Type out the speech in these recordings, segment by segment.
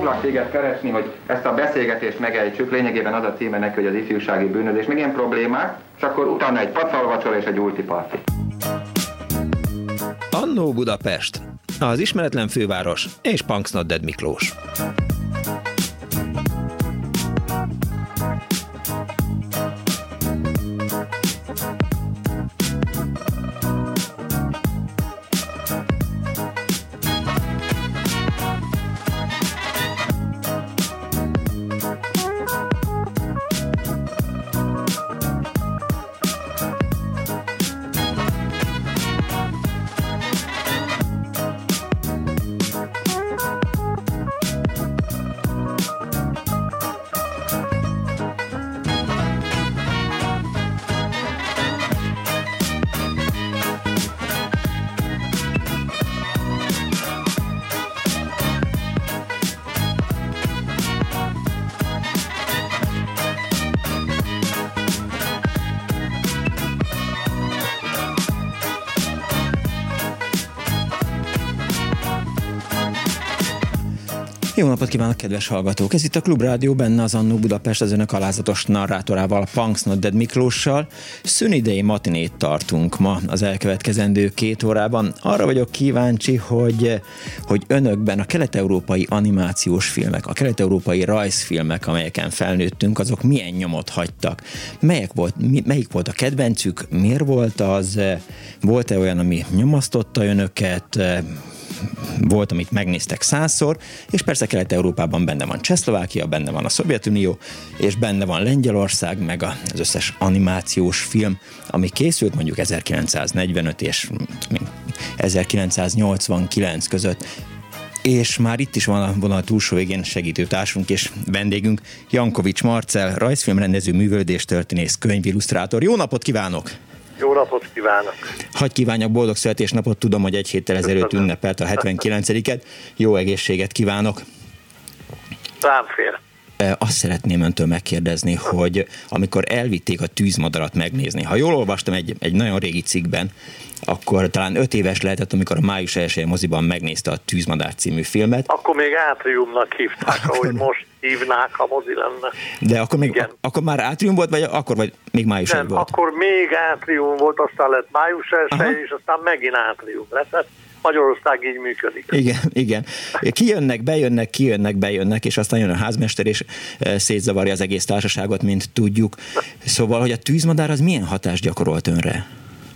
foglak téged keresni, hogy ezt a beszélgetést megejtsük, lényegében az a címe neki, hogy az ifjúsági bűnözés, meg ilyen problémák, és akkor utána egy pacalvacsora és egy ultiparti. Annó Budapest, az ismeretlen főváros és Punks Not Dead Miklós. Jó napot kívánok, kedves hallgatók! Ez itt a Klubrádió, benne az Annó Budapest, az önök alázatos narrátorával, Punks Not Dead Miklóssal. szünidei matinét tartunk ma az elkövetkezendő 2 órában. Arra vagyok kíváncsi, hogy önökben a kelet-európai animációs filmek, a kelet-európai rajzfilmek, amelyeken felnőttünk, azok milyen nyomot hagytak? Melyik volt a kedvencük? Miért volt az? Volt-e olyan, ami nyomasztotta önöket? Volt, amit megnéztek 100-szor, és persze Kelet-Európában benne van Csehszlovákia, benne van a Szovjetunió, és benne van Lengyelország, meg az összes animációs film, ami készült mondjuk 1945 és 1989 között. És már itt is van a vonal túlsó végén segítőtársunk és vendégünk, Jankovics Marcell, rajzfilmrendező, művelődéstörténész, könyvillusztrátor. Jó napot kívánok! Jó napot kívánok! Hadd kívánjak boldog születésnapot, tudom, hogy egy héttel ezelőtt ünnepelt a 79-et. Jó egészséget kívánok! Rám fér. Azt szeretném öntől megkérdezni, hogy amikor elvitték a Tűzmadarat megnézni, ha jól olvastam egy nagyon régi cikkben, akkor talán 5 éves lehetett, amikor a május 1. moziban megnézte a Tűzmadár című filmet. Akkor még Átriumnak hívták, ahogy most hívnák, ha mozi lenne. De akkor már Átrium volt, vagy még május 1 volt? Nem, akkor még Átrium volt, aztán lett május 1, és aztán megint Átrium lett. Magyarország így működik. Igen. Kijönnek, bejönnek, és aztán jön a házmester, és szétzavarja az egész társaságot, mint tudjuk. Szóval, hogy a Tűzmadár az milyen hatást gyakorolt önre?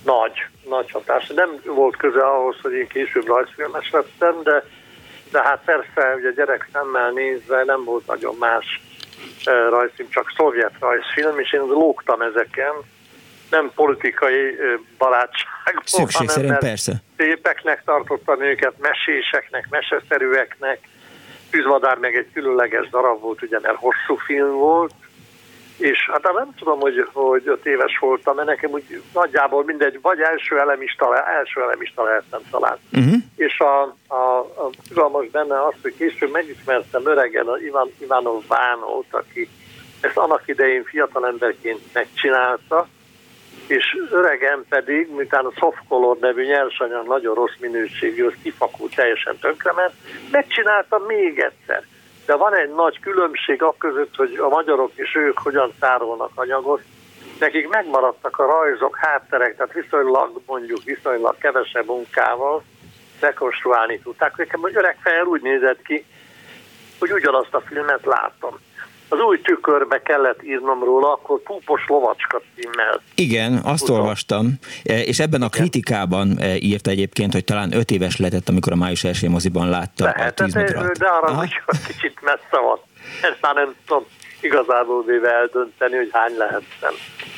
Nagy hatás. Nem volt köze ahhoz, hogy én később rajzfilmes lettem, de hát persze, ugye gyerek szemmel nézve nem volt nagyon más rajzfilm, csak szovjet rajzfilm, és én lógtam ezeken. Nem politikai barátságból, szükség szerint, persze. Szépeknek tartottam őket, meséseknek, meseszerűeknek. Tűzmadár meg egy különleges darab volt, ugye, mert hosszú film volt, és hát nem tudom, hogy 5 éves voltam, mert nekem úgy nagyjából mindegy, vagy első elemista lehettem talán. És a izgalmas benne az, hogy később megismertem öregen a Ivanov Vánót, aki ezt annak idején fiatalemberként megcsinálta, és öregen pedig, miután a Softcolor nevű nyersanyag nagyon rossz minőségű, az kifakult, teljesen tönkrement, megcsinálta még egyszer. De van egy nagy különbség akközött, hogy a magyarok és ők hogyan tárolnak anyagot. Nekik megmaradtak a rajzok, hátterek, tehát viszonylag kevesebb munkával rekonstruálni tudták. Nekem hogy öreg fejjel úgy nézett ki, hogy ugyanazt a filmet láttam. Az új tükörbe kellett írnom róla, akkor Púpos lovacska címmel. Igen, azt olvastam, és ebben a kritikában írta egyébként, hogy talán 5 éves lehetett, amikor a május 1. moziban látta a Tűzmadarat. De arra, hogy kicsit messze van. Ezt már nem tudom igazából véve eldönteni, hogy hány lehettem.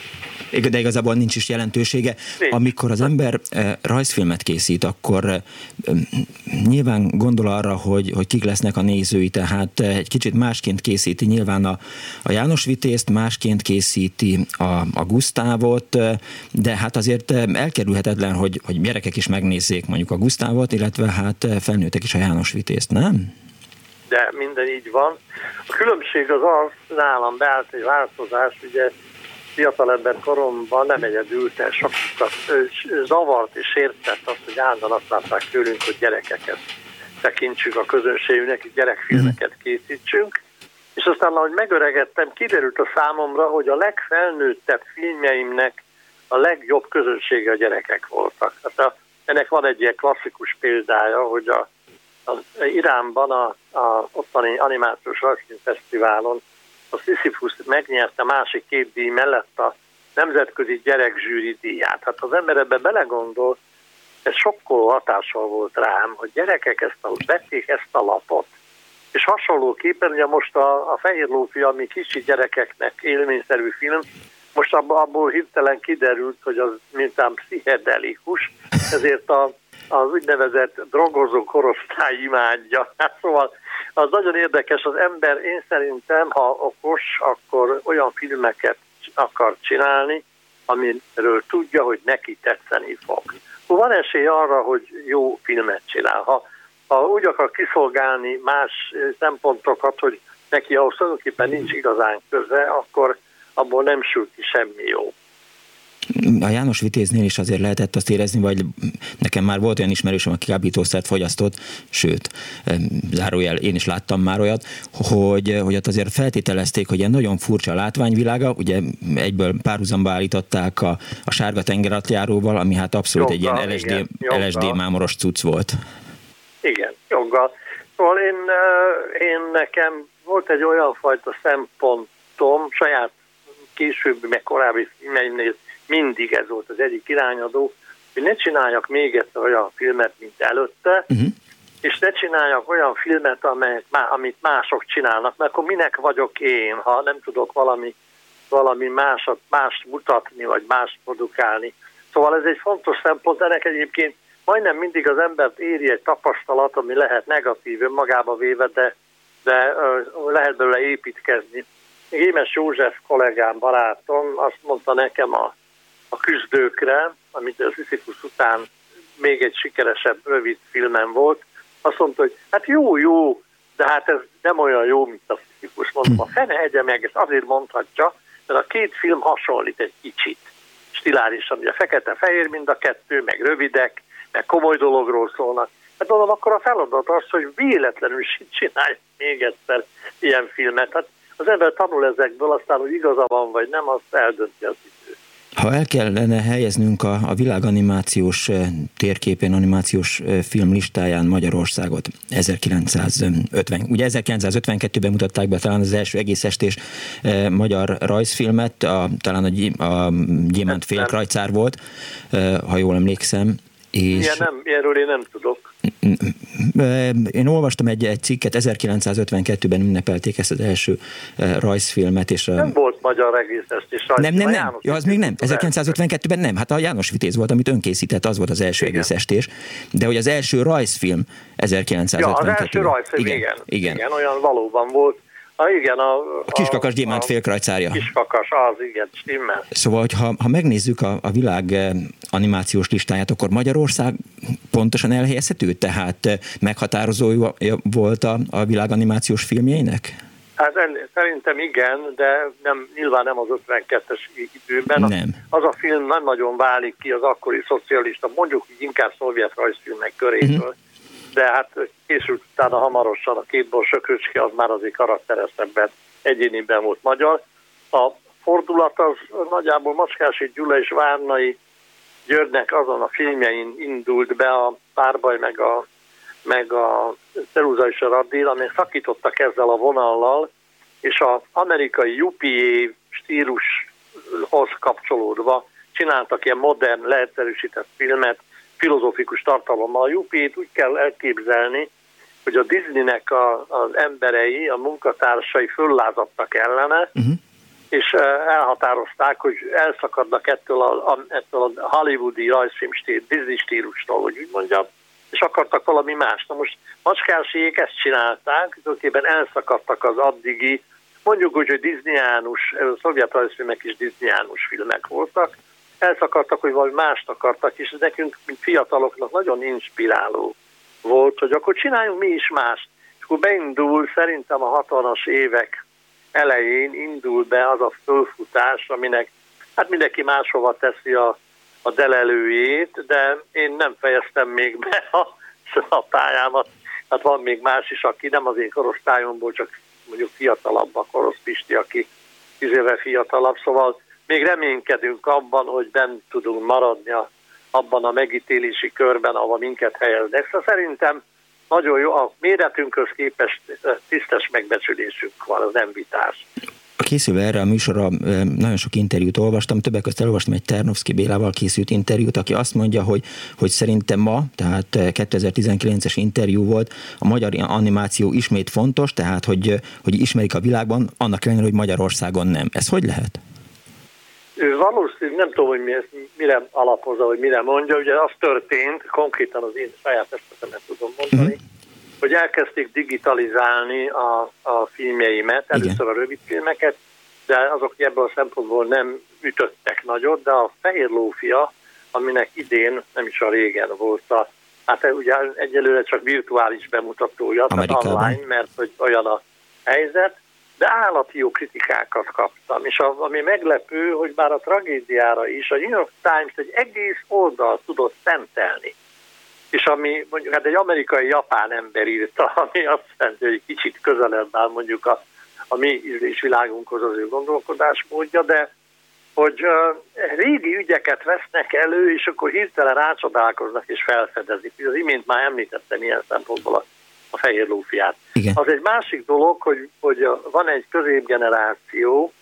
De igazából nincs is jelentősége. Amikor az ember rajzfilmet készít, akkor nyilván gondol arra, hogy kik lesznek a nézői, tehát egy kicsit másként készíti nyilván a János Vitézt, másként készíti a Gusztávot, de hát azért elkerülhetetlen, hogy gyerekek is megnézzék mondjuk a Gusztávot, illetve hát felnőttek is a János Vitézt, nem? De minden így van. A különbség az nálam beállt egy változás, ugye fiatalember koromban nem egyedül, de sokat zavart és értett azt, hogy állandóan azt látták tőlünk, hogy gyerekeket tekintsük a közönségünknek, gyerekfilmeket készítsünk, és aztán, ahogy megöregedtem, kiderült a számomra, hogy a legfelnőttebb filmjeimnek a legjobb közönsége a gyerekek voltak. Hát ennek van egy ilyen klasszikus példája, hogy az Iránban a ottani animációs rajzfilmfesztiválon a Sisyphus megnyerte másik 2 díj mellett a nemzetközi gyerekzsűri díját. Hát az ember ebben belegondol, ez sokkoló hatással volt rám, hogy gyerekek vették ezt a lapot. És hasonlóképpen, ugye most a Fehér lófi, ami kicsi gyerekeknek élményszerű film, most abból hirtelen kiderült, hogy az mintán pszichedelikus, ezért az úgynevezett drogozó korosztály imádja. Hát szóval az nagyon érdekes, az ember, én szerintem, ha okos, akkor olyan filmeket akar csinálni, amiről tudja, hogy neki tetszeni fog. Van esély arra, hogy jó filmet csinál. Ha úgy akar kiszolgálni más szempontokat, hogy neki ahhoz tulajdonképpen nincs igazán köze, akkor abból nem sül ki semmi jó. A János Vitéznél is azért lehetett azt érezni, vagy nekem már volt olyan ismerősöm, aki kábítószert fogyasztott, sőt, zárójel, én is láttam már olyat, hogy ott azért feltételezték, hogy ilyen nagyon furcsa látványvilága, ugye egyből párhuzamba állították a Sárga tengeralattjáróval, ami hát abszolút joggal, egy ilyen LSD mámoros cucc volt. Igen, joggal. Szóval én nekem volt egy olyan fajta szempontom, saját későbbi, meg korábbi filmeimnél mindig ez volt az egyik irányadó, hogy ne csináljak még egyszer olyan filmet, mint előtte, és ne csináljak olyan filmet, amit mások csinálnak, mert akkor minek vagyok én, ha nem tudok valami mást mutatni, vagy mást produkálni. Szóval ez egy fontos szempont, ennek egyébként majdnem mindig az embert éri egy tapasztalat, ami lehet negatív önmagába véve, de lehet belőle építkezni. Émes József kollégám, barátom azt mondta nekem a Küzdőkre, amit a Sisyphus után még egy sikeresebb rövid filmem volt, azt mondta, hogy hát jó, de hát ez nem olyan jó, mint a Sisyphus. Mondtam, a fene egye meg, ezt azért mondhatja, mert a 2 film hasonlít egy kicsit. Stilárisan, ugye fekete-fehér mind a 2, meg rövidek, meg komoly dologról szólnak. Hát mondom, akkor a feladat az, hogy véletlenül csinálj még egyszer ilyen filmet. Hát az ember tanul ezekből, aztán, hogy igaza van, vagy nem, azt eldönti az idő. Ha el kellene helyeznünk a világ animációs térképén, animációs film listáján Magyarországot, 1952-ben mutatták be talán az első egész estés magyar rajzfilmet, talán a Gyémánt félkrajcár volt, ha jól emlékszem. És ilyenről én nem tudok. Én olvastam egy cikket, 1952-ben ünnepelték ezt az első rajzfilmet. És nem volt magyar egészestés rajzfilm. Nem. Ja, az még nem. 1952-ben nem. Hát a János Vitéz volt, amit önkészített, az volt az első egészestés. De hogy az első rajzfilm 1952-ben. Ja, az első rajzfilm, igen, olyan valóban volt. A Kiskakas Gyémánt félkrajcárja. Kiskakas, az, igen, stimmel. Szóval, hogy ha megnézzük a világ animációs listáját, akkor Magyarország pontosan elhelyezhető? Tehát meghatározó volt a világ animációs filmjeinek? Hát szerintem igen, de nyilván nem az 52-es időben. Nem. Az a film nem nagyon válik ki az akkori szocialista, mondjuk inkább szovjet rajzfilmek köréből. De hát készült utána hamarosan a 2 Borsökröcske, az már azért karakteresebben, egyéniben volt magyar. A fordulat az nagyjából Macskási Gyula és Várnai Györgynek azon a filmjein indult be a Párbaj meg a Ceruza és a Raddil, amelyek szakítottak ezzel a vonallal, és az amerikai UPA stílushoz kapcsolódva csináltak ilyen modern, leegyszerűsített filmet, filozófikus tartalommal. A UP-t úgy kell elképzelni, hogy a Disneynek az emberei, a munkatársai föllázadtak ellene, és elhatározták, hogy elszakadnak ettől a hollywoodi rajzfilm Disney stílustól, hogy úgy mondjam, és akartak valami más. Na most Macskásiék ezt csinálták, tulajdonképpen elszakadtak az addigi, mondjuk úgy, hogy disneyánus, a szovjet rajzfilmek is disneyánus filmek voltak, elszakadtak, hogy valami mást akartak, és ez nekünk, mint fiataloknak nagyon inspiráló volt, hogy akkor csináljunk mi is mást. És akkor beindul, szerintem a 60-as évek elején indul be az a fölfutás, aminek hát mindenki máshova teszi a delelőjét, de én nem fejeztem még be a pályámat. hát van még más is, aki nem az én korosztályomból, csak mondjuk fiatalabb, a Korosz Pisti, aki 10 éve fiatalabb, szóval még reménykedünk abban, hogy benn tudunk maradni abban a megítélési körben, ahol minket helyeznek. Szóval szerintem nagyon jó, a méretünkhöz képest tisztes megbecsülésünk van, az nem vitás. Készülve erre a műsorra nagyon sok interjút olvastam, többek között elolvastam egy Ternovszky Bélával készült interjút, aki azt mondja, hogy szerintem ma, tehát 2019-es interjú volt, a magyar animáció ismét fontos, tehát hogy ismerik a világban, annak ellenére, hogy Magyarországon nem. Ez hogy lehet? Valószínűleg nem tudom, hogy mire alapozza, hogy mire mondja. Ugye az történt, konkrétan az én saját esetemet tudom mondani, hogy elkezdték digitalizálni a filmjeimet, először a rövidfilmeket, de azok ebből a szempontból nem ütöttek nagyot, de a Fehér Lófia, aminek idén, nem is a régen volt hát ugye egyelőre csak virtuális bemutatója, tehát online, mert hogy olyan a helyzet, de állati jó kritikákat kaptam, és ami meglepő, hogy bár a tragédiára is a New York Times egy egész oldalt tudott szentelni, és ami mondjuk hát egy amerikai-japán ember írta, ami azt jelenti, hogy kicsit közelebb áll mondjuk a mi ízlésvilágunkhoz az ő gondolkodásmódja, de hogy régi ügyeket vesznek elő, és akkor hirtelen rácsodálkoznak és felfedezik. Az imént már említettem ilyen szempontból a Fehér Lófiát. Igen. Az egy másik dolog, hogy van egy középgeneráció,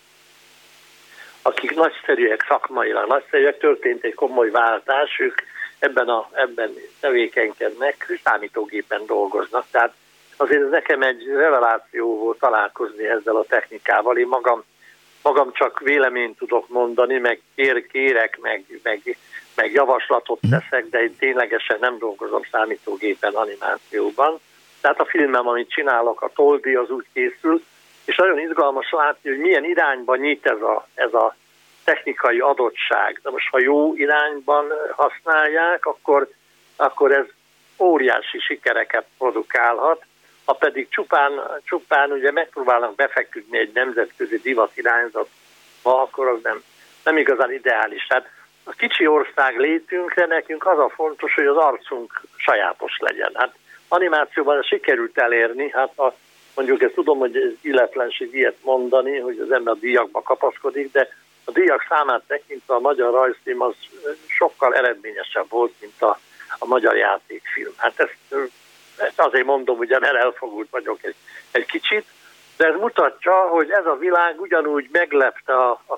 akik nagyszerűek szakmailag, nagyszerűek, történt egy komoly váltás, ők ebben tevékenykednek, számítógépen dolgoznak, tehát azért ez nekem egy reveláció volt találkozni ezzel a technikával. Én magam csak véleményt tudok mondani, meg kérek, meg javaslatot teszek, de én ténylegesen nem dolgozom számítógépen, animációban. Tehát a filmem, amit csinálok, a Toldi, az úgy készül, és nagyon izgalmas látni, hogy milyen irányba nyit ez a technikai adottság. De most, ha jó irányban használják, akkor ez óriási sikereket produkálhat, ha pedig csupán ugye megpróbálnak befeküdni egy nemzetközi divat irányzatba, akkor az nem igazán ideális. Tehát a kicsi ország létünkre nekünk az a fontos, hogy az arcunk sajátos legyen. Hát animációban sikerült elérni, hát mondjuk ezt tudom, hogy ez illetlenség ilyet mondani, hogy az ember a díjakba kapaszkodik, de a díjak számát tekintve a magyar rajzfilm az sokkal eredményesebb volt, mint a magyar játékfilm. Hát ezt azért mondom, ugye, mert elfogult vagyok egy kicsit, de ez mutatja, hogy ez a világ ugyanúgy meglepte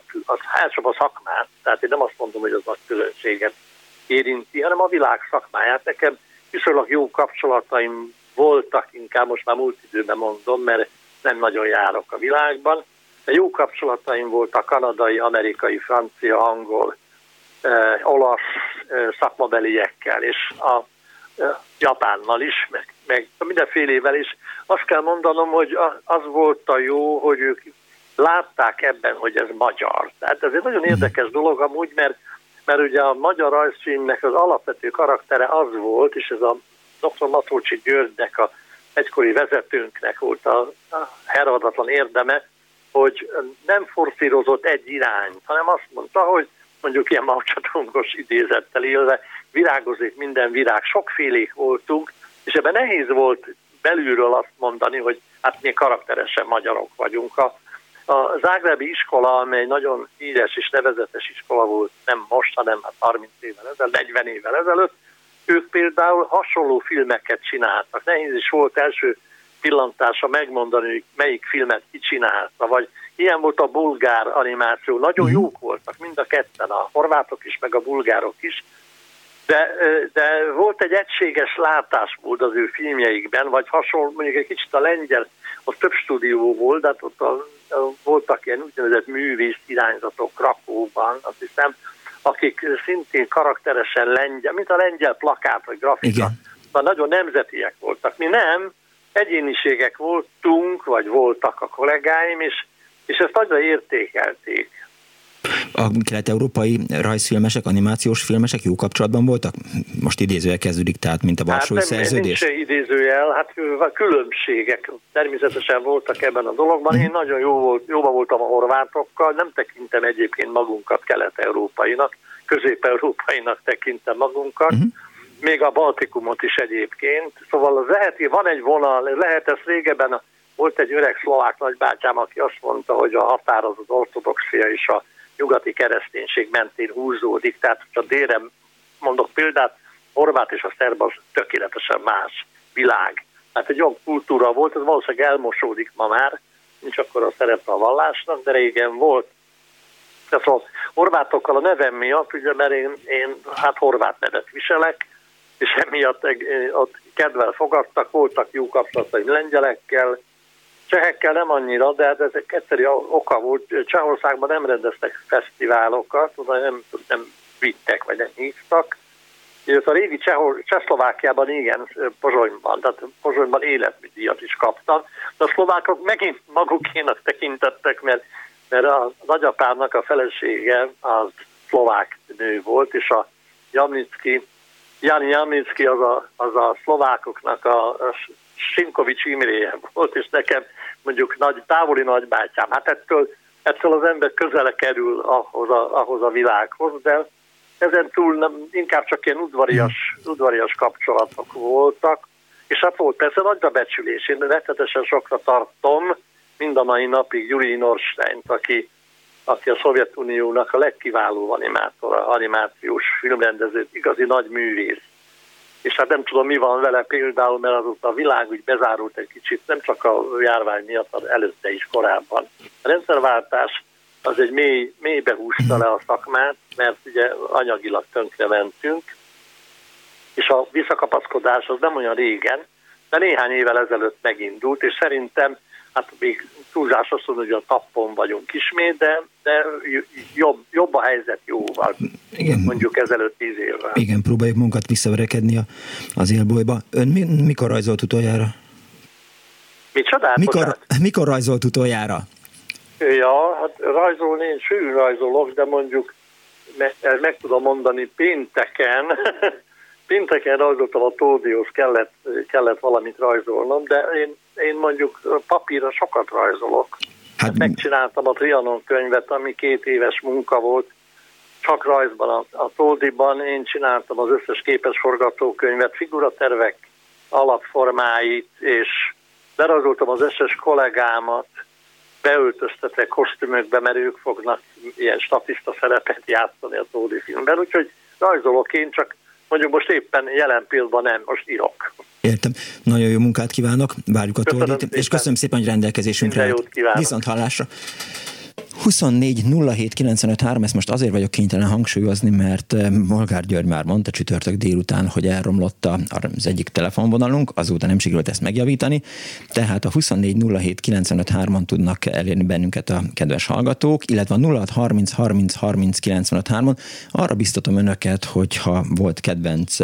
a szakmát, tehát én nem azt mondom, hogy az a közönséget érinti, hanem a világ szakmáját. Nekem viszonylag jó kapcsolataim voltak, inkább most már múlt időben mondom, mert nem nagyon járok a világban, de jó kapcsolataim voltak kanadai, amerikai, francia, angol, olasz szakmabeliekkel, és a Japánnal is, meg mindenfélével is. Azt kell mondanom, hogy az volt a jó, hogy ők látták ebben, hogy ez magyar. Tehát ez egy nagyon érdekes dolog amúgy, mert ugye a magyar rajzfilmnek az alapvető karaktere az volt, és ez a dr. Matolcsy Györgynek, a egykori vezetőnknek volt a hervadatlan érdeme, hogy nem forszírozott egy irányt, hanem azt mondta, hogy mondjuk ilyen Mao-Tse-tungos idézettel élve, virágozik minden virág, sokfélék voltunk, és ebben nehéz volt belülről azt mondani, hogy hát mi karakteresen magyarok vagyunk. A zágrábi iskola, amely nagyon híres és nevezetes iskola volt, nem most, hanem 30 évvel ezelőtt, 40 évvel ezelőtt, ők például hasonló filmeket csináltak. Nehéz is volt első pillantása megmondani, hogy melyik filmet ki csinálta, vagy ilyen volt a bulgár animáció. Nagyon jók voltak mind a ketten, a horvátok is, meg a bulgárok is, de volt egy egységes látásmód az ő filmjeikben, vagy hasonló, mondjuk egy kicsit a lengyel, ott több stúdió volt, de ott voltak ilyen úgynevezett művész irányzatok Krakóban, azt hiszem, akik szintén karakteresen lengyel, mint a lengyel plakát, vagy grafika, nagyon nemzetiek voltak. Mi nem, egyéniségek voltunk, vagy voltak a kollégáim, és ezt nagyra értékelték. A kelet-európai rajzfilmesek, animációs filmesek jó kapcsolatban voltak? Most idézőjel kezdődik, tehát mint a Varsói Szerződés? Nincs idézőjel, hát különbségek természetesen voltak ebben a dologban. Én nagyon jóban voltam a horvátokkal, nem tekintem egyébként magunkat kelet-európainak, közép-európainak tekintem magunkat, még a Baltikumot is egyébként. Szóval az van egy vonal, lehet ez régebben, volt egy öreg szlovák nagybátyám, aki azt mondta, hogy a határ az ortodoxia és a nyugati kereszténység mentén húzódik, tehát ha délre mondok példát, horvát és a szerb az tökéletesen más világ. Hát egy olyan kultúra volt, ez valószínűleg elmosódik ma már, nincs akkor a szerepe a vallásnak, de régen volt. Tehát a horvátokkal a nevem miatt, ugye, mert én hát horvát nevet viselek, és emiatt ott kedvel fogadtak, voltak jó kapcsolataim lengyelekkel, csehekkel nem annyira, de ezek egyszerű oka volt. Csehországban nem rendeztek fesztiválokat, nem vittek, vagy nem hívtak. A régi Csehszlovákiában igen, Pozsonyban, tehát Pozsonyban életműdíjat is kaptam. De a szlovákok megint magukénak tekintettek, mert a nagyapámnak a felesége az szlovák nő volt, és a Jani Jamnicki az a szlovákoknak a Simkovics Imréje volt, és nekem mondjuk távoli nagybátyám. Hát ettől az ember közele kerül ahhoz a világhoz, de ezen túl inkább csak ilyen udvarias kapcsolatok voltak, és hát volt persze nagyra becsülés. Én rettetesen sokra tartom mind a mai napig Juri Norsteint, aki a Szovjetuniónak a legkiválóbb animációs filmrendező, igazi nagy művész. És hát nem tudom, mi van vele például, mert azóta a világ úgy bezárult egy kicsit, nem csak a járvány miatt, hanem előtte is korábban. A rendszerváltás az egy mélybe húzta le a szakmát, mert ugye anyagilag tönkre mentünk, és a visszakapaszkodás az nem olyan régen, de néhány évvel ezelőtt megindult, és szerintem hát még túlzás azt mondani, hogy a tappon vagyunk ismét, de jobb a helyzet jóval, igen, mondjuk ezelőtt 10 évvel. Igen, próbáljuk munkat visszaverekedni az élbolyba. Ön mikor rajzolt utoljára? Micsoda? Mikor rajzolt utoljára? Ja, hát rajzolni, én sűrűn rajzolok, de mondjuk meg tudom mondani pénteken rajzoltam a Tódihoz, kellett valamit rajzolnom, de én mondjuk papírra sokat rajzolok. Hát megcsináltam a Trianon könyvet, ami 2 éves munka volt, csak rajzban a Tódiban. Én csináltam az összes képes forgatókönyvet, figuratervek alapformáit, és lerajzoltam az összes kollégámat, beöltöztetek kosztümökbe, mert ők fognak ilyen statista szerepet játszani a Tódi filmben, úgyhogy rajzolok én, csak mondjuk most éppen jelen pillanatban nem, most írok. Értem. Nagyon jó munkát kívánok, várjuk a Tódit, és köszönöm szépen, hogy rendelkezésünkre. Viszont hallásra. 24 07 95 3, ezt most azért vagyok kénytelen hangsúlyozni, mert Molgár György már mondta csütörtök délután, hogy elromlott az egyik telefonvonalunk, azóta nem sikerült ezt megjavítani, tehát a 24 07 95 3-on tudnak elérni bennünket a kedves hallgatók, illetve a 06 30 30 30 95 3-on. Arra biztatom önöket, hogyha volt kedvenc,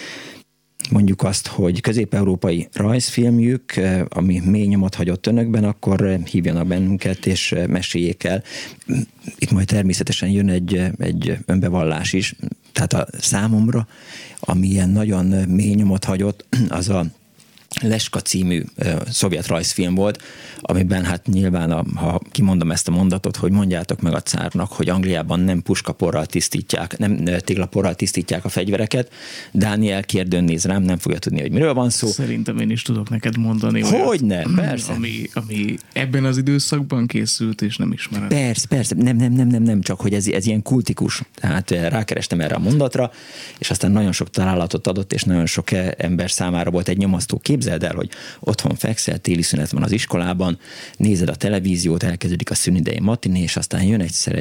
mondjuk azt, hogy közép-európai rajzfilmjük, ami mély nyomot hagyott önökben, akkor hívjanak bennünket, és meséljék el. Itt majd természetesen jön egy önbevallás is. Tehát a számomra, ami ilyen nagyon mély nyomot hagyott, az a Leska című szovjet rajzfilm volt, amiben hát nyilván, ha kimondom ezt a mondatot, hogy mondjátok meg a cárnak, hogy Angliában nem puskaporral tisztítják, nem téglaporral tisztítják a fegyvereket. Dániel kérdőn néz rám, nem fogja tudni, hogy miről van szó. Szerintem én is tudok neked mondani. Hogyne, persze. Ami ebben az időszakban készült, és nem ismerem. Persze. Nem, csak hogy ez ilyen kultikus. Tehát rákerestem erre a mondatra, és aztán nagyon sok találatot adott, és nagyon sok ember számára volt egy nyomasztó. Képzeld el, hogy otthon fekszel, téli szünet van az iskolában, nézed a televíziót, elkezdődik a szünidei matiné, és aztán jön egyszer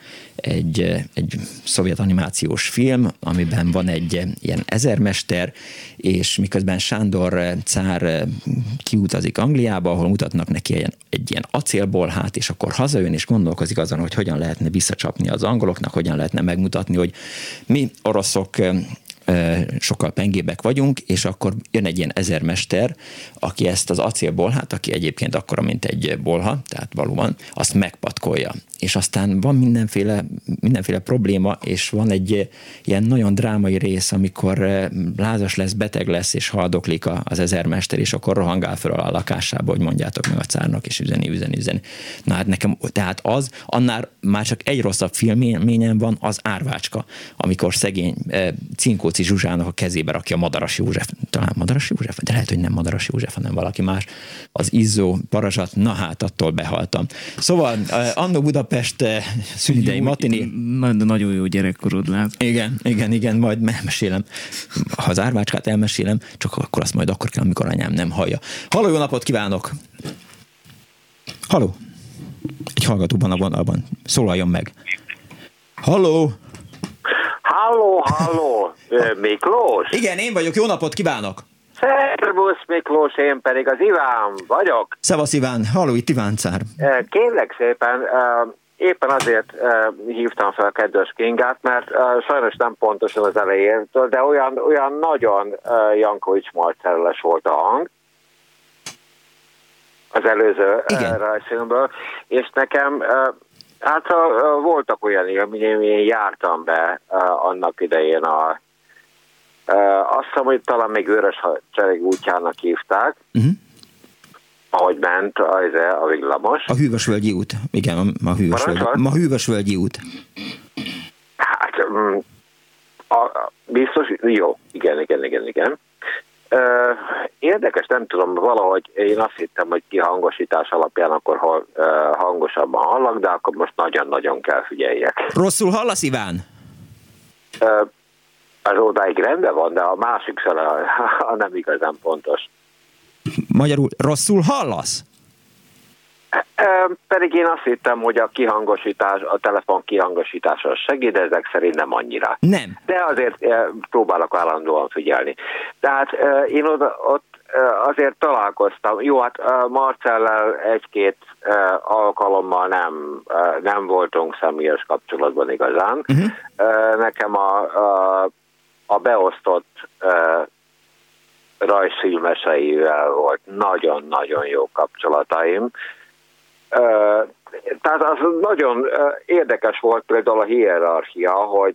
egy szovjet animációs film, amiben van egy ilyen ezermester, és miközben Sándor cár kiutazik Angliába, ahol mutatnak neki egy ilyen acélbolhát, és akkor hazajön, és gondolkozik azon, hogy hogyan lehetne visszacsapni az angoloknak, hogyan lehetne megmutatni, hogy mi oroszok sokkal pengébek vagyunk, és akkor jön egy ilyen ezermester, aki ezt az acélbolhát, aki egyébként akkora, mint egy bolha, tehát valóban, azt megpatkolja. És aztán van mindenféle probléma, és van egy ilyen nagyon drámai rész, amikor lázas lesz, beteg lesz, és haldoklik az ezermester, és akkor rohangál föl a lakásába, hogy mondjátok meg a cárnak, és üzeni. Na hát nekem, tehát annál már csak egy rosszabb filmélményem van, az Árvácska, amikor szegény Cinkó Rákóczi Zsuzsának a kezébe rakja Madaras József, talán Madaras József, de lehet, hogy nem Madaras József, hanem valaki más, az izzó parazsat, na hát, attól behaltam. Szóval Annó Budapest szünidei matiné. Nagyon jó gyerekkorod lát. Igen, majd mesélem. Ha az árvácskát elmesélem, csak akkor azt majd akkor kell, amikor anyám nem hallja. Halló, jó napot kívánok! Halló! Egy hallgatóban a vonalban. Szólaljon meg. Halló! Halló! Miklós? Igen, én vagyok. Jó napot kívánok! Szervusz Miklós, én pedig az Iván vagyok. Szevasz Iván, halló, itt Iván cár. Kérlek szépen, éppen azért hívtam fel kedves Kingát, mert sajnos nem pontosan az elejétől, de olyan nagyon Jankovics Marcelles volt a hang az előző rajzfilmből, és nekem hát voltak olyan élményeim, én jártam be annak idején azt hiszem, hogy talán még Vöröshadsereg útjának hívták, ahogy ment a villamos. A Hűvösvölgyi út. Igen, a Hűvösvölgyi út. Hát, biztos, jó, igen. Érdekes, nem tudom, valahogy én azt hittem, hogy kihangosítás alapján akkor hangosabban hallak, de akkor most nagyon-nagyon kell figyeljek. Rosszul hallasz, Iván? Az odáig rendben van, de a másik fele nem igazán pontos. Magyarul rosszul hallasz? Pedig én azt hittem, hogy a kihangosítás, a telefon kihangosítása segít, de ezek szerint nem annyira. Nem. De azért próbálok állandóan figyelni. Tehát én ott azért találkoztam. Jó, hát Marcellel egy-két alkalommal nem voltunk személyes kapcsolatban igazán. Nekem a beosztott rajzfilmeseivel volt nagyon-nagyon jó kapcsolataim. Tehát az nagyon érdekes volt például a hierarchia, hogy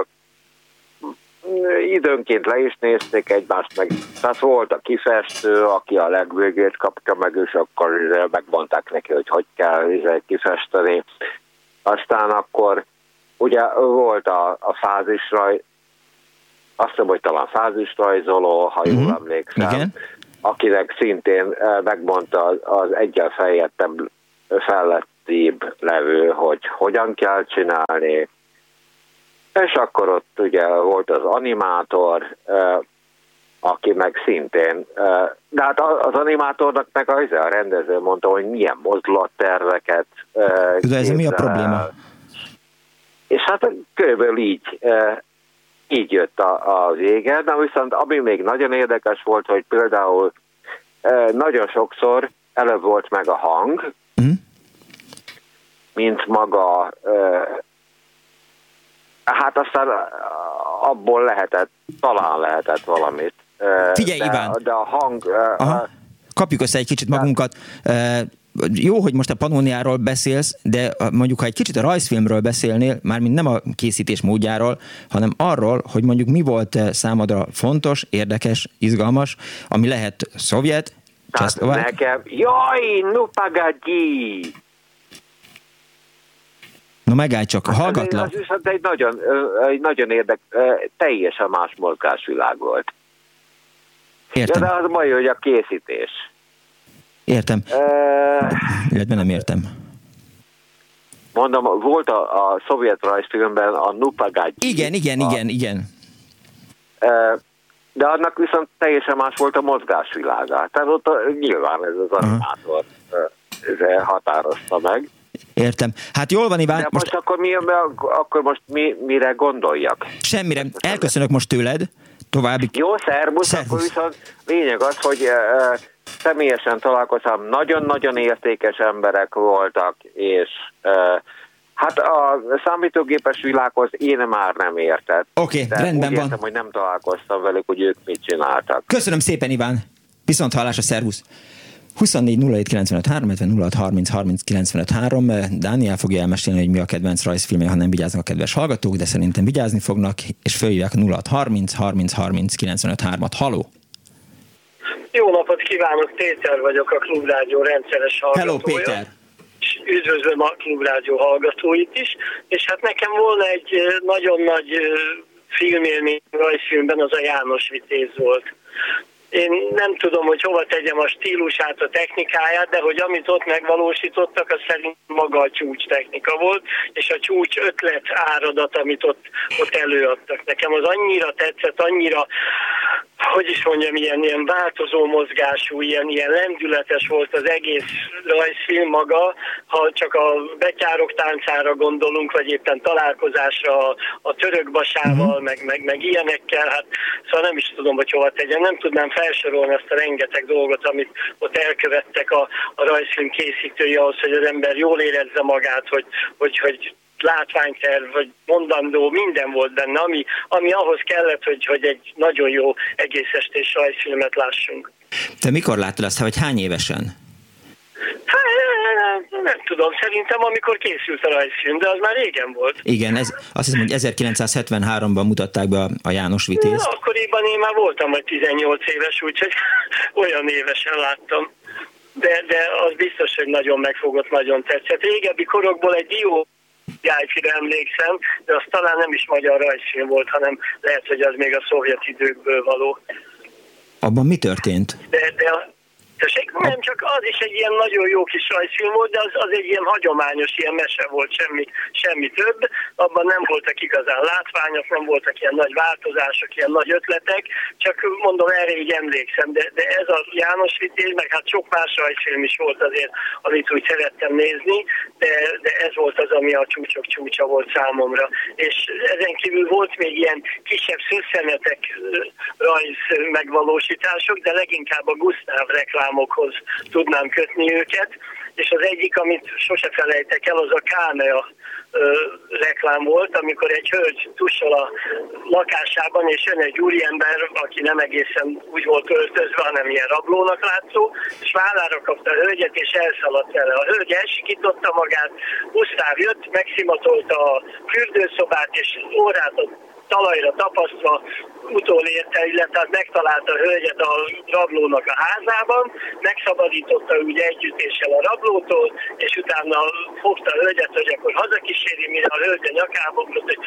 időnként le is nézték egymást meg. Tehát volt a kifestő, aki a legvégét kapta meg, és akkor megmondták neki, hogy kell kifesteni. Aztán akkor ugye volt a fázisrajz, azt hiszem, hogy talán fázisrajzoló, ha jól emlékszem, igen. Akinek szintén megmondta az egyen fellettibb levő, hogy hogyan kell csinálni. És akkor ott ugye volt az animátor, aki meg szintén, de hát az animátornak meg a rendező mondta, hogy milyen mozdulatterveket de ez mi a probléma? És hát körülbelül így jött a vége, de viszont ami még nagyon érdekes volt, hogy például nagyon sokszor előbb volt meg a hang, mint maga, hát aztán abból talán lehetett valamit. Figyelj, Iván! De a hang... Kapjuk össze egy kicsit magunkat. Jó, hogy most a Pannoniáról beszélsz, de mondjuk, ha egy kicsit a rajzfilmről beszélnél, mármint nem a készítés módjáról, hanem arról, hogy mondjuk mi volt számodra fontos, érdekes, izgalmas, ami lehet szovjet, csehszlovák. Nekem, jaj, no pagadi! No megállj csak, hallgatlak. Az viszont egy nagyon teljesen más mozgásvilág volt. Értem. Ja, de az majd, hogy a készítés. Értem. Illetve nem értem. Mondom, volt a szovjet rajzfilmben a Nupagágyi. Igen. De annak viszont teljesen más volt a mozgásvilága. Tehát ott nyilván ez az animátor határozta meg. Értem. Hát jól van, Iván. De most akkor mire gondoljak? Semmire. Elköszönök most tőled. További. Jó, szervusz. Akkor viszont lényeg az, hogy személyesen találkoztam, nagyon-nagyon értékes emberek voltak, és hát a számítógépes világhoz én már nem értek. Oké, rendben van. Értem, hogy nem találkoztam velük, hogy ők mit csináltak. Köszönöm szépen, Iván. Viszont hallásra, szervusz. 24 07 95 3, 06 30 30 95 3. Dániel fogja elmesélni, hogy mi a kedvenc rajzfilmje, ha nem vigyáznak a kedves hallgatók, de szerintem vigyázni fognak, és följövják 06 30 30 30 95 3-at. Halló! Jó napot kívánok, Péter vagyok, a Klubrádió rendszeres hallgatója. Hello, Péter! És üdvözlöm a Klubrádió hallgatóit is, és hát nekem volna egy nagyon nagy filmélmény rajzfilmben az a János Vitéz volt. Én nem tudom, hogy hova tegyem a stílusát, a technikáját, de hogy amit ott megvalósítottak, az szerint maga a csúcs technika volt, és a csúcs ötlet áradat, amit ott előadtak. Nekem az annyira tetszett, annyira, hogy is mondjam, ilyen változó mozgású, ilyen lendületes volt az egész rajzfilm maga, ha csak a betyárok táncára gondolunk, vagy éppen találkozásra a törökbasával, meg ilyenekkel, hát szóval nem is tudom, hogy hova tegyem, nem tudnám felsorolni azt a rengeteg dolgot, amit ott elkövettek a rajzfilm készítői ahhoz, hogy az ember jól érezze magát, hogy látványterv, vagy mondandó, minden volt benne, ami ahhoz kellett, hogy egy nagyon jó egész estés rajzfilmet lássunk. Te mikor láttad ezt, vagy hány évesen? Hát, nem tudom, szerintem amikor készült a rajzfilm, de az már régen volt. Igen, azt hiszem, hogy 1973-ban mutatták be a János Vitézt. Akkoriban én már voltam vagy 18 éves, úgyhogy olyan évesen láttam. De az biztos, hogy nagyon megfogott, nagyon tetszett. Régebbi korokból egy dió Jájfire emlékszem, de az talán nem is magyar rajzfilm volt, hanem lehet, hogy az még a szovjet időkből való. Abban mi történt? Nem, csak az is egy ilyen nagyon jó kis rajzfilm volt, de az egy ilyen hagyományos, ilyen mese volt, semmi több. Abban nem voltak igazán látványok, nem voltak ilyen nagy változások, ilyen nagy ötletek, csak mondom, erre így emlékszem. De ez a János Vitéz, meg hát sok más rajzfilm is volt azért, amit úgy szerettem nézni, de ez volt az, ami a csúcsok csúcsa volt számomra. És ezen kívül volt még ilyen kisebb szüsszenetek, rajz megvalósítások, de leginkább a Gusztáv reklámokhoz tudnám kötni őket, és az egyik, amit sose felejtek el, az a Kámea reklám volt, amikor egy hölgy tussol a lakásában, és jön egy úriember, aki nem egészen úgy volt öltözve, hanem ilyen rablónak látszó, és vállára kapta a hölgyet, és elszaladt vele. A hölgy elsikította magát, Gusztáv jött, megszimatolta a fürdőszobát, és órát a talajra tapasztva utolérte, illetve megtalálta a hölgyet a rablónak a házában, megszabadította úgy együttéssel a rablótól, és utána fogta a hölgyet, hogy akkor hazakíséri, mire a hölgy a nyakába, hogy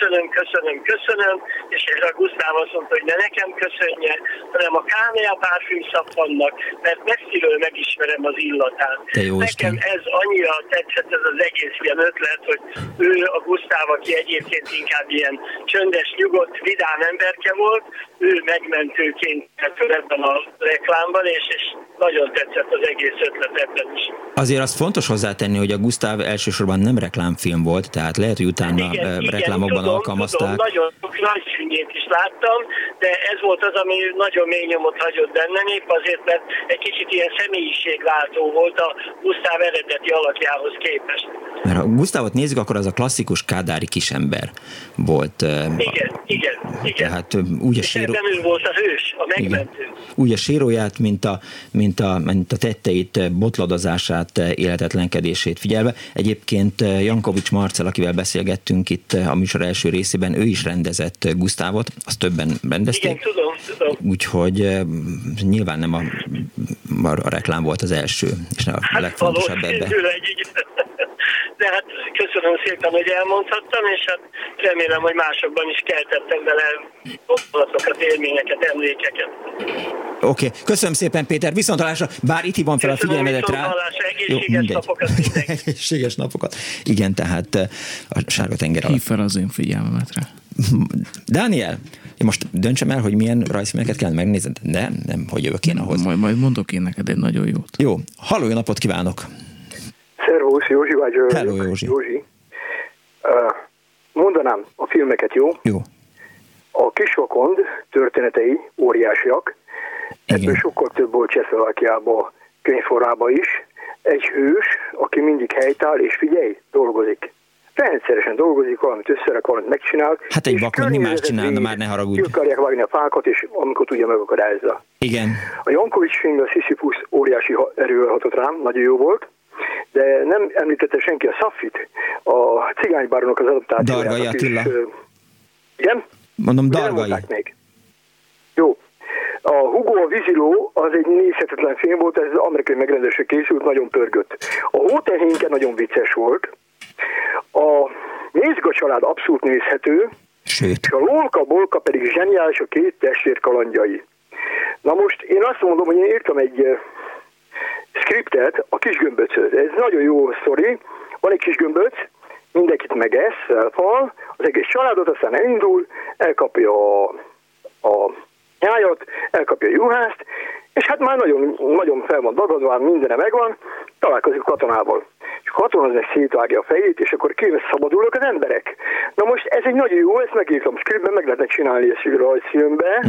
köszönöm, és erre a Gusztáv azt mondta, hogy ne nekem köszönje, hanem a Kámea parfümszappannak, mert messziről megismerem az illatát. Nekem ez annyira tetszett, ez az egész ilyen ötlet, hogy ő a Gusztáv, aki egyébként inkább ilyen csöndes, nyugodt, vidám emberke volt, ő megmentőként ebben a reklámban, és nagyon tetszett az egész ötlet ebben is. Azért azt fontos hozzátenni, hogy a Gusztáv elsősorban nem reklámfilm volt, tehát lehet, hogy utána reklámokban alkalmazták. Tudom, nagyon sok rajzfilmjét is láttam, de ez volt az, ami nagyon mély nyomot hagyott bennem, épp azért, mert egy kicsit ilyen személyiségváltó volt a Gusztáv eredeti alakjához képest. Mert ha Gusztávot nézzük, akkor az a klasszikus kádári kisember volt. Igen. Tehát úgy ő volt a hős, a megmentő. Úgy a séróját, mint a tetteit, botladozását, életetlenkedését figyelve. Egyébként Jankovics Marcell, akivel beszélgettünk itt a műsor első részében, ő is rendezett Gusztávot, azt többen rendezték. Igen, tudom. Úgyhogy nyilván nem a reklám volt az első, és a legfontosabb ebben. De hát köszönöm szépen, hogy elmondhattam, és hát remélem, hogy másokban is keltettem bele gondolatokat, élményeket, emlékeket. Oké. Köszönöm szépen, Péter, viszontlátásra, bár itt hívom fel a figyelmedet rá. Egészséges napokat mindenki. Egészséges napokat. Igen, tehát a Sárga tenger alatt. Hív fel az én figyelmemet rá. Dániel, én most döntsem el, hogy milyen rajzfilmeket kell megnézned. Nem, hogy jövök én ahhoz. Majd mondok én neked egy nagyon jót. Jó, halló, jó napot kívánok! Szervusz, Józsi vagyok. Hello, Józsi. Mondanám a filmeket, jó? Jó. A Kisvakond történetei óriásiak. Igen. Ebből sokkal több volt Csehszlovákiában, könyvforrában is. Egy hős, aki mindig helytáll, és figyelj, dolgozik. Rendszeresen dolgozik, valamit összerak, valamit megcsinál. Hát egy vakond mi más csinálna, már ne haragudj. Ki akarják vágni a fákat, és amikor tudja, megakadályozza. Igen. A Jankovics film, a Sisyphus óriási erővel hatott rám, nagyon jó volt. De nem említette senki a Szafit, a Cigánybárónak az adaptációját. Dargai Attila. Igen? Mondom, Dargai. Jó. A Hugo a víziló az egy nézhetetlen film volt, ez az amerikai megrendezésre készült, nagyon pörgött. A Hótehénke nagyon vicces volt. A Mézga család abszolút nézhető, Sőt. És a Lolka-Bolka pedig zseniális, a két testvér kalandjai. Na most én azt mondom, hogy én írtam egy skriptet a Kisgömböchöz. Ez nagyon jó sztori. Van egy kisgömböc, mindenkit megesz, elfal, az egész családot, aztán elindul, elkapja a nyájat, elkapja a juhást, és hát már nagyon, nagyon fel van dagadva, mindene megvan, találkozik a katonával. És a katona az meg szétvágja a fejét, és akkor szabadulnak az emberek. Na most ez egy nagyon jó, ezt megírtam skriptben, meg lehetne csinálni ezt rajzfilmbe,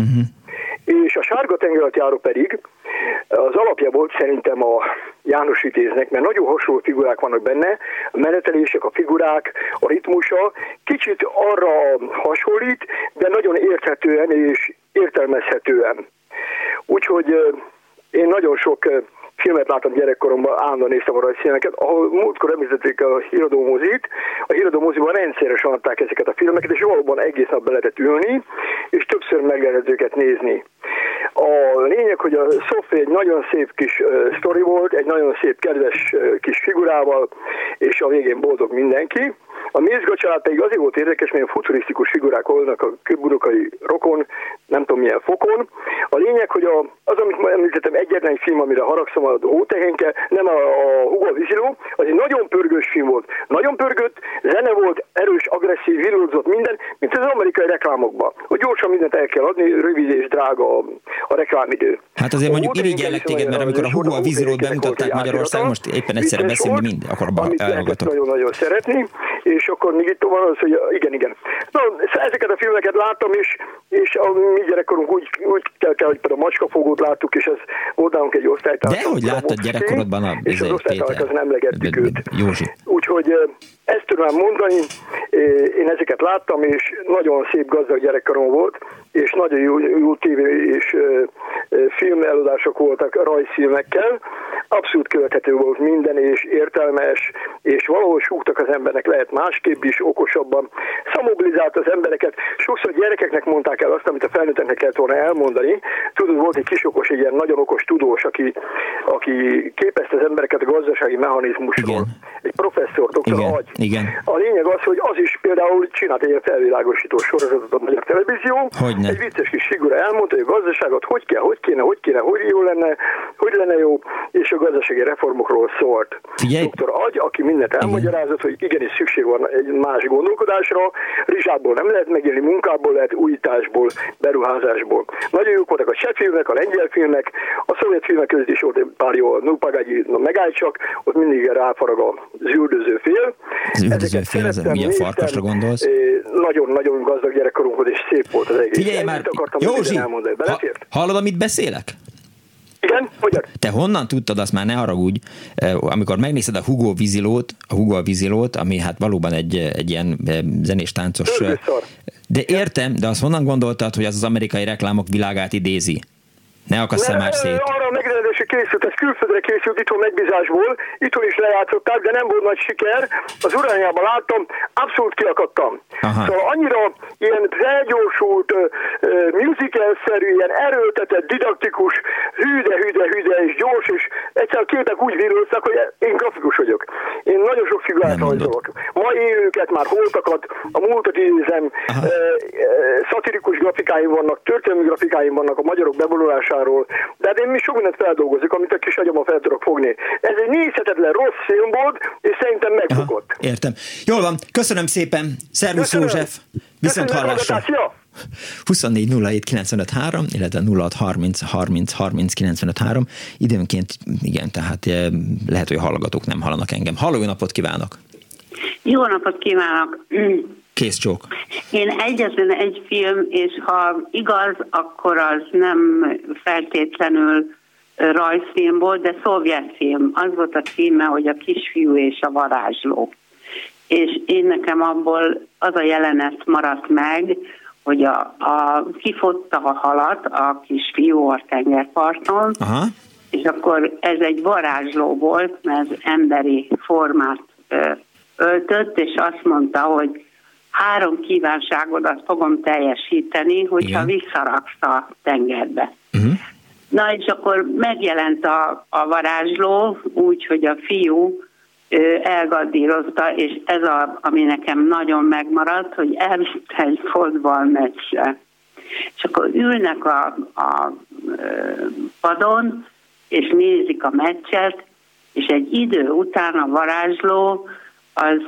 és a Sárga tengeralattjáró pedig az alapja volt szerintem a János Vitéznek, mert nagyon hasonló figurák vannak benne, a menetelések, a figurák, a ritmusa, kicsit arra hasonlít, de nagyon érthetően és értelmezhetően. Úgyhogy én nagyon sok filmet láttam gyerekkoromban, állandóan néztem a rajzfilmeket, ahol múltkor említették a híradómozit, a híradómoziban rendszeresen adták ezeket a filmeket, és valóban egész nap be lehetett ülni, és többször meg lehetett őket nézni. A lényeg, hogy a Sophie egy nagyon szép kis sztori volt, egy nagyon szép, kedves kis figurával, és a végén boldog mindenki. A Mézga család pedig azért volt érdekes, mert futurisztikus figurák voltak a kőbudokai rokon, nem tudom milyen fokon. A lényeg, hogy az, amit említettem, egyetlen film, amire haragszom, a Hótehénke, nem a Hugo Víziló, az egy nagyon pörgős film volt. Nagyon pörgött, zene volt, erős, agresszív, virulzott minden, mint az amerikai reklámokban. Hogy gyorsan mindent el kell adni, rövid és drága a reklámidő. Hát azért mondjuk irigyellek téged, mert amikor a Hugo Vízilót bemutatták Magyarországon, most éppen egyszerre beszélni mind, akkor elhallgatok. Nagyon-nagyon szeretni, és akkor még itt van az, hogy igen. Na, ezeket a filmeket láttam, és a mi gyerekkorunk úgy kell, hogy például a Macskafogót láttuk, és ez volt nálunk egy osztálytársam. De hogy láttad gyerekkorodban és az osztálytársak nem legettük őt. Józsi. Úgyhogy ezt tudom mondani, én ezeket láttam, és nagyon szép gazdag gyerekkorom volt, és nagyon jó tévé és film előadások voltak rajzfilmekkel. Abszolút követhető volt minden, és értelmes, és valahol súgtak az embernek, lehet másképp is, okosabban. Szamobilizált az embereket. Sokszor gyerekeknek mondták el azt, amit a felnőtteknek kellett volna elmondani. Tudod, volt egy kisokos, egy ilyen nagyon okos tudós, aki képezte az embereket a gazdasági mechanizmusról. Igen. Egy professzor, doktor Agy. Igen. A lényeg az, hogy az is például csinált egy felvilágosító sorozatot a Magyar Televízió. Hogyne. Egy vicces kis figura elmondta, hogy a gazdaságot hogy jó lenne, hogy lenne jó, és a gazdasági reformokról szólt. Figyelj. Dr. Agy, aki mindent elmagyarázott, hogy igenis szükség van egy más gondolkodásra, rizsából nem lehet megélni, munkából lehet, újításból, beruházásból. Nagyon jók voltak a cseh filmek, a lengyel filmek, a szovjet filmek között is volt pár jó, a Nupagágyi, megállj csak, ott mindig ráfarag az üldöző fél. Az üldöző fél, az milyen farkasra gondolsz? Nagyon-nagyon gazdag gyerekkorunk volt, és szép volt az egész. Figyelj már, Józsi, hallod, amit beszélek? Igen, hogyan? Te honnan tudtad, azt már ne haragudj, amikor megnézed a Hugo Vízilót, ami hát valóban egy ilyen zenés táncos... De értem, de azt honnan gondoltad, hogy az az amerikai reklámok világát idézi? Ne akasszál már szét. Arra a megrendelésre készült, ez külföldre készült, itthon megbízásból, itthon is lejátszották, de nem volt nagy siker. Az Urányában láttam, abszolút kiakadtam. Aha. Szóval annyira ilyen felgyorsult, musical-szerű, ilyen erőltetett, didaktikus, hűde és gyors, és egyszer a képek úgy virultak, hogy én grafikus vagyok. Én nagyon sok figurát rajzolok. Ma élőket, már holtakat, a múltat idézem, szatirikus grafikáim vannak, történelmi grafikáim vannak a magyarok bevonulásáról, de hát én mi sok mindent feldolgozik, amit a kis agyamban fel tudok fogni. Ez egy nézhetetlen rossz film volt, és szerintem megbukott. Értem. Jól van, köszönöm szépen. Szervusz József. Viszont hallásra. 24 07 95 3, illetve 06 30 30 30 95 3. Időnként, igen, tehát lehet, hogy a hallgatók nem hallanak engem. Halló, jó napot kívánok! Jó napot kívánok! Kész csók. Én egyetlen egy film, és ha igaz, akkor az nem feltétlenül rajzfilm volt, de szovjet film. Az volt a címe, hogy A kisfiú és a varázsló. És én nekem abból az a jelenet maradt meg, hogy kifotta a halat a kisfiú a tengerparton, aha, és akkor ez egy varázsló volt, mert emberi formát öltött, és azt mondta, hogy 3 kívánságodat fogom teljesíteni, hogyha visszaraksz a tengerbe. Uh-huh. Na, és akkor megjelent a varázsló, úgy, hogy a fiú elgardírozta, és ez ami nekem nagyon megmaradt, hogy elvitte egy fotballmeccsre. És akkor ülnek a padon, és nézik a meccset, és egy idő után a varázsló az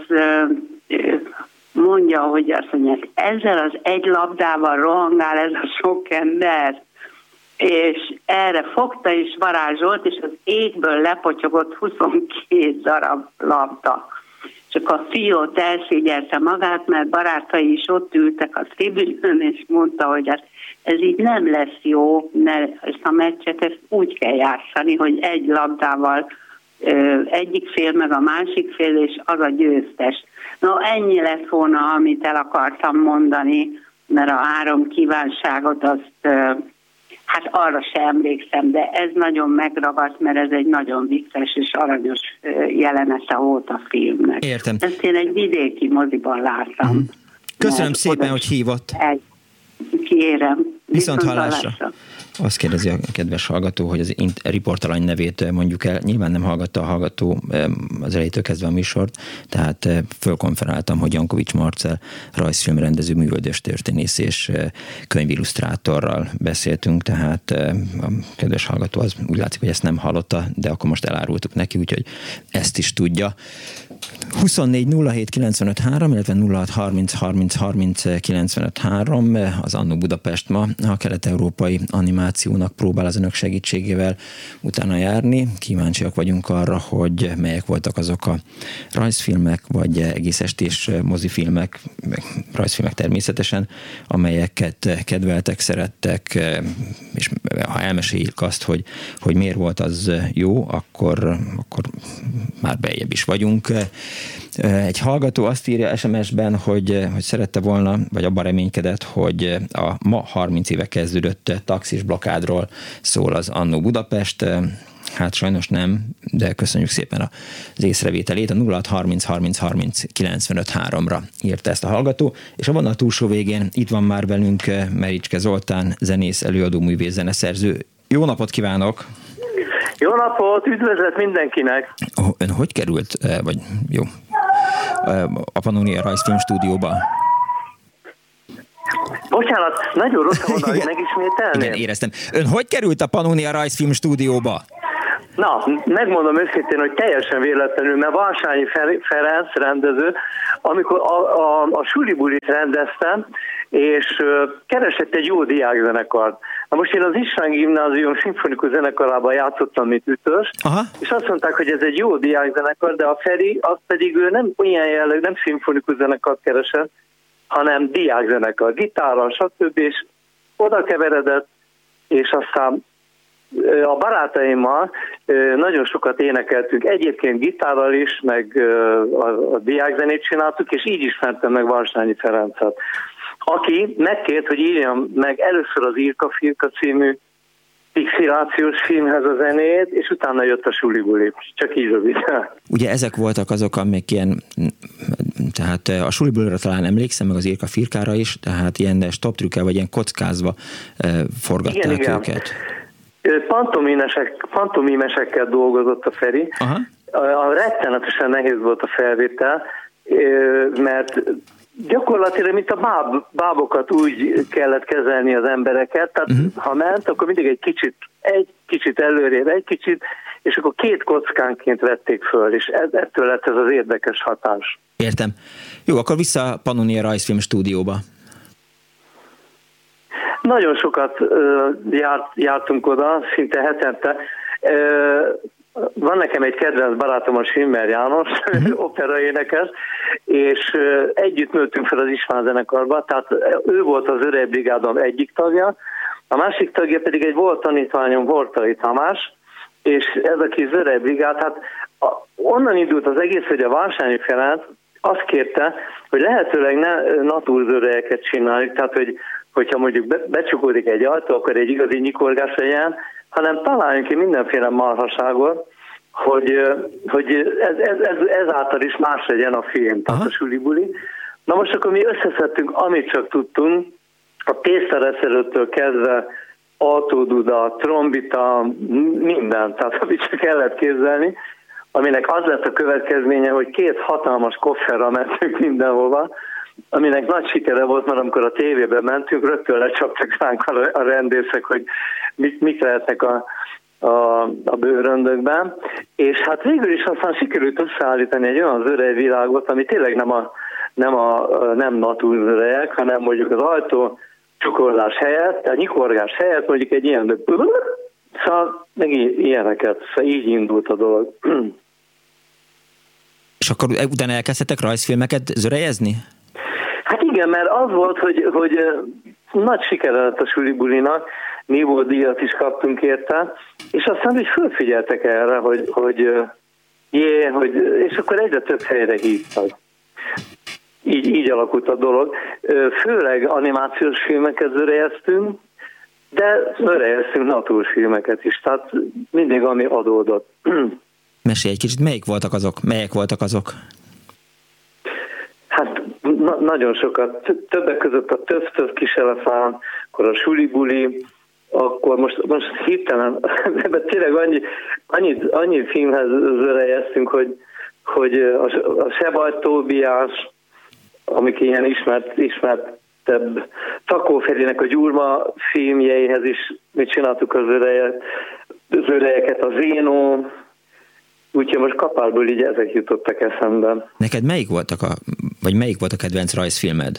mondja, hogy azt mondják, ezzel az egy labdával rohangál ez a sok ember. És erre fogta és varázsolt, és az égből lepotyogott 22 darab labda. Csak a fiót elszégyelte magát, mert barátai is ott ültek a tribünön, és mondta, hogy ez így nem lesz jó, ezt a meccset ezt úgy kell játszani, hogy egy labdával egyik fél meg a másik fél, és az a győztes. No, ennyi lett volna, amit el akartam mondani, mert a 3 kívánságot azt hát arra sem emlékszem, de ez nagyon megragadt, mert ez egy nagyon vicces és aranyos jelenete volt a filmnek. Értem. Ezt én egy vidéki moziban láttam. Köszönöm szépen, hogy hívott. Kérem. Viszont hallásra. Azt kérdezi a kedves hallgató, hogy az riportalany nevét mondjuk el. Nyilván nem hallgatta a hallgató az elejétől kezdve a műsort, tehát fölkonferáltam, hogy Jankovics Marcell rajzfilmrendező, művöldös történész és könyvillusztrátorral beszéltünk, tehát a kedves hallgató az úgy látszik, hogy ezt nem hallotta, de akkor most elárultuk neki, úgyhogy ezt is tudja. 24 07 95 3, illetve 06 30 30 30 95 3, az Annó Budapest ma a kelet-európai animációnak próbál az önök segítségével utána járni. Kíváncsiak vagyunk arra, hogy melyek voltak azok a rajzfilmek, vagy egész estés mozifilmek, rajzfilmek természetesen, amelyeket kedveltek, szerettek, és ha elmeséljük azt, hogy miért volt az jó, akkor már beljebb is vagyunk. Egy hallgató azt írja SMS-ben, hogy szerette volna, vagy abban reménykedett, hogy a ma 30 éve kezdődött taxis blokádról szól az Annó Budapest. Hát sajnos nem, de köszönjük szépen az észrevételét. A 06 30 30 30 95 3-ra írta ezt a hallgató, és a vonal túlsó végén itt van már velünk Mericske Zoltán, zenész, előadó, művész, zeneszerző. Jó napot kívánok! Jó napot, üdvözlet mindenkinek! Ön hogy került, vagy jó, a Pannonia Rajzfilm Stúdióba? Bocsánat, nagyon rossz volna, hogy megismételném. Igen, éreztem. Ön hogy került a Pannonia Rajzfilm Stúdióba? Na, megmondom őszintén, hogy teljesen véletlenül, mert Valsányi Ferenc rendező, amikor a sulibulit rendeztem, és keresett egy jó diákzenekart. Na most én az István Gimnázium szimfonikus zenekarában játszottam, mint ütös, és azt mondták, hogy ez egy jó diákzenekar, de a Feri, az pedig ő nem olyan jelleg, nem szimfonikus zenekart keresett, hanem diákzenekar, gitárral, stb. És oda keveredett, és aztán a barátaimmal nagyon sokat énekeltünk, egyébként gitárral is, meg a diákzenét csináltuk, és így ismertem meg Valsányi Ferencet, aki megkért, hogy írjam meg először az Irka-Firka című fixilációs filmhez a zenét, és utána jött a Sulibuli. Csak így röviden. Ugye ezek voltak azok, amik ilyen, tehát a Sulibulira talán emlékszem, meg az Irka-Firkára is, tehát ilyen stop trükkel, vagy ilyen kockázva forgatták őket. Pantomimesekkel dolgozott a Feri. Rettenetesen nehéz volt a felvétel, mert gyakorlatilag, mint a bábokat úgy kellett kezelni az embereket, tehát ha ment, akkor mindig egy kicsit előrébb, egy kicsit, és akkor 2 kockánként vették föl, és ettől lett ez az érdekes hatás. Értem. Jó, akkor vissza a Pannonia Rajzfilm Stúdióba. Nagyon sokat jártunk oda, szinte hetente. Van nekem egy kedvenc barátom, a Schimmer János, operaénekes, és együtt nőttünk fel az István zenekarba, tehát ő volt az Öreg Brigádom egyik tagja, a másik tagja pedig egy volt tanítványom, Hortai Tamás, és ez a kis Öreg Brigád, hát onnan indult az egész, hogy a Valsányi Ferenc azt kérte, hogy lehetőleg ne natúrzörejeket csináljuk, tehát hogyha mondjuk becsukódik egy ajtó, akkor egy igazi nyikorgás legyen, hanem találjunk ki mindenféle marhaságot, hogy ezáltal is más legyen a film, tehát a Sulibuli. Na most akkor mi összeszedtünk, amit csak tudtunk, a tésztareszelőtől kezdve autóduda, trombita, minden, tehát amit csak el lehet képzelni. aminek az lett a következménye, hogy 2 hatalmas kofferral mentünk mindenhova, aminek nagy sikere volt, mert amikor a tévében mentünk, rögtön lecsaptak ránk a rendészek, hogy mik lehetnek a bőröndökben, és hát végül is aztán sikerült összeállítani egy olyan zörej-világot, ami tényleg nem natúrzörejek, hanem mondjuk az ajtó csukorlás helyett, a nyikorgás helyett mondjuk egy ilyen, szóval meg ilyeneket, szóval így indult a dolog. És akkor utána elkezdhetek rajzfilmeket zörejezni? Hát igen, mert az volt, hogy nagy sikere lett a sulibulinak, Nívó díjat is kaptunk érte, és aztán úgy fölfigyeltek erre, hogy és akkor egyre több helyre hívtak. Így alakult a dolog. Főleg animációs filmeket zörejeztünk, de zörejeztünk naturfilmeket is, tehát mindig ami adódott. Mesélj egy kicsit, melyek voltak azok? Hát nagyon sokat. Többek között a Töv kis elefánt, akkor a Sulibuli, akkor most hirtelen, de tényleg annyi filmhez zörejeztünk, hogy a Sebaj Tóbiás, amik ilyen ismertebb, Takó Ferinek a Gyurma filmjeihez is mit csináltuk az örejeket, a Zénó, úgyhogy most kapásból így ezek jutottak eszembe. Neked melyik volt a kedvenc rajzfilmed?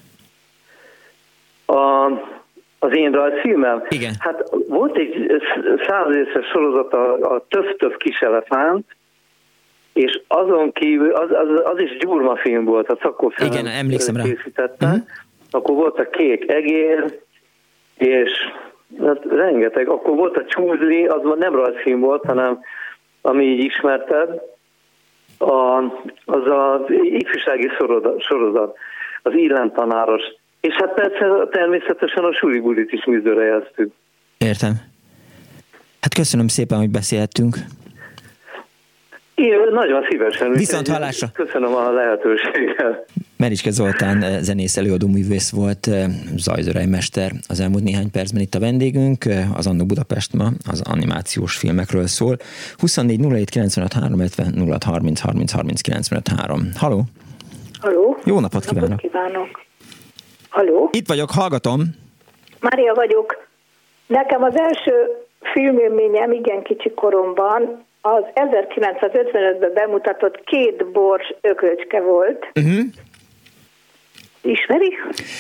Az én rajzfilmem? Igen. Hát volt egy 100 részes sorozat, a Töv kis elefánt, és azon kívül, az is Gyurma film volt, a Szakó Ferenc. Igen, emlékszem rá. Készítette. Uh-huh. Akkor volt a Kék egér, és hát rengeteg. Akkor volt a Csúzli, az nem rajzfilm volt, hanem ami így ismerted, az az ifjúsági sorozat, az Illemtanáros. És hát persze természetesen a Sulibulit is mi zörejeztük. Értem. Hát köszönöm szépen, hogy beszélhettünk. Én nagyon szívesen. Viszont hallásra. Köszönöm a lehetőséget. Mericske Zoltán zenész, előadó művész volt, zajzörejmester az elmúlt néhány percben itt a vendégünk. Az Annó Budapest ma az animációs filmekről szól. 24 07 95 3, 06 30 30 30 95 3. Halló? Halló? Jó napot kívánok! Halló? Itt vagyok, hallgatom. Mária vagyok. Nekem az első filmélményem igen kicsi koromban az 1955-ben bemutatott Két bors ökölcske volt. Uh-huh. Ismeri?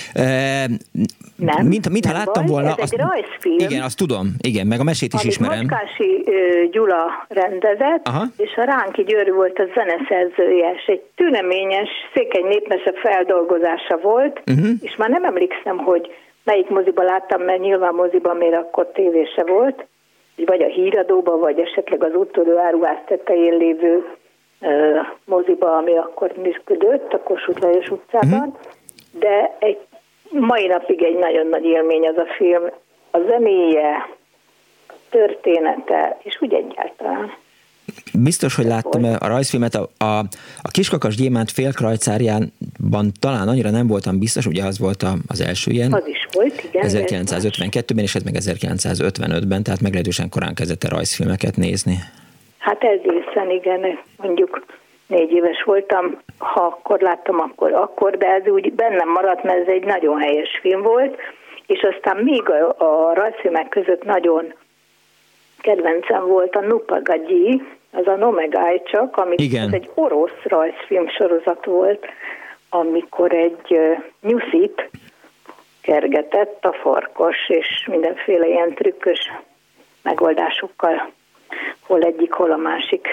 Nem. Mintha láttam volna. Ez egy rajzfilm. Igen, azt tudom. Igen, meg a mesét is ismerem. Macskási Gyula rendezett, aha, és a Ránki György volt a zeneszerzője, és egy tüneményes székely népmese feldolgozása volt, és már nem emlékszem, hogy melyik moziba láttam, mert nyilván moziban még akkor tévése volt, vagy a Híradóban, vagy esetleg az úttörő áruház tetején lévő moziba, ami akkor működött, a Kossuth Lajos utcában, de egy mai napig egy nagyon nagy élmény az a film, a zenéje, története, és úgy egyáltalán. Biztos, hogy láttam a rajzfilmet, a Kiskakas Gyémánt félkrajcárjában talán annyira nem voltam biztos, ugye az volt az első ilyen. Az is volt, igen. 1952-ben, és ez meg 1955-ben, tehát meglehetősen korán kezdett rajzfilmeket nézni. Hát egészen igen, mondjuk 4 éves voltam, ha akkor láttam, akkor, de ez úgy bennem maradt, mert ez egy nagyon helyes film volt, és aztán még a rajzfilmek között nagyon kedvencem volt a Nupagagyi, az a Nomegáj csak, ez egy orosz rajzfilm sorozat volt, amikor egy nyuszit kergetett a farkas, és mindenféle ilyen trükkös megoldásokkal, hol egyik, hol a másik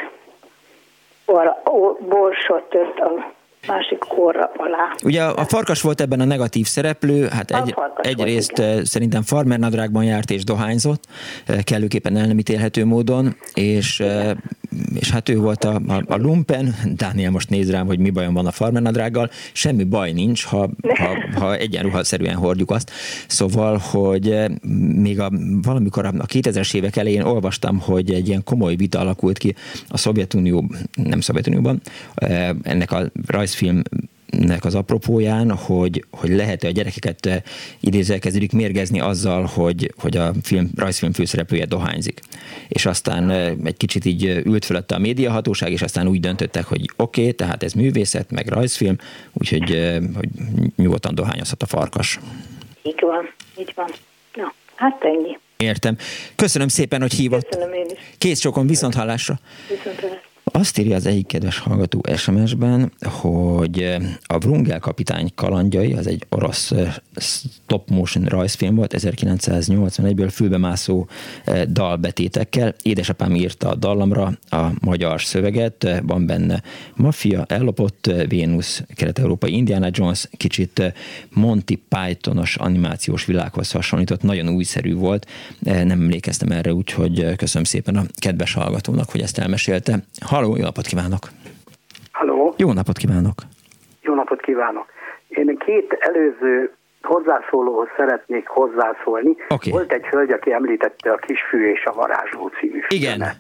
borsot tört a másik orra alá. Ugye a farkas volt ebben a negatív szereplő, hát egyrészt szerintem farmernadrágban járt és dohányzott, kellőképpen el nem ítélhető módon, és hát ő volt a lumpen. Dániel most néz rám, hogy mi bajom van a farmernadrággal. Semmi baj nincs, ha egyenruhaszerűen hordjuk azt. Szóval, hogy még valamikor a 2000-es évek elején olvastam, hogy egy ilyen komoly vita alakult ki a Szovjetunióban, ennek a rajzfilm nek az apropóján, hogy lehet-e a gyerekeket idézőjelkeződik mérgezni azzal, hogy a rajzfilm főszereplője dohányzik. És aztán egy kicsit így ült fölötte a médiahatóság, és aztán úgy döntöttek, hogy oké, tehát ez művészet, meg rajzfilm, úgyhogy hogy nyugodtan dohányozhat a farkas. Így van. Na, hát ennyi. Értem. Köszönöm szépen, hogy hívott. Köszönöm én is. Kész csókon, viszonthallásra. Viszonthallásra. Azt írja az egyik kedves hallgató SMS-ben, hogy a Vrungel kapitány kalandjai, az egy orosz stop motion rajzfilm volt, 1981-ből fülbemászó dalbetétekkel. Édesapám írta a dallamra a magyar szöveget, van benne maffia, ellopott Vénusz, kelet-európai Indiana Jones, kicsit Monty Pythonos animációs világhoz hasonlított, nagyon újszerű volt, nem emlékeztem erre, úgyhogy köszönöm szépen a kedves hallgatónak, hogy ezt elmesélte. Halló, jó napot kívánok! Halló! Jó napot kívánok! Jó napot kívánok! Én két előző hozzászólóhoz szeretnék hozzászólni. Okay. Volt egy hölgy, aki említette a Kisfű és a varázsló című filmet. Igen.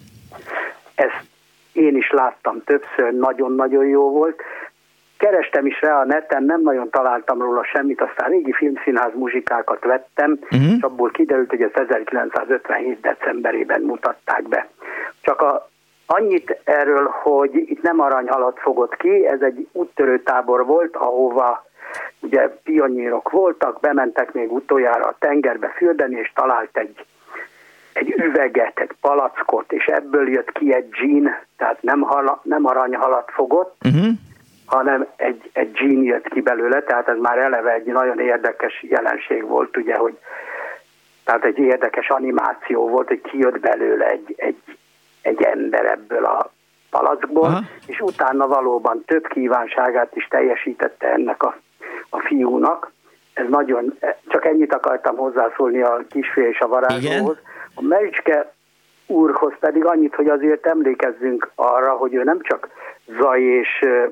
Ezt én is láttam többször, nagyon-nagyon jó volt. Kerestem is rá a neten, nem nagyon találtam róla semmit, aztán régi filmszínház muzsikákat vettem, és abból kiderült, hogy ezt 1957. decemberében mutatták be. Csak annyit erről, hogy itt nem aranyhalat fogott ki, ez egy úttörő tábor volt, ahova ugye pionírok voltak, bementek még utoljára a tengerbe fürdeni, és talált egy üveget, egy palackot, és ebből jött ki egy dzsín, tehát nem aranyhalat fogott, hanem egy dzsín jött ki belőle, tehát ez már eleve egy nagyon érdekes jelenség volt, ugye, hogy tehát egy érdekes animáció volt, hogy kijött belőle egy ember ebből a palackból, és utána valóban több kívánságát is teljesítette ennek a fiúnak. Ez nagyon, csak ennyit akartam hozzászólni a Kisfű és a varázslóhoz. A Mericzke úrhoz pedig annyit, hogy azért emlékezzünk arra, hogy ő nem csak zaj és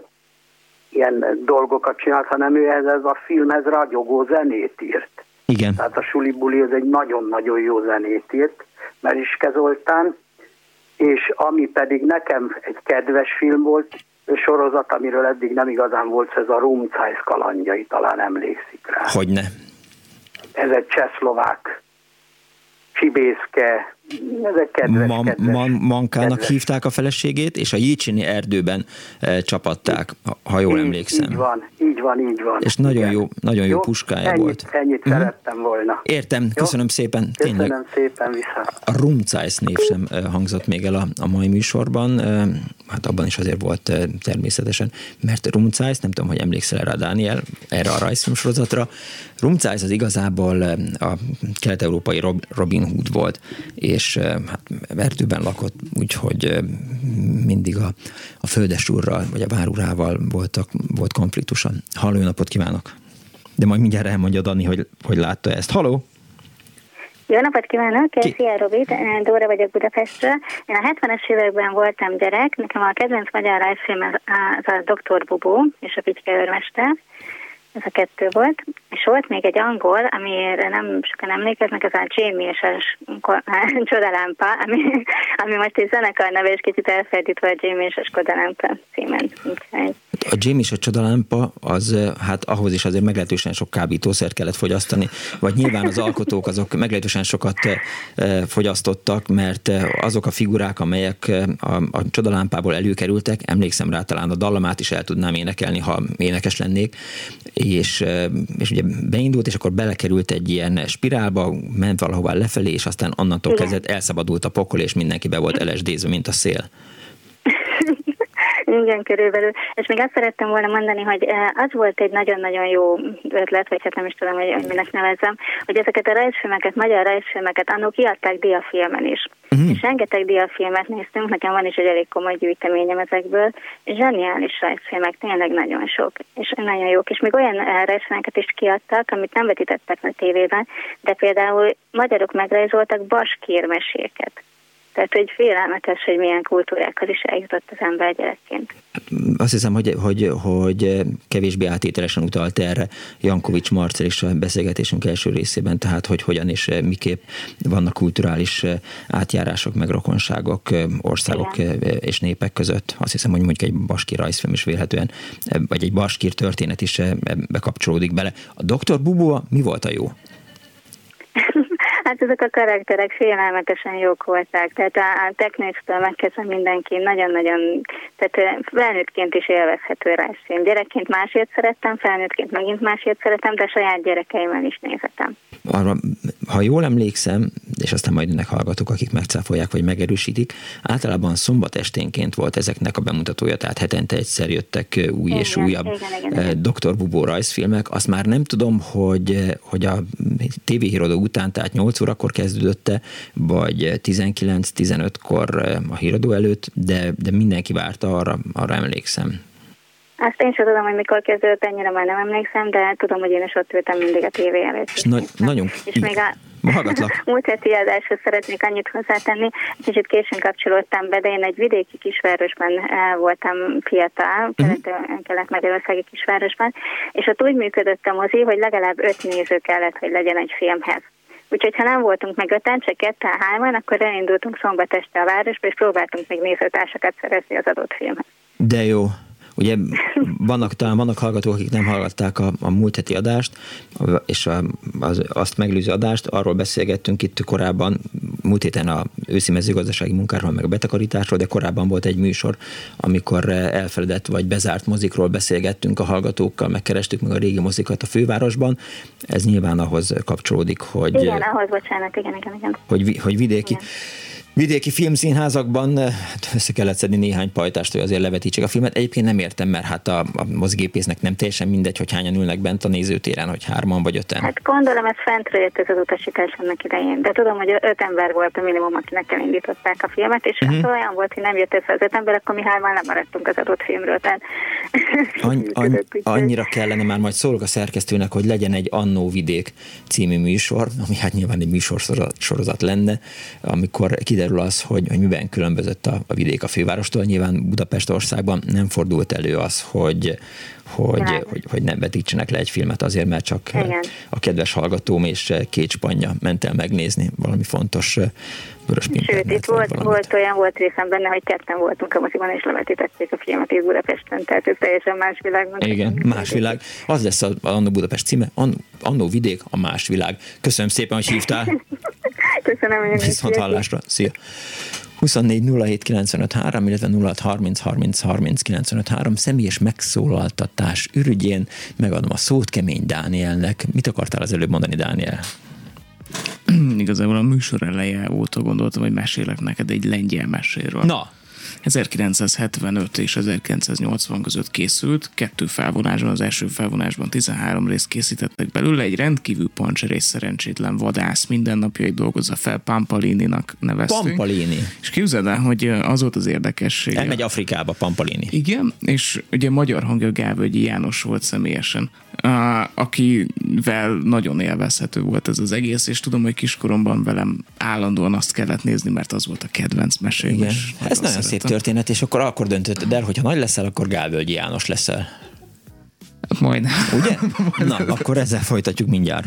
ilyen dolgokat csinált, hanem ő ez a filmhez ragyogó zenét írt. Igen. Tehát a Suli Buli az egy nagyon-nagyon jó zenét írt, Mericzke Zoltán, és ami pedig nekem egy kedves film volt, sorozat, amiről eddig nem igazán volt, ez a Rumcájsz kalandjai, talán emlékszik rá. Hogyne. Ez egy csehszlovák csibészke, ez egy kedves. Mankának kedves. Hívták a feleségét, és a Jicsini erdőben csapatták, ha jól emlékszem. Így van. És nagyon jó puskája volt. Ennyit szerettem volna. Értem, köszönöm szépen. Tényleg. Köszönöm szépen, viszont. A Rumcájsz név sem hangzott még el a mai műsorban, hát abban is azért volt természetesen, mert Rumcájsz, nem tudom, hogy emlékszel erre a Dániel, erre a rajzfilmsorozatra. Rumcájsz az igazából a kelet-európai Robin Hood volt, és hát erdőben lakott, úgyhogy mindig a földesúrral, vagy a várurával volt konfliktusa. Halló, jó napot kívánok! De majd mindjárt elmondja Dani, hogy látta ezt. Halló! Jó napot kívánok! Szia, Robi! Dóra vagyok Budapestről. Én a 70-es években voltam gyerek. Nekem a kedvenc magyar rajzfilm az a Dr. Bubó és a Picske őrmester. Ez a kettő volt. És volt még egy angol, amire nem sokan emlékeznek, ez a Jamie és a Csodalámpa, ami most egy zenekar neve, és kicsit elferdítve a Jamie és a Csodalámpa címen. A Jamie és a Csodalámpa, az hát ahhoz is azért meglehetősen sok kábítószert kellett fogyasztani, vagy nyilván az alkotók azok meglehetősen sokat fogyasztottak, mert azok a figurák, amelyek a Csodalámpából előkerültek, emlékszem rá, talán a dallamát is el tudnám énekelni, ha énekes lennék, és ugye beindult, és akkor belekerült egy ilyen spirálba, ment valahová lefelé, és aztán onnantól kezdett elszabadult a pokol, és mindenki be volt LSD-zve, mint a szél. Igen, körülbelül. És még azt szerettem volna mondani, hogy az volt egy nagyon-nagyon jó ötlet, vagy hát nem is tudom, hogy minek nevezzem, hogy ezeket a rajzfilmeket, magyar rajzfilmeket annól kiadták diafilmen is. És rengeteg diafilmet néztünk, nekem van is egy elég komoly gyűjteményem ezekből, és zseniális rajzfilmek, tényleg nagyon sok, és nagyon jók. És még olyan rajzfilmeket is kiadtak, amit nem vetítettek a tévében, de például magyarok megrajzoltak baskír meséket. Tehát, hogy félelmetes, hogy milyen kultúrákhoz is eljutott az ember gyerekként. azt hiszem, hogy kevésbé átételesen utalt erre Jankovics Marcel is a beszélgetésünk első részében, tehát hogy hogyan és miképp vannak kulturális átjárások, meg rokonságok országok és népek között. Azt hiszem, hogy mondjuk egy baskír rajzfilm is vélhetően, vagy egy baskír történet is bekapcsolódik bele. A Dr. Bubu, mi volt a jó? Hát ezek a karakterek félelmetesen jók voltak, tehát a Technics-től megkezdve mindenki nagyon-nagyon, tehát felnőttként is élvezhető rajzfilm. Gyerekként másért szerettem, felnőttként megint másért szeretem, de saját gyerekeimmel is nézhetem. Arra, ha jól emlékszem, és aztán majd ennek hallgatók, akik megcáfolják vagy megerősítik, általában szombat esténként volt ezeknek a bemutatója, tehát hetente egyszer jöttek új és újabb Dr. Bubu rajzfilmek. Azt már nem tudom, hogy a tévéhíradó után, tehát 8 órakor kezdődötte, vagy 19-15-kor a híradó előtt, de mindenki várta, arra emlékszem. Azt én sem tudom, hogy mikor kezdődött, ennyire már nem emlékszem, de tudom, hogy én is ott ültem mindig a tévé előtt. És nagyon... És még a múlt heti adáshoz szeretnék annyit hozzátenni, kicsit későn kapcsolódtam be, de én egy vidéki kisvárosban voltam fiatal, kelet-magyarországi kisvárosban, és ott úgy működött a mozi, hogy legalább 5 néző kellett, hogy legyen egy filmhez. Úgyhogy ha nem voltunk meg 5-en, csak 2-3-an, akkor elindultunk szombat este a városba, és próbáltunk még nézőtársakat szerezni az adott filmhez. De jó. Ugye vannak hallgatók, akik nem hallgatták a múlt heti adást, és azt megelőző adást, arról beszélgettünk itt korábban, múlt héten a őszi mezőgazdasági munkáról, meg a betakarításról, de korábban volt egy műsor, amikor elfeledett vagy bezárt mozikról beszélgettünk a hallgatókkal, megkerestük meg a régi mozikat a fővárosban. Ez nyilván ahhoz kapcsolódik, hogy... Igen, ahhoz, bocsánat, igen. Hogy vidéki filmszínházakban össze kellett szedni néhány pajtást, hogy azért levetítsék a filmet. Egyébként nem értem, mert hát a mozigépésznek nem teljesen mindegy, hogy hányan ülnek bent a nézőtéren, hogy 3-an vagy 5-en. Hát gondolom, ez fentről jött ez az utasítás annak idején, de tudom, hogy 5 ember volt a minimum, akinek elindították a filmet, és hát olyan volt, hogy nem jött össze az 5 ember, akkor mi 3-an lemaradtunk az adott filmről. Tehát... Annyira kellene, már majd szólok a szerkesztőnek, hogy legyen egy Annó Vidék című műsor, ami hát nyilván egy műsorsorozat lenne, amikor kiderül az, hogy miben különbözött a vidék a fővárostól. Nyilván Budapest országban nem fordult elő az, hogy nem vetítsenek le egy filmet azért, mert csak a kedves hallgatóm és két spanja ment el megnézni valami fontos Vörös Pimpernát. Sőt, itt volt részem benne, hogy ketten voltunk a moziban, és levetítették a filmet itt Budapesten, tehát ez teljesen más világ. Igen, más világ. Az lesz az Annó Budapest címe, Annó Vidék, a más világ. Köszönöm szépen, hogy hívtál. Köszönöm, hogy viszont hallásra. Szia! 24 07 95 3, illetve 06 30 30 30 95 3 személyes megszólaltatás ürügyén megadom a szót Kemény Dánielnek. Mit akartál az előbb mondani, Dániel? Igazából a műsor eleje óta gondoltam, hogy mesélek neked egy lengyel meséről. Na! 1975 és 1980 között készült, 2 felvonásban, az első felvonásban 13 részt készítettek belőle, egy rendkívül pancserés szerencsétlen vadász mindennapjait dolgozza fel, Pampalininak neveztünk. Pampalini. És képzeld el, hogy az volt az érdekesség. Elmegy Afrikába Pampalini. Igen, és ugye magyar hangja Gálvölgyi János volt személyesen, akivel nagyon élvezhető volt ez az egész, és tudom, hogy kiskoromban velem állandóan azt kellett nézni, mert az volt a kedvenc mesém. Igen, ez nagyon szép történet, és akkor döntötted el, hogyha nagy leszel, akkor Gálvölgyi János leszel. Majdnem. Ugye? Na, akkor ezzel folytatjuk mindjárt.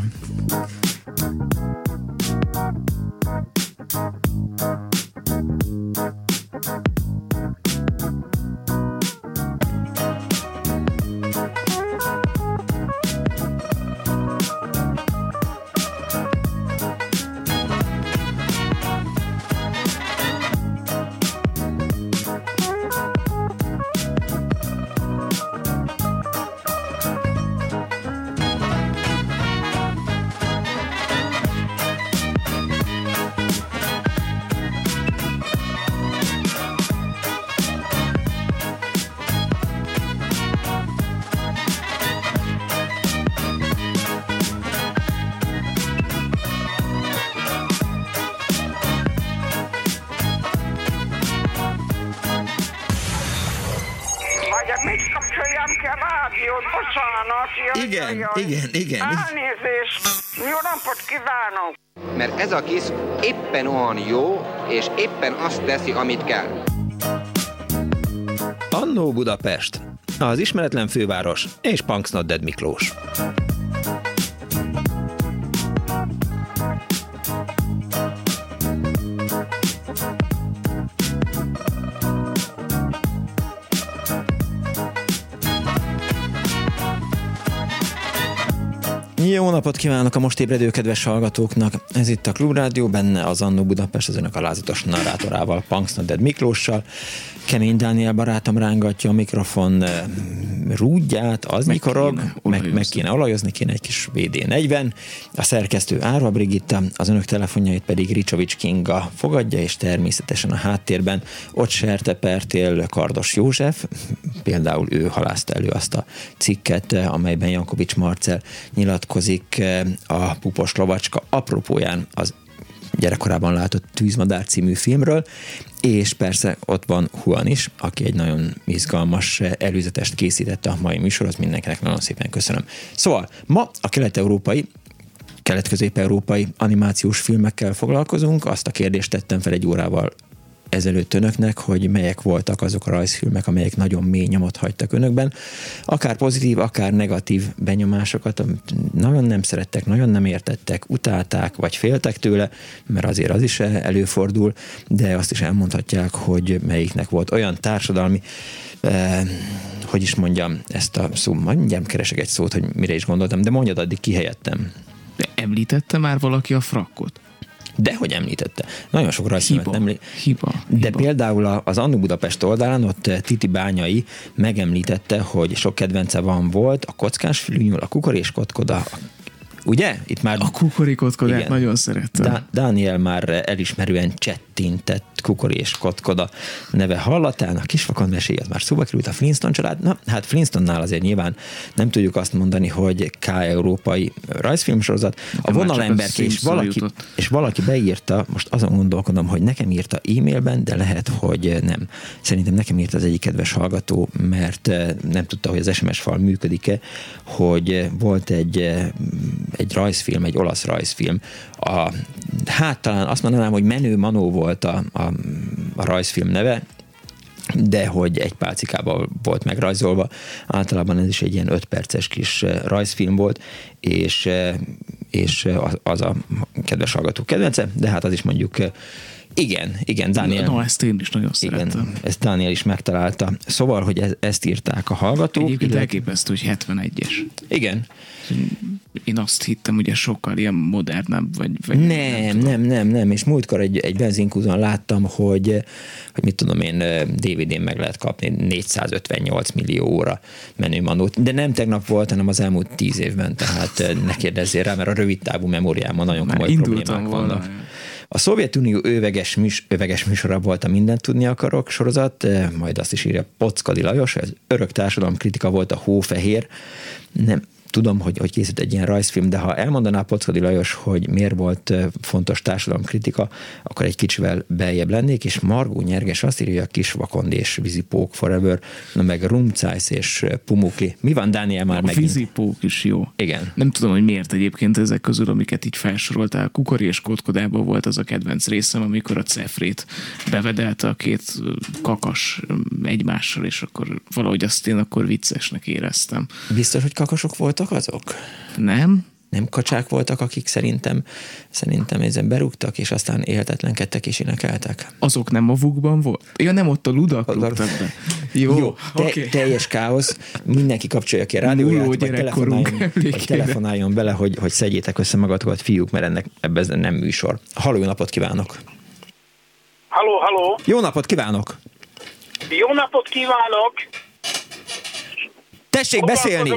Igen. Elnézést! Jó napot kívánok! Mert ez a kis éppen olyan jó, és éppen azt teszi, amit kell. Annó Budapest, az ismeretlen főváros és Punks Not Dead Miklós. Jó napot kívánok a most ébredő kedves hallgatóknak! Ez itt a Klubrádió, benne az Annó Budapest, az önök alázatos narrátorával, Punks Not Dead Miklóssal. Kemény Dániel barátom rángatja a mikrofon rúdját, az nyikorog, meg kéne olajozni, kéne egy kis VD40. A szerkesztő Árva Brigitta, az önök telefonjait pedig Ricsovics Kinga fogadja, és természetesen a háttérben ott sertepertél Kardos József, például ő halázta elő azt a cikket, amelyben Jankovics Marcell nyilatkozik a Pupos lovacska apropóján az gyerekkorában látott Tűzmadár című filmről, és persze ott van Juan is, aki egy nagyon izgalmas előzetest készítette a mai műsorhoz, mindenkinek nagyon szépen köszönöm. Szóval ma a kelet-közép-európai animációs filmekkel foglalkozunk, azt a kérdést tettem fel egy órával ezelőtt önöknek, hogy melyek voltak azok a rajzfilmek, amelyek nagyon mély nyomot hagytak önökben. Akár pozitív, akár negatív benyomásokat, nagyon nem szerettek, nagyon nem értettek, utálták, vagy féltek tőle, mert azért az is előfordul, de azt is elmondhatják, hogy melyiknek volt olyan társadalmi, hogy is mondjam ezt a szó, mindjárt keresek egy szót, hogy mire is gondoltam, de mondjad addig ki helyettem. De említette már valaki a frakkot? Dehogy említette. Nagyon sok rajzfilmet nem Hiba. De például az Annó Budapest oldalán ott Titi Bányai megemlítette, hogy sok kedvence volt a Kockás fülűnyúl, a Kukoréskodkoda, ugye? Itt már a Kukorikotkodát nagyon szerettem. Dániel már elismerően csettintett Kukoréskodkoda neve hallatán, a Kisvakon mesély, az már szóba került, a Flintstone család. Na, hát Flintstone-nál azért nyilván nem tudjuk azt mondani, hogy K-európai rajzfilmsorozat. A vonalemberke és valaki beírta, most azon gondolkodom, hogy nekem írta e-mailben, de lehet, hogy nem. Szerintem nekem írta az egyik kedves hallgató, mert nem tudta, hogy az SMS fal működik-e, hogy volt egy rajzfilm, egy olasz rajzfilm. Hát talán azt mondanám, hogy Menő Manó volt a rajzfilm neve, de hogy egy pálcikában volt megrajzolva. Általában ez is egy ilyen 5 perces kis rajzfilm volt, és az a kedves hallgató kedvence, de hát az is mondjuk igen, Dániel. No, ezt én is nagyon szeretem. Igen, ezt Dániel is megtalálta. Szóval, hogy ezt írták a hallgatók. Egyébként elképesztő, hogy 71-es. Igen. Én azt hittem, hogy ez sokkal ilyen modernabb, vagy nem. És múltkor egy benzinkúzon láttam, hogy mit tudom én, DVD-n meg lehet kapni 458 millió óra Menő Manót. De nem tegnap volt, hanem az elmúlt 10 évben, tehát ne kérdezzél rá, mert a rövid távú memóriámon nagyon komoly problémák vannak. A Szovjetunió öveges műsora volt a Mindent tudni akarok sorozat, majd azt is írja Pockadi Lajos, ez örök társadalomkritika volt a Hófehér. Nem tudom, hogy készült egy ilyen rajzfilm, de ha elmondaná Pockadi Lajos, hogy miért volt fontos társadalomkritika, akkor egy kicsivel beljebb lennék, és Margó Nyerges azt írja, hogy a Kisvakond és Vizipók Forever, na meg Rumcájsz és Pumuki. Mi van, Dániel, már megint? A Vizipók is jó. Igen. Nem tudom, hogy miért egyébként ezek közül, amiket így felsoroltál. Kukoréskodkodában volt az a kedvenc részem, amikor a Cefrét bevedelte a két kakas egymással, és akkor valahogy azt én akkor viccesnek éreztem. Biztos, hogy kakasok voltak azok? Nem kacsák voltak, akik szerintem ezen berúgtak, és aztán élhetetlenkedtek és énekeltek. Azok nem a vukban volt? Ja, nem ott a ludak rúgtak be. Jó. Okay. Teljes káosz. Mindenki kapcsolja ki a rádióját, vagy telefonáljon bele, hogy szedjétek össze magatokat, fiúk, mert ebben nem műsor. Halló, jó napot kívánok! Halló! Jó napot kívánok! Jó napot kívánok! Tessék beszélni!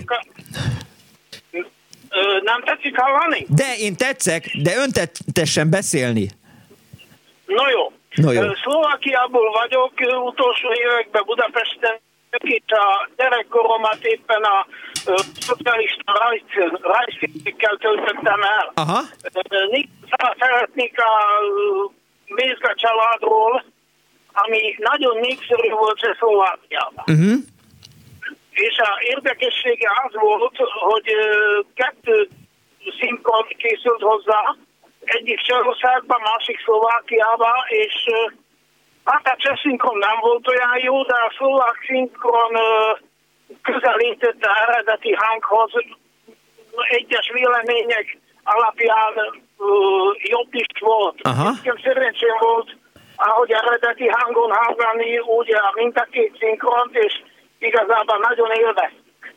Nem tetszik hallani? De én tetszek, de ön tessen beszélni. No jó. Szlovákiából vagyok, utolsó években Budapesten, és a gyerekkoromat éppen a szocialista rajzfilmekkel töltöttem el. Aha. Szeretnék a Mézga családról, ami nagyon népszerű volt Szlovákiában. Uh-huh. És a érdekessége az volt, hogy 2 színkon készült hozzá, egyik Csehországban, másik Szlovákiában, és Hát a cseh szinkron nem volt olyan jó, de a szlovák szinkron közelítette eredeti hanghoz. Egyes vélemények alapján jobb is volt. Nekem szerencsém volt, ahogy eredeti hangon hallani, úgy mint a két szinkront, és igazából nagyon élveztük.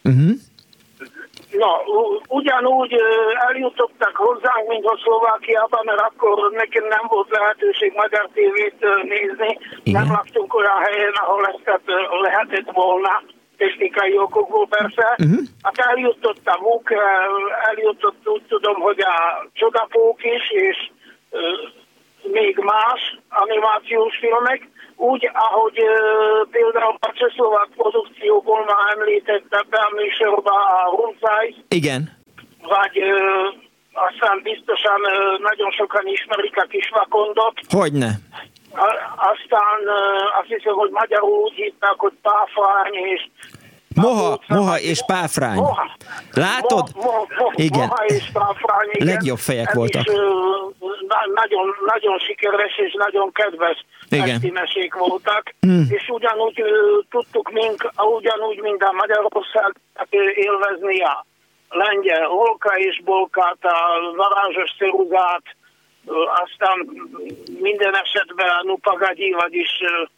Na, ugyanúgy eljutottak hozzánk, mint a Szlovákiában, mert akkor nekem nem volt lehetőség magyar tévét nézni. Igen. Nem laktunk olyan helyen, ahol ezt lehetett volna, technikai okokból persze. Hát eljutott a MUK, eljutott úgy tudom, hogy a Csodapók is, és még más animációs filmek. Úgy, ahogy például a csehszlovák produkcióból már említette be a műsorban a Huncáj. Igen. Vagy aztán biztosan nagyon sokan ismerik a Kisvakondot. Hogyne. Aztán azt hiszem, hogy magyarul úgy hívták, hogy Páfrány és... Moha és Páfrány. Látod? Igen. Moha és Páfrány, igen. Legjobb fejek voltak. Nagyon, nagyon sikeres és nagyon kedves esztimesék voltak. És ugyanúgy tudtuk ugyanúgy, mint a Magyarország élvezni a lengyel Olka és Bolkát, a varázsos ceruzát, aztán minden esetben a Nupagagyi, vagyis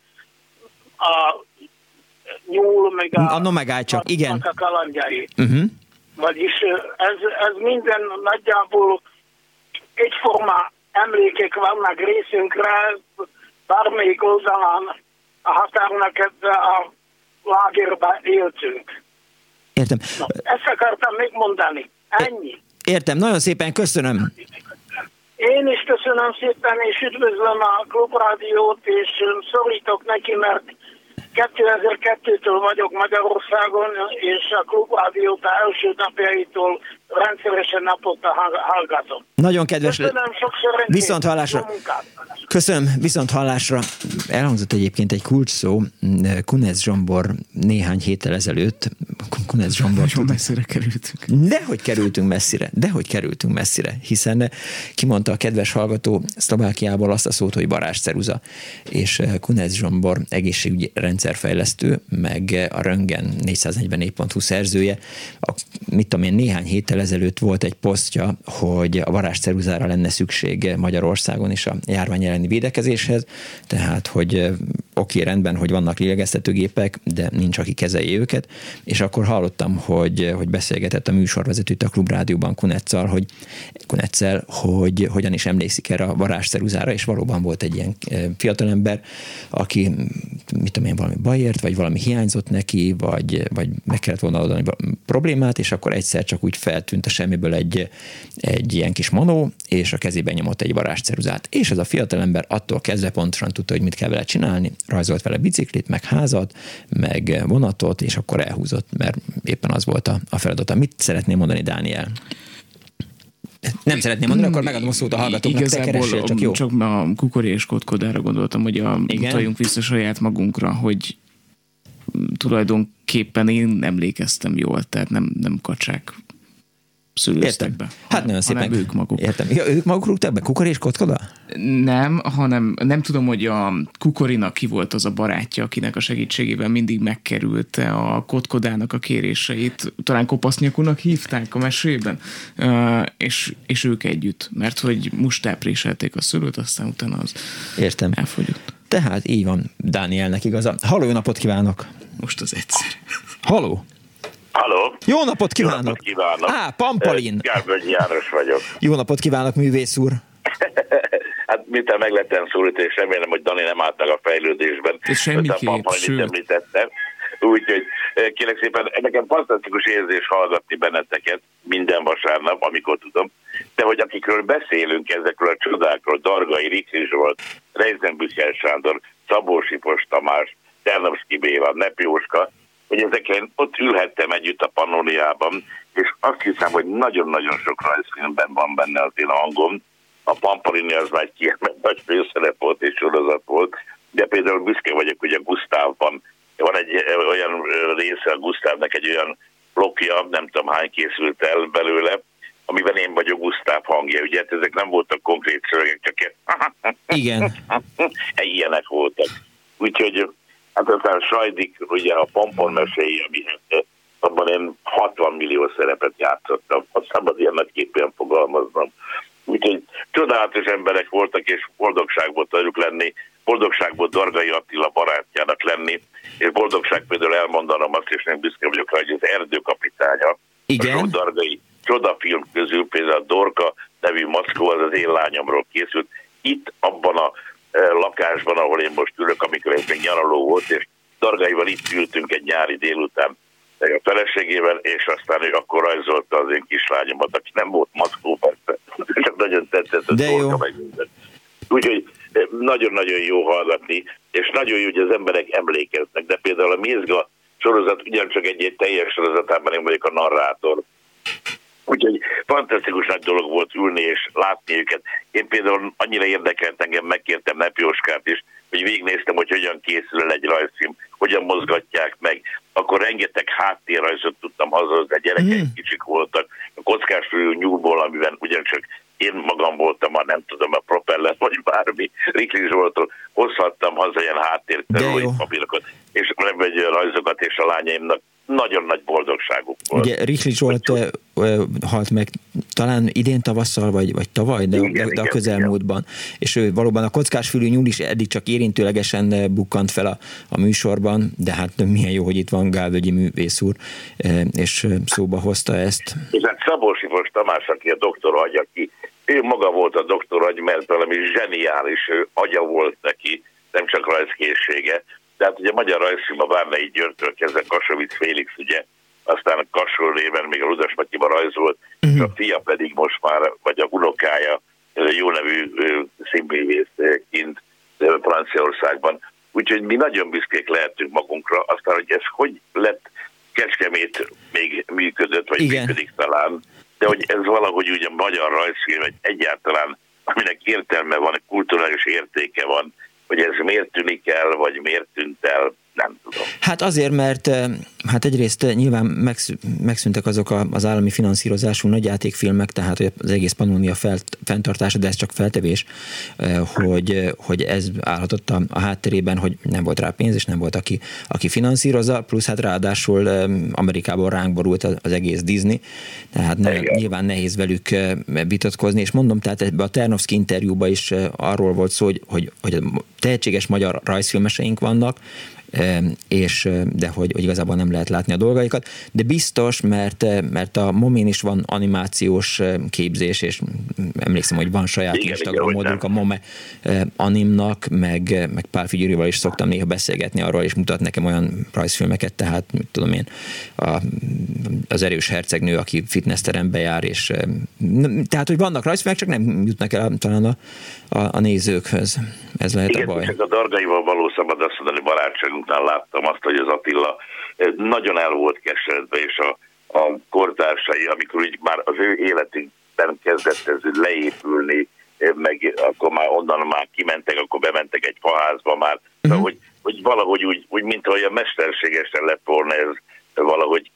a nyúl, meg a kalandjai. Vagyis ez minden nagyjából egyforma emlékek vannak részünkre, bármelyik oldalán a határnak ebbe a lágerbe éltünk. Értem. Na, ezt akartam megmondani. Ennyi. Értem, nagyon szépen köszönöm. Én is köszönöm szépen, és üdvözlöm a Klubrádiót, és szorítok neki, mert 2002-től vagyok Magyarországon, és a Klubrádiót első napjaitól rendszeresen naponta hallgatom. Nagyon kedves. Köszönöm, sok szerencsét. Viszont hallásra. Köszönöm, viszont hallásra. Elhangzott egyébként egy kulcs szó, Kunec Zsombor néhány héttel ezelőtt. Kunec Zsombor. Nagyon messzire kerültünk. Dehogy kerültünk messzire, hiszen kimondta a kedves hallgató Szlovákiából azt a szót, hogy varázsceruza, és Kunec Zsombor egészségügyi rendszerfejlesztő, meg a Röntgen 444.hu szerzője. Néhány héttel ezelőtt volt egy posztja, hogy a varázsceruzára lenne szükség Magyarországon is a járvány elleni védekezéshez, tehát, hogy oké, rendben, hogy vannak lélegeztetőgépek, de nincs, aki kezelje őket, és akkor hallottam, hogy beszélgetett a műsorvezető a Klubrádióban Kuneccel, hogy hogyan is emlékszik erre a varázsceruzára, és valóban volt egy ilyen fiatalember, aki, valami bajért, vagy valami hiányzott neki, vagy meg kellett volna oldani problémát, és akkor egyszer csak úgy feltűnt a semmiből egy ilyen kis manó, és a kezében nyomott egy varázsceruzát. És ez a fiatalember attól kezdve pontosan tudta, hogy mit kell vele csinálni, rajzolt vele biciklit, meg házat, meg vonatot, és akkor elhúzott, mert éppen az volt a feladata. Mit szeretném mondani, Dániel? Nem szeretném mondani, akkor megadom a szót a hallgatóknak. Igazából csak jó. Csak a Kukori és Kotkodára gondoltam, hogy utaljunk vissza saját magunkra, hogy tulajdonképpen én emlékeztem jól, tehát nem kacsák szülőztek be. Hát nagyon szépen. Ők maguk. Értem. Ja, ők maguk rúgták be? Kukori és Kotkoda? Nem, hanem nem tudom, hogy a Kukorinak ki volt az a barátja, akinek a segítségével mindig megkerülte a Kotkodának a kéréseit. Talán Kopasznyakúnak hívták a mesében, és ők együtt, mert hogy mustá préselték a szülőt, aztán utána az elfogyott. Tehát így van, Dánielnek igaza. Halló, jó napot kívánok! Most az egyszer. Halló! Halló! Jó napot kívánok! Jó napot kívánok! Pampalin! Gárbölgyi János vagyok. Jó napot kívánok, művész úr! Hát miután meg lettem szólítani, és remélem, hogy Dani nem állt meg a fejlődésben. És semmiképp, sőt. Úgyhogy kérlek szépen, nekem fantasztikus érzés hallgatni benneteket minden vasárnap, amikor tudom, de hogy akikről beszélünk ezekről a csodákról, Dargai Ricsi Zsolt, Reizenbücher Sándor, Szabó Sipos Tamás, Ternovszky Béla, Nepi Jóska, hogy ezeken ott ülhettem együtt a Pannoniában, és azt hiszem, hogy nagyon-nagyon sok rajzfilmben van benne az én hangom. A Pampalini az már egy kiemelt nagy főszerep volt és sorozat volt, de például büszke vagyok, hogy a Gusztávban van egy olyan része a Gusztávnak, egy olyan blokja, nem tudom hány készült el belőle, amiben én vagyok Gusztáv hangja. Ugye ezek nem voltak konkrét szövegek, csak igen. Ilyenek voltak. Úgyhogy hát aztán Sajdik, ugye a Pompon-meséi, amihez abban én 60 millió szerepet játszottam. Azt szabad ilyen nagyképpen fogalmaznom. Úgyhogy csodálatos emberek voltak, és boldogságból tudjuk lenni, boldogságból Dargai Attila barátjának lenni, és boldogság például elmondanom azt, és nem büszke vagyok rá, hogy az Erdőkapitánya, igen. A sok dargai csodafilm közül például a Dorka nevű Mackó, az én lányomról készült. Itt abban a lakásban, ahol én most ülök, amikor ez még nyaraló volt, és Dargaival itt ültünk egy nyári délután a feleségével, és aztán ő akkor rajzolta az én kislányomat, aki nem volt Mackó, persze, csak nagyon tetszett, hogy Dorka meg minden. Úgyhogy nagyon-nagyon jó hallgatni, és nagyon jó, hogy az emberek emlékeznek, de például a Mézga sorozat ugyancsak egy teljes sorozatában én vagyok a narrátor. Úgyhogy fantasztikus nagy dolog volt ülni és látni őket. Én például annyira érdekelt engem, megkértem Nepi Oskát is, hogy végignéztem, hogy hogyan készül el egy rajzfilm, hogyan mozgatják meg. Akkor rengeteg háttérrajzot tudtam hazahozni, a gyerekeim kicsik voltak. A kockásfülű nyúlból, amiben ugyancsak én magam voltam, nem tudom, a propeller vagy bármi, Rikli Zsoltól hozhattam haza ilyen háttérpapírokat, és rajzokat, és a lányaimnak nagyon nagy boldogságuk volt. Ugye Rikli Zsolt halt meg talán idén tavasszal, vagy tavaly, de a közelmúltban. És ő valóban a kockásfülű nyúl is eddig csak érintőlegesen bukkant fel a műsorban, de hát milyen jó, hogy itt van Gálvölgyi művész úr, és szóba hozta ezt. És hát Szabó Sifos Tamás, aki a doktor agy, aki ő maga volt a doktor agy, mert valami zseniális agya volt neki, nem csak rajzkészsége. Tehát ugye a magyar rajzfilm a Várnai Györgytől kezdve Kassovitz Félix, ugye, aztán a Kassor réven még a Ludas Matyiba rajzolt, és a fia pedig most már, vagy a unokája, jó nevű színművész kint Franciaországban. Úgyhogy mi nagyon büszkék lehetünk magunkra, aztán, hogy ez hogy lett, Kecskemét még működött, vagy működik talán, de hogy ez valahogy ugye a magyar rajzfilm egyáltalán, aminek értelme van, kulturális értéke van, hogy ez miért tűnik el, vagy miért tűnt el, nem tudom. Hát azért, mert hát egyrészt nyilván megszűntek azok az állami finanszírozású nagyjátékfilmek, tehát az egész Pannonia fenntartása, de ez csak feltevés, hogy ez állhatott a hátterében, hogy nem volt rá pénz, és nem volt aki finanszírozza, plusz hát ráadásul Amerikából ránk borult az egész Disney, tehát nyilván nehéz velük vitatkozni, és mondom, tehát ebbe a Ternovszky interjúban is arról volt szó, hogy tehetséges magyar rajzfilmeseink vannak, de hogy igazából nem lehet látni a dolgaikat, de biztos, mert a Momén is van animációs képzés, és emlékszem, hogy van saját Instagram moduluk a Mome animnak, meg Pál Figyurival is szoktam néha beszélgetni arról, és mutat nekem olyan rajzfilmeket, tehát mit tudom én, az erős hercegnő, aki fitnessterembe jár, és tehát, hogy vannak rajzfilmek, csak nem jutnak el talán a nézőkhöz. Ez lehet a baj. Csak a Dargaival való szabad azt mondani, barátságunknál láttam azt, hogy az Attila nagyon el volt keseredve, és a kortársai, amikor így már az ő életükben kezdett ez leépülni, meg akkor már onnan már kimentek, akkor bementek egy faházba már, hogy valahogy úgy, mint olyan mesterségesen lett volna ez valahogy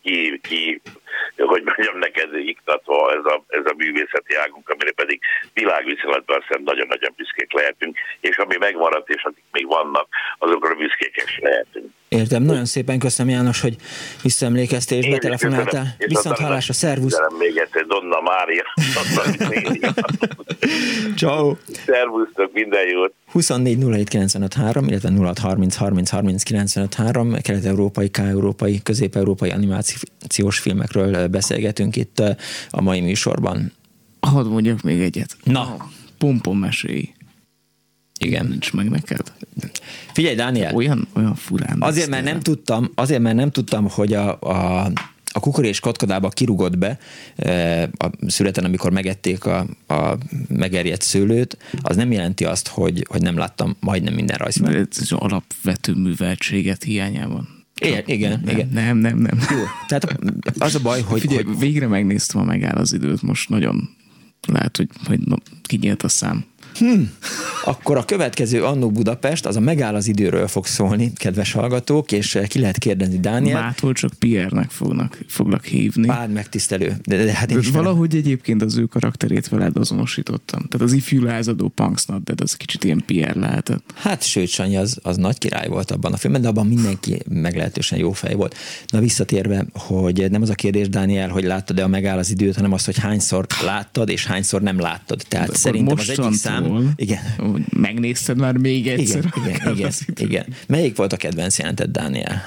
hogy mondjam neked, iktatva ez a művészeti águnk, amire pedig világviszonylatban szerintem nagyon-nagyon büszkék lehetünk, és ami megmaradt, és akik még vannak, azokra büszkék is lehetünk. Értem, nagyon szépen köszönöm, János, hogy visszaemlékeztél és betelefonáltál. Viszont hallásra, szervusz! Még egyszer, Donna Mária. Ciao. Szervusztok, minden jót! 24 07 953, illetve 06 30 30 30 953, kelet-európai, k-európai, közép-európai animációs filmekről beszélgetünk itt a mai műsorban. Hadd mondjak még egyet. Na. Pompon meséi. Igen. Nincs meg neked? Figyelj, Dániel. Olyan furán. Azért, mert nem tudtam, hogy a kukorés kotkodába kirugott be a születen, amikor megették a megerjedt szőlőt, az nem jelenti azt, hogy nem láttam majdnem minden rajzfilmet. Ez alapvető műveltséget hiányában. Igen. Nem. Jó, tehát az a baj, hogy... Figyelj, végre megnéztem, a Megáll az időt, most nagyon lehet, hogy kinyílt a szám. Akkor a következő Annó Budapest, az a Megáll az időről fog szólni, kedves hallgatók, és ki lehet kérdezni Dániel. Mától csak Pierre-nek foglak hívni. Bád megtisztelő. De hát valahogy egyébként az ő karakterét veled azonosítottam. Tehát az ifjú lázadó Punks Not Dead, az kicsit ilyen Pierre lehetett. Hát sőt, Sanyi, az nagy király volt abban a filmben, de abban mindenki meglehetősen jó fej volt. Na visszatérve, hogy nem az a kérdés, Dániel, hogy láttad-e a Megáll az időt, hanem az, hogy hányszor láttad, és hányszor nem láttad. Tehát de szerintem az egyik szám... Igen. Megnézted már még egyszer? Igen. Melyik volt a kedvenc jelented, Dániel?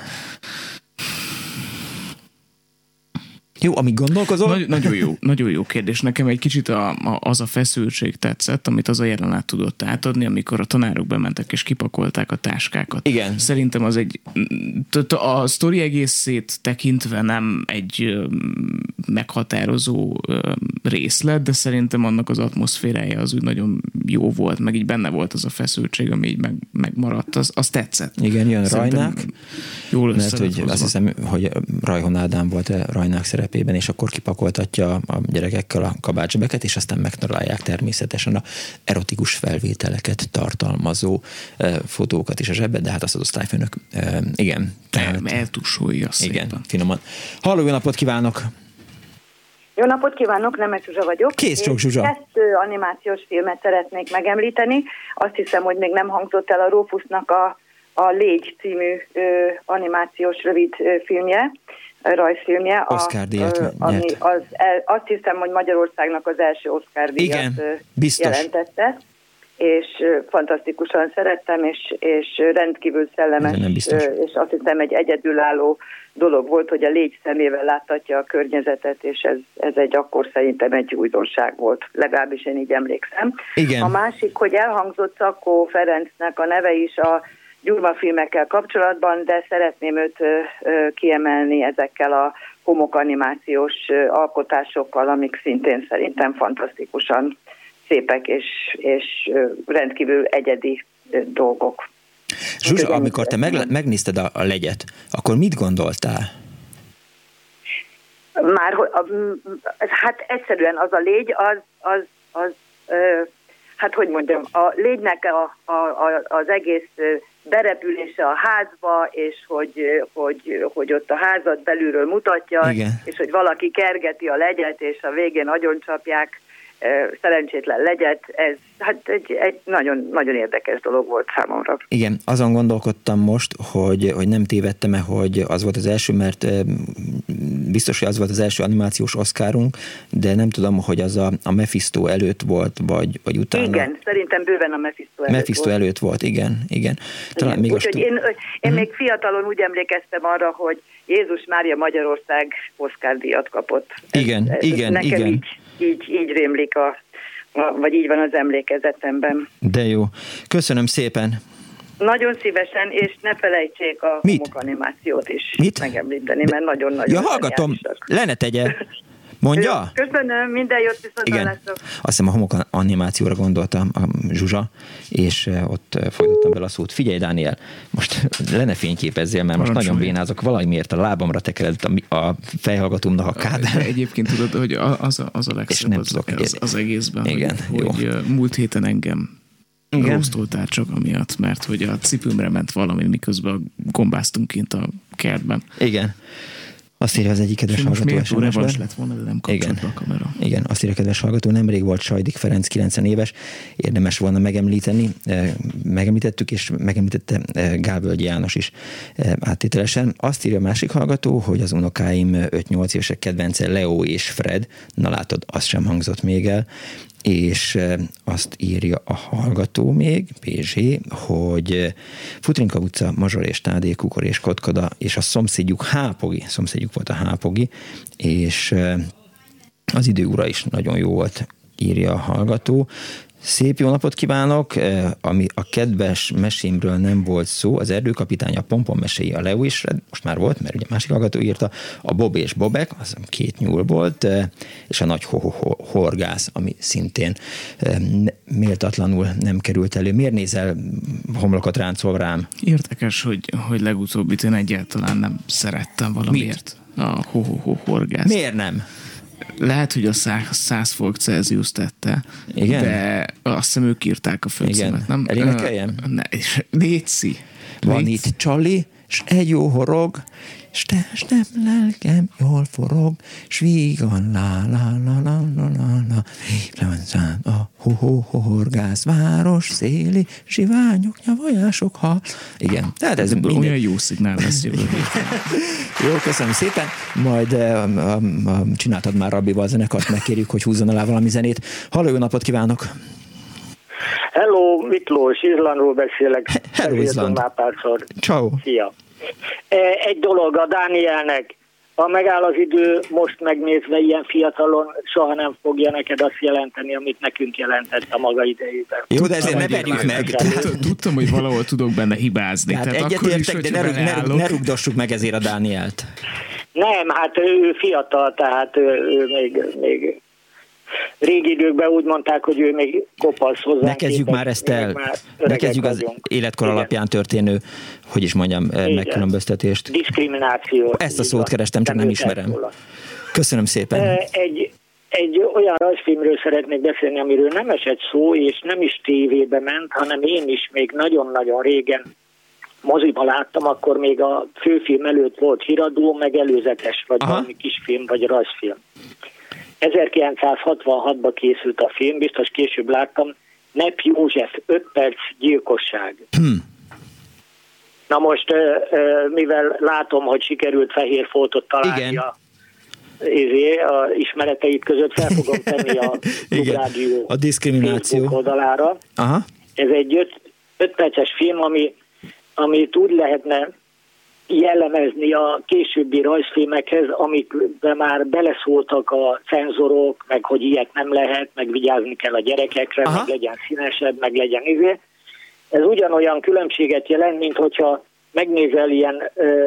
Jó, amíg gondolkozol? Nagyon jó kérdés. Nekem egy kicsit az a feszültség tetszett, amit az a jelenet tudott átadni, amikor a tanárok bementek és kipakolták a táskákat. Igen. Szerintem az a sztori egészét tekintve nem egy meghatározó részlet, de szerintem annak az atmoszférája az úgy nagyon jó volt, meg így benne volt az a feszültség, ami így megmaradt. Az tetszett. Igen, jön Rajnák. Jól mert hogy azt hiszem, hogy Rajhon Ádám volt Rajnák szerepében, és akkor kipakoltatja a gyerekekkel a kabátsebeket, és aztán megtalálják természetesen a erotikus felvételeket tartalmazó fotókat is a zsebbe, de hát azt az osztályfőnök igen. Eltussolja szépen. Igen, finoman. Halló, jó napot kívánok! Jó napot kívánok, Nemes Zsuzsa vagyok. Kész csak Zsuzsa. 2 animációs filmet szeretnék megemlíteni. Azt hiszem, hogy még nem hangzott el a Rófusznak a Légy című animációs rövid filmje, rajzfilmje. Oscar-díjat ami azt hiszem, hogy Magyarországnak az első Oscar-díjat jelentette. És fantasztikusan szerettem, és rendkívül szellemes, és azt hiszem egy egyedülálló dolog volt, hogy a légy szemével láttatja a környezetet, és ez egy akkor szerintem egy újdonság volt, legalábbis én így emlékszem. Igen. A másik, hogy elhangzott Szakkó Ferencnek a neve is a Gyurma filmekkel kapcsolatban, de szeretném őt kiemelni ezekkel a homokanimmációs alkotásokkal, amik szintén szerintem fantasztikusan szépek és rendkívül egyedi dolgok. Zsuzsa, amikor te megnézted a legyet, akkor mit gondoltál? Hát egyszerűen az a légy, hát hogy mondjam, a légynek az egész berepülése a házba, és hogy ott a házat belülről mutatja, igen. És hogy valaki kergeti a legyet, és a végén agyoncsapják szerencsétlen legyet, ez hát egy nagyon, nagyon érdekes dolog volt számomra. Igen, azon gondolkodtam most, hogy nem tévedtem-e, hogy az volt az első, mert biztos, hogy az volt az első animációs Oscarunk, de nem tudom, hogy az a Mephisto előtt volt, vagy utána. Igen, szerintem bőven a Mephisto előtt volt, igen. Talán még úgyhogy én még fiatalon úgy emlékeztem arra, hogy Jézus Mária Magyarország Oscar-díjat kapott. Igen. Így rémlik, vagy így van az emlékezetemben. De jó. Köszönöm szépen. Nagyon szívesen, és ne felejtsék a homokanimációt is megemlíteni, mert nagyon-nagyon... Ja, hallgatom, le ne tegye. Mondja? Köszönöm, minden jót, viszontlátásra. Azt hiszem a homokanimációra gondoltam a Zsuzsa, és ott folytattam bele a szót. Figyelj, Dániel, most le ne fényképezzél, mert most nagyon bénázok, valamiért a lábamra tekeredett a fejhallgatómnak a kádár. Egyébként tudod, hogy az a legszebb az egészben, igen, hogy múlt héten engem rossztoltál csak amiatt, mert hogy a cipőmre ment valami, miközben gombáztunk kint a kertben. Igen. Azt írja az egyik kedves hallgató SMS-ben. Lett volna, de nem kapcsolt be a kamera. Igen, azt írja a kedves hallgató, nemrég volt Sajdik Ferenc 90 éves, érdemes volna megemlíteni, megemlítettük, és megemlítette Gálvölgyi János is áttételesen. Azt írja a másik hallgató, hogy az unokáim 5-8 évesek kedvence Leo és Fred, na látod, az sem hangzott még el, és azt írja a hallgató még, PZ, hogy Futrinka utca, Mazsor és Tádé, Kukor és Kotkoda, és a szomszédjuk volt a Hápogi, és az idő ura is nagyon jó volt, írja a hallgató. Szép jó napot kívánok! Ami a kedves mesémről nem volt szó, az Erdőkapitány, a Pompon meséi, a Leo is, most már volt, mert ugye másik hallgató írta, a Bob és Bobek, az 2 nyúl volt, és a Nagy Horgász, ami szintén méltatlanul nem került elő. Miért nézel homlokot ráncol rám? Érdekes, hogy legutóbbit én egyáltalán nem szerettem valamiért. A Horgász. Miért nem? Lehet, hogy a 100 fok Celsius tette, igen? De azt hiszem ők írták a főcímet, nem? Elénekeljem? Léci. Van itt Csali, s egy jó horog, s testem, lelkem jól forog, s vígan la a horgász város széli, zsiványok, nyavajások, ha... Igen, tehát ez minden... Olyan jó szignál lesz jövő héten. Jó, köszönöm szépen. Majd csináltad már Rabbival a zenekart, megkérjük, hogy húzzon alá valami zenét. Halló, jó napot kívánok! Hello, Miklós, Izlandról beszélek. Hello, Izland. Ciao. Szia. Egy dolog a Dánielnek, ha megáll az idő, most megnézve ilyen fiatalon, soha nem fogja neked azt jelenteni, amit nekünk jelentett a maga idejében. Jó, de ezért ne verjük meg. Tudtam, hogy valahol tudok benne hibázni. Hát egyetértek, de ne rugdossuk meg ezért a Dánielt. Nem, hát ő fiatal, tehát ő még régi időkben úgy mondták, hogy ő még kopasz hozzá. Ne kezdjük már ezt el, ne kezdjük az életkor alapján történő, hogy is mondjam, megkülönböztetést. Diszkrimináció. Ezt a szót kerestem, csak nem ismerem. Köszönöm szépen. Egy olyan rajzfilmről szeretnék beszélni, amiről nem esett szó, és nem is tévébe ment, hanem én is még nagyon-nagyon régen moziba láttam, akkor még a főfilm előtt volt híradó, meg előzetes, vagy valami kisfilm, vagy rajzfilm. 1966-ban készült a film, biztos később láttam, Nepp József 5 perc gyilkosság. Na most, mivel látom, hogy sikerült fehér foltot találni a ismereteit között, fel fogom tenni a Klubrádió a diszkrimináció oldalára. Aha. Ez egy 5 perces film, amit úgy lehetne jellemezni a későbbi rajzfilmekhez, amikbe már beleszóltak a cenzorok, meg hogy ilyet nem lehet, meg vigyázni kell a gyerekekre, meg legyen színesebb, meg legyen izé. Ez ugyanolyan különbséget jelent, mint hogyha megnézel ilyen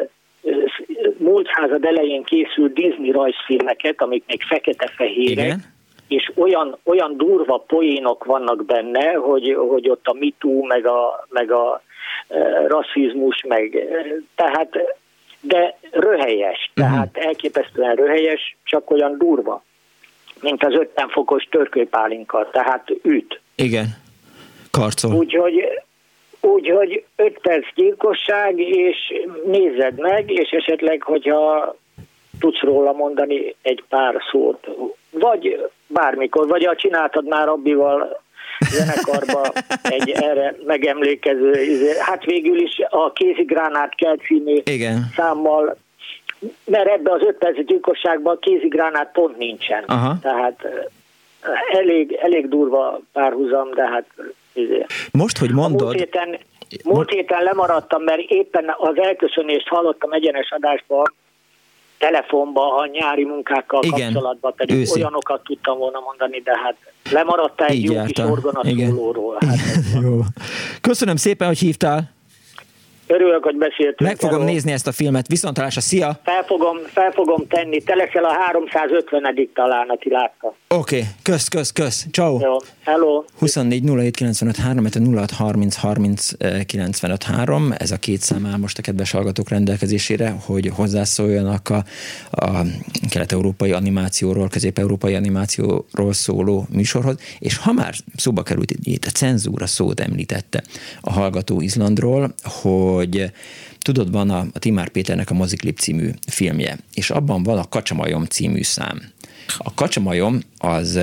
múlt század elején készült Disney rajzfilmeket, amik még fekete-fehérek, és olyan durva poénok vannak benne, hogy ott a MeToo, meg a rasszizmus, tehát, de röhelyes, tehát elképesztően röhelyes, csak olyan durva, mint az 50 fokos törkőpálinka, tehát üt. Igen, karcol. Úgyhogy 5 perc gyilkosság, és nézzed meg, és esetleg, hogyha tudsz róla mondani egy pár szót, vagy bármikor, vagy csináltad már Abbival zenekarba egy erre megemlékező, hát végül is a Kézigránát kell című számmal, mert ebbe az 5 perc gyilkosságban a kézigránát pont nincsen. Tehát elég durva párhuzam, de hát most, hogy mondod... Múlt héten lemaradtam, mert éppen az elköszönést hallottam egyenes adásban, telefonban a nyári munkákkal kapcsolatban, pedig olyanokat tudtam volna mondani, de hát lemaradtál egy jó kis orgonaszólóról. Hát jó. Köszönöm szépen, hogy hívtál. Örülök, hogy beszéltünk. Meg fogom nézni ezt a filmet. Viszontlátásra, szia! Fel fogom tenni. Te leszel a 350. talán, aki látta. Oké, kösz. Ciao. Jó, hello. 24 07 95 3, 06 30 30 95 3. Ez a két szám áll most a kedves hallgatók rendelkezésére, hogy hozzászóljanak a kelet-európai animációról, közép-európai animációról szóló műsorhoz. És ha már szóba került itt a cenzúra szót említette a hallgató Izlandról, hogy tudod, van a Timár Péternek a Moziklip című filmje, és abban van a Kacsamajom című szám. A Kacsamajom az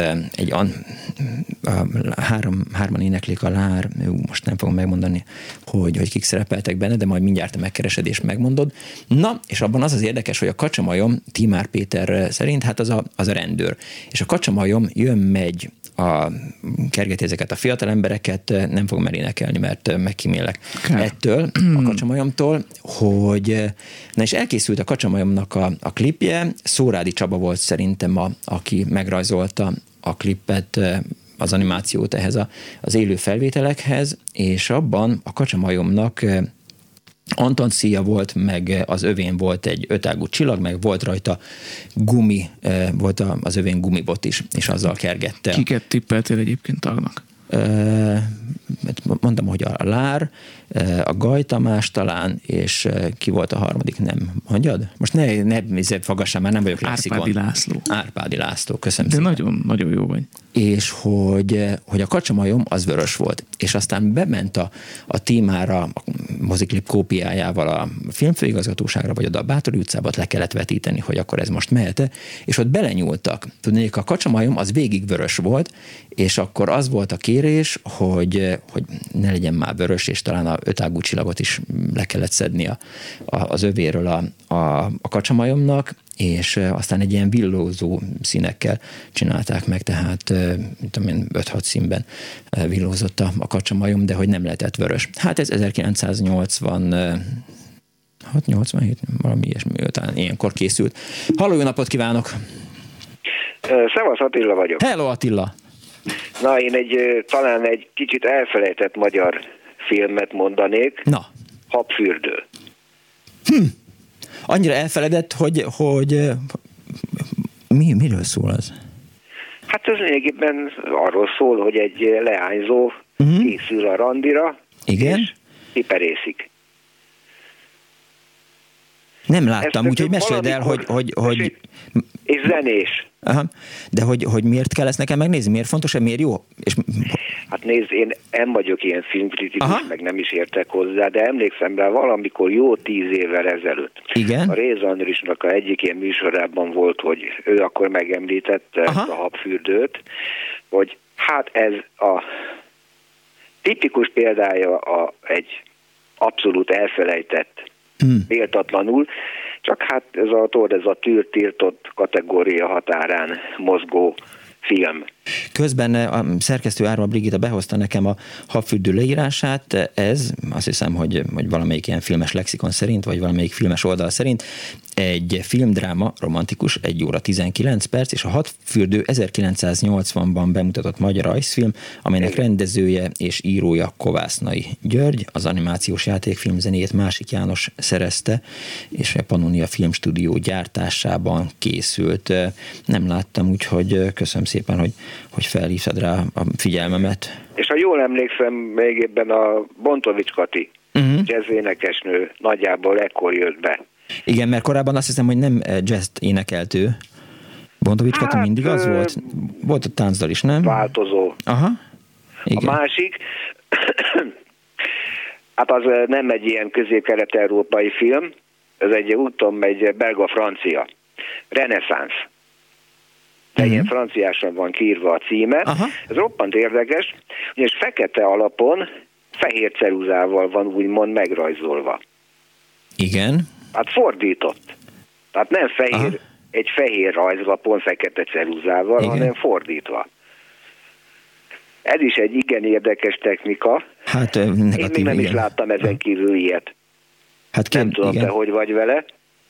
hárman éneklik a Lár, most nem fogom megmondani, hogy kik szerepeltek benne, de majd mindjárt te megkeresed és megmondod. Na, és abban az érdekes, hogy a Kacsamajom Timár Péter szerint, hát az a rendőr. És a Kacsamajom megy, kergeti ezeket a fiatal embereket, nem fogom elénekelni, mert megkímélek ettől, a Kacsamajomtól, hogy na és elkészült a Kacsamajomnak a klipje, Szórádi Csaba volt szerintem aki megrajzolta a klippet, az animációt ehhez az élő felvételekhez, és abban a Kacsamajomnak Anton szíja volt, meg az övén volt egy 5 ágú csillag, meg volt rajta gumi, volt az övén gumibot is, és azzal kergette. Kiket tippeltél egyébként tagnak? mondtam, hogy a Lár, a Gaj Tamás talán, és ki volt a harmadik, nem mondjad? Most ne fagassam, már nem vagyok lexikon. Árpádi László, köszönöm szépen. De nagyon jó vagy. És hogy a kacsamajom az vörös volt, és aztán bement a témára, a moziklip kópiájával a filmfőigazgatóságra, vagy oda a Báthori utcába, le kellett vetíteni, hogy akkor ez most mehet-e, és ott belenyúltak. Tudnék, a kacsamajom az végig vörös volt, és akkor az volt a kérés, hogy ne legyen már vörös, és talán a 5 ágú csillagot is le kellett szedni az övéről a kacsamajomnak, és aztán egy ilyen villózó színekkel csinálták meg, tehát 5-6 színben villózott a kacsamajom, de hogy nem lehetett vörös. Hát ez 1987, valami ilyesmi, talán ilyenkor készült. Halló, jó napot kívánok! Szevasz, Attila vagyok. Hello, Attila! Na, én talán egy kicsit elfelejtett magyar filmet mondanék. Na. Habfürdő. Annyira elfeledett, hogy miről szól az? Hát ez lényegében arról szól, hogy egy leányzó készül a randira, igen? És kiperészik. Nem láttam, úgyhogy meséld el, hogy... És zenés. Aha. De hogy miért kell ezt nekem megnézni? Miért fontos, miért jó? És... Hát nézd, én nem vagyok ilyen filmkritikus, meg nem is értek hozzá, de emlékszem rá valamikor jó 10 évvel ezelőtt. Igen? A Réz Andrisnak a egyik ilyen műsorában volt, hogy ő akkor megemlítette ezt a habfürdőt, hogy hát ez a tipikus példája egy abszolút elfelejtett, méltatlanul, csak hát ez a tűrtiltott kategória határán mozgó film. Közben a szerkesztő Árva Brigitta behozta nekem a habfürdő leírását, ez azt hiszem, hogy valamelyik ilyen filmes lexikon szerint, vagy valamelyik filmes oldal szerint egy filmdráma, romantikus, 1 óra 19 perc, és a Habfürdő 1980-ban bemutatott magyar rajzfilm, amelynek rendezője és írója Kovásznai György, az animációs játékfilm zenéjét Másik János szerezte, és a Pannonia Filmstúdió gyártásában készült. Nem láttam, úgyhogy köszönöm szépen, hogy felhívtad rá a figyelmemet. És ha jól emlékszem, még ebben a Bontovics Kati jazzénekesnő nagyjából ekkor jött be. Igen, mert korábban azt hiszem, hogy nem jazz énekelt ő. Bontovics Kati mindig az volt? Volt a táncdal is, nem? Változó. Aha. Igen. A másik, hát az nem egy ilyen közép-kelet-európai film, ez egy belga-francia. Reneszánsz. De ilyen franciásan van kiírva a címe. Aha. Ez roppant érdekes, és fekete alapon fehér ceruzával van úgymond megrajzolva. Igen. Hát fordított. Tehát nem fehér, egy fehér rajzlapon fekete ceruzával, hanem fordítva. Ez is egy igen érdekes technika. Hát, én még nem is láttam ezen kívül ilyet. Hát nem tudom, te hogy vagy vele.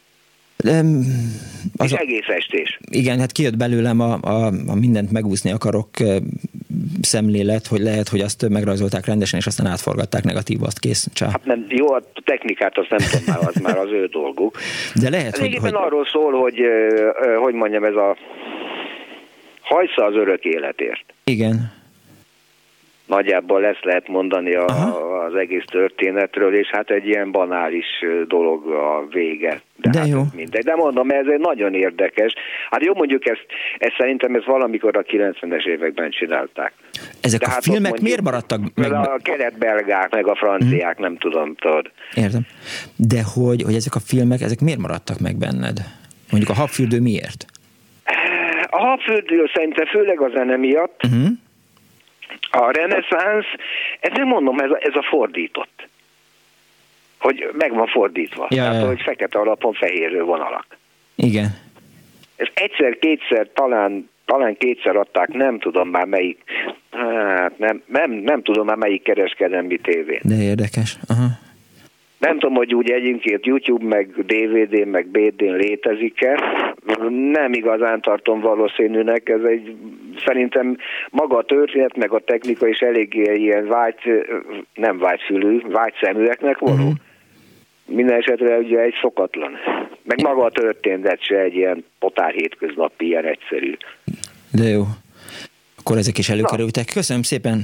És egész estés. Igen, hát kijött belőlem a mindent megúszni akarok szemlélet, hogy lehet, hogy azt megrajzolták rendesen, és aztán átforgatták negatívba, azt kész. Csá. Hát nem, jó, a technikát azt nem tudom, az már az ő dolguk. De lehet, hogy arról szól, hogy mondjam, ez a hajsza az örök életért. Igen. Nagyjából lehet mondani az egész történetről, és hát egy ilyen banális dolog a vége. De hát jó. Mindegy. De mondom, ez egy nagyon érdekes. Hát jó, mondjuk ezt szerintem valamikor a 90-es években csinálták. Ezek a filmek miért maradtak meg? A kelet-belgák, meg a franciák, nem tudom, tudod. Értem. De hogy ezek a filmek, ezek miért maradtak meg benned? Mondjuk a Habfürdő miért? A Habfürdő szerintem főleg a zene miatt. A reneszánsz, nem mondom, ez a fordított. Hogy meg van fordítva. Tehát, hogy fekete alapon fehérő vonalak. Igen. Ez egyszer-kétszer, talán kétszer adták, nem tudom már melyik, nem tudom már melyik kereskedelmi tévén. De érdekes. Aha. Nem tudom, hogy úgy egyébként YouTube, meg DVD, meg BD-n létezik-e. Nem igazán tartom valószínűnek. Ez szerintem maga a történet, meg a technika is elég ilyen nem vágyfülű, vágyszeműeknek való. Minden esetre ugye egy szokatlan. Meg maga a történet se egy ilyen potár hétköznapi, ilyen egyszerű. De jó. Akkor ezek is előkerültek. Köszönöm szépen.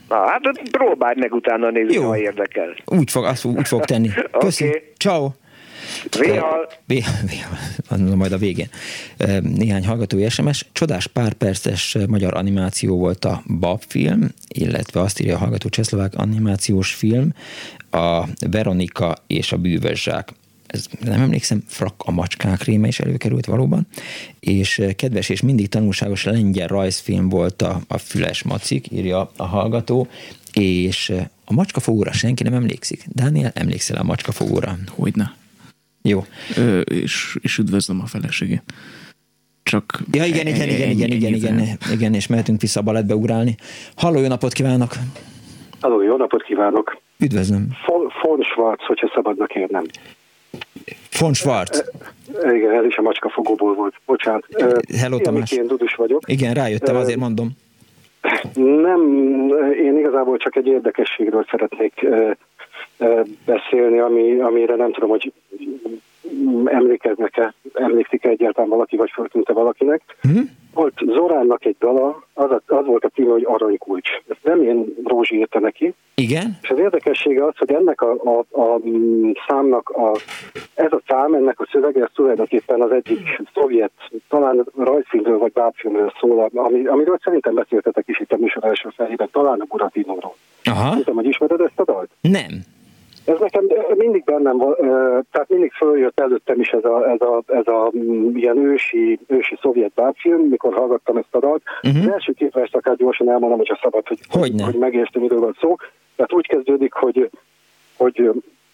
Na, hát próbálj meg utána nézni, ha érdekel. Úgy fog tenni. Köszi. Okay. Ciao. Véhal. Majd a végén. Néhány hallgatói SMS. Csodás pár perces magyar animáció volt a Bab film, illetve azt írja a hallgató csehszlovák animációs film, a Veronika és a bűvös zsák. Ez, nem emlékszem, Frak a macskák réme is előkerült valóban, és kedves és mindig tanulságos lengyel rajzfilm volt a Füles Macik, írja a hallgató, és a macskafogóra senki nem emlékszik. Dániel, emlékszel a macskafogóra? Hogyne. Jó. És üdvözlöm a feleségét. Csak... Ja, igen, és mehetünk vissza a balettbe ugrálni. Halló, jó napot kívánok! Halló, jó napot kívánok! Üdvözlöm! Von Schwarz, hogyha szabadna kérnem. Von Schwarz? Igen, ez is a macskafogóból volt. Bocsánat. Hello, Tamás. Én Dudus vagyok. Igen, rájöttem, azért mondom. Nem, én igazából csak egy érdekességről szeretnék beszélni, amire nem tudom, hogy emlékszik egyáltalán valaki, vagy föltűnte valakinek. Volt Zoránnak egy dala, az volt a címe, hogy Aranykulcs. Ezt nem én Rózsi írta neki. Igen? És az érdekessége az, hogy ennek a számnak ez a szám, ennek a szövege, ez tulajdonképpen az egyik szovjet, talán rajzfilmről vagy bábfilmről szól, amiről szerintem beszéltetek is itt a műsor első felében, talán a Buratinóról. Aha. Nem tudom, hogy ismered ezt a dalt? Nem. Ez nekem mindig bennem van, tehát mindig följött előttem is ez a ilyen ősi szovjet bábfilm, mikor hallgattam ezt a dalt. Az első két verset akár gyorsan elmondom, hogyha szabad, hogy megértem, miről van szó. Tehát úgy kezdődik, hogy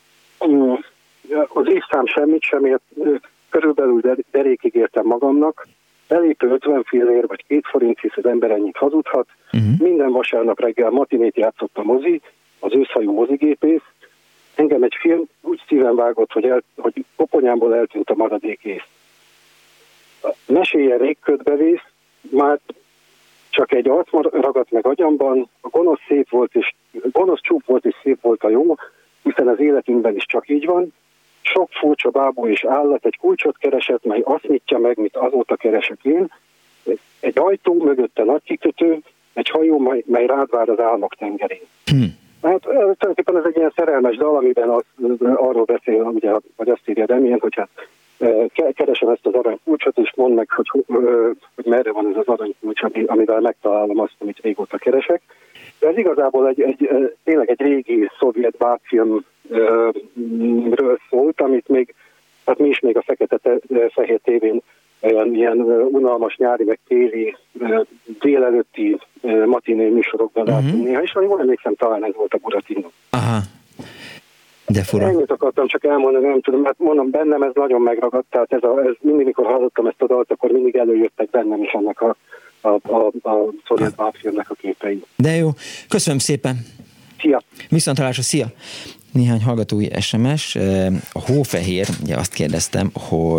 az évszám semmit sem ért, körülbelül derékig értem magamnak, belépő 50 fillér vagy 2 forint, hisz az ember ennyit hazudhat. Minden vasárnap reggel matinét játszott a mozi, az őszhajú mozigépész. Engem egy film úgy szíven vágott, hogy koponyámból eltűnt a maradék ész. Meséljen régködbe vész, már csak egy arc ragadt meg agyamban, a gonosz csúf volt és szép volt a jó, hiszen az életünkben is csak így van. Sok furcsa bábú és állat egy kulcsot keresett, mely azt nyitja meg, mint azóta keresek én. Egy ajtó, mögötte nagy kikötő, egy hajó, mely rád vár az álmok tengerén. Hát tulajdonképpen ez egy ilyen szerelmes dal, amiben arról beszél, ugye, vagy azt írja Demien, hogy hát keresem ezt az aranykulcsot, és mondd meg, hogy merre van ez az aranykulcs, amivel megtalálom azt, amit régóta keresek. De ez igazából tényleg egy régi szovjet bábfilmről szólt, amit még, hát mi is még a fekete-fehér tévén ilyen unalmas nyári, meg téli, délelőtti matiné műsorokban látunk néha, és jól emlékszem, talán ez volt a Buratino. Aha. De fura. Ennyit akartam csak elmondani, nem tudom, mert mondom, bennem ez nagyon megragadt, tehát ez mindig, mikor hallottam ezt a dalt, akkor mindig előjöttek bennem is ennek a szovjet bábfilmnek a képei. De jó, köszönöm szépen. Szia. Viszontlátásra, szia. Néhány hallgatói SMS. A Hófehér, ugye azt kérdeztem,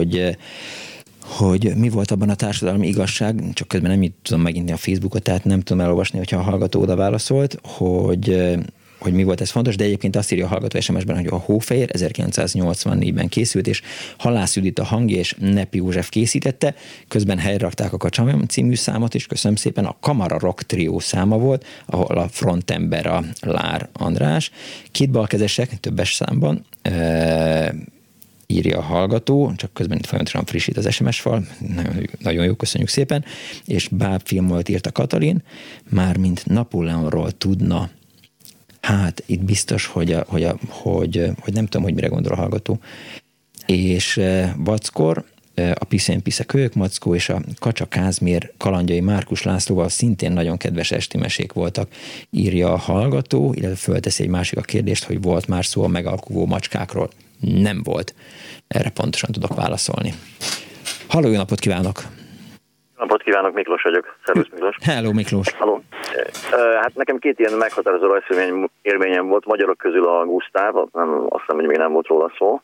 hogy mi volt abban a társadalmi igazság, csak közben nem tudom megint a Facebookot, tehát nem tudom elolvasni, hogyha a hallgató oda válaszolt, hogy mi volt ez fontos, de egyébként azt írja a hallgató SMS-ben, hogy a Hófehér 1984-ben készült, és Halász Judit a hangja, és Nepi József készítette, közben helyrakták a Kacsamem című számot, és köszönöm szépen, a Kamara Rock Trio száma volt, ahol a frontember a Lár András, két balkezesek, többes számban, írja a hallgató, csak közben itt folyamatosan frissít az SMS fal, nagyon jó, köszönjük szépen, és bábfilm volt, írt a Katalin, mármint Napóleonról tudna. Hát itt biztos, hogy nem tudom, hogy mire gondol a hallgató. És Vackor, a Piszén Pisze Kölyök Mackó és a Kacsa Kázmér kalandjai Márkus Lászlóval szintén nagyon kedves esti mesék voltak, írja a hallgató, illetve fölteszi egy másik a kérdést, hogy volt már szó a megalkuvó macskákról. Nem volt. Erre pontosan tudok válaszolni. Halló, jó napot kívánok! Jó napot kívánok, Miklós vagyok. Szervusz, Miklós. Hello, Miklós. Halló. Hát nekem két ilyen meghatározó rajzfilm élményem volt, magyarok közül a Gusztáv, azt hiszem, hogy még nem volt róla szó.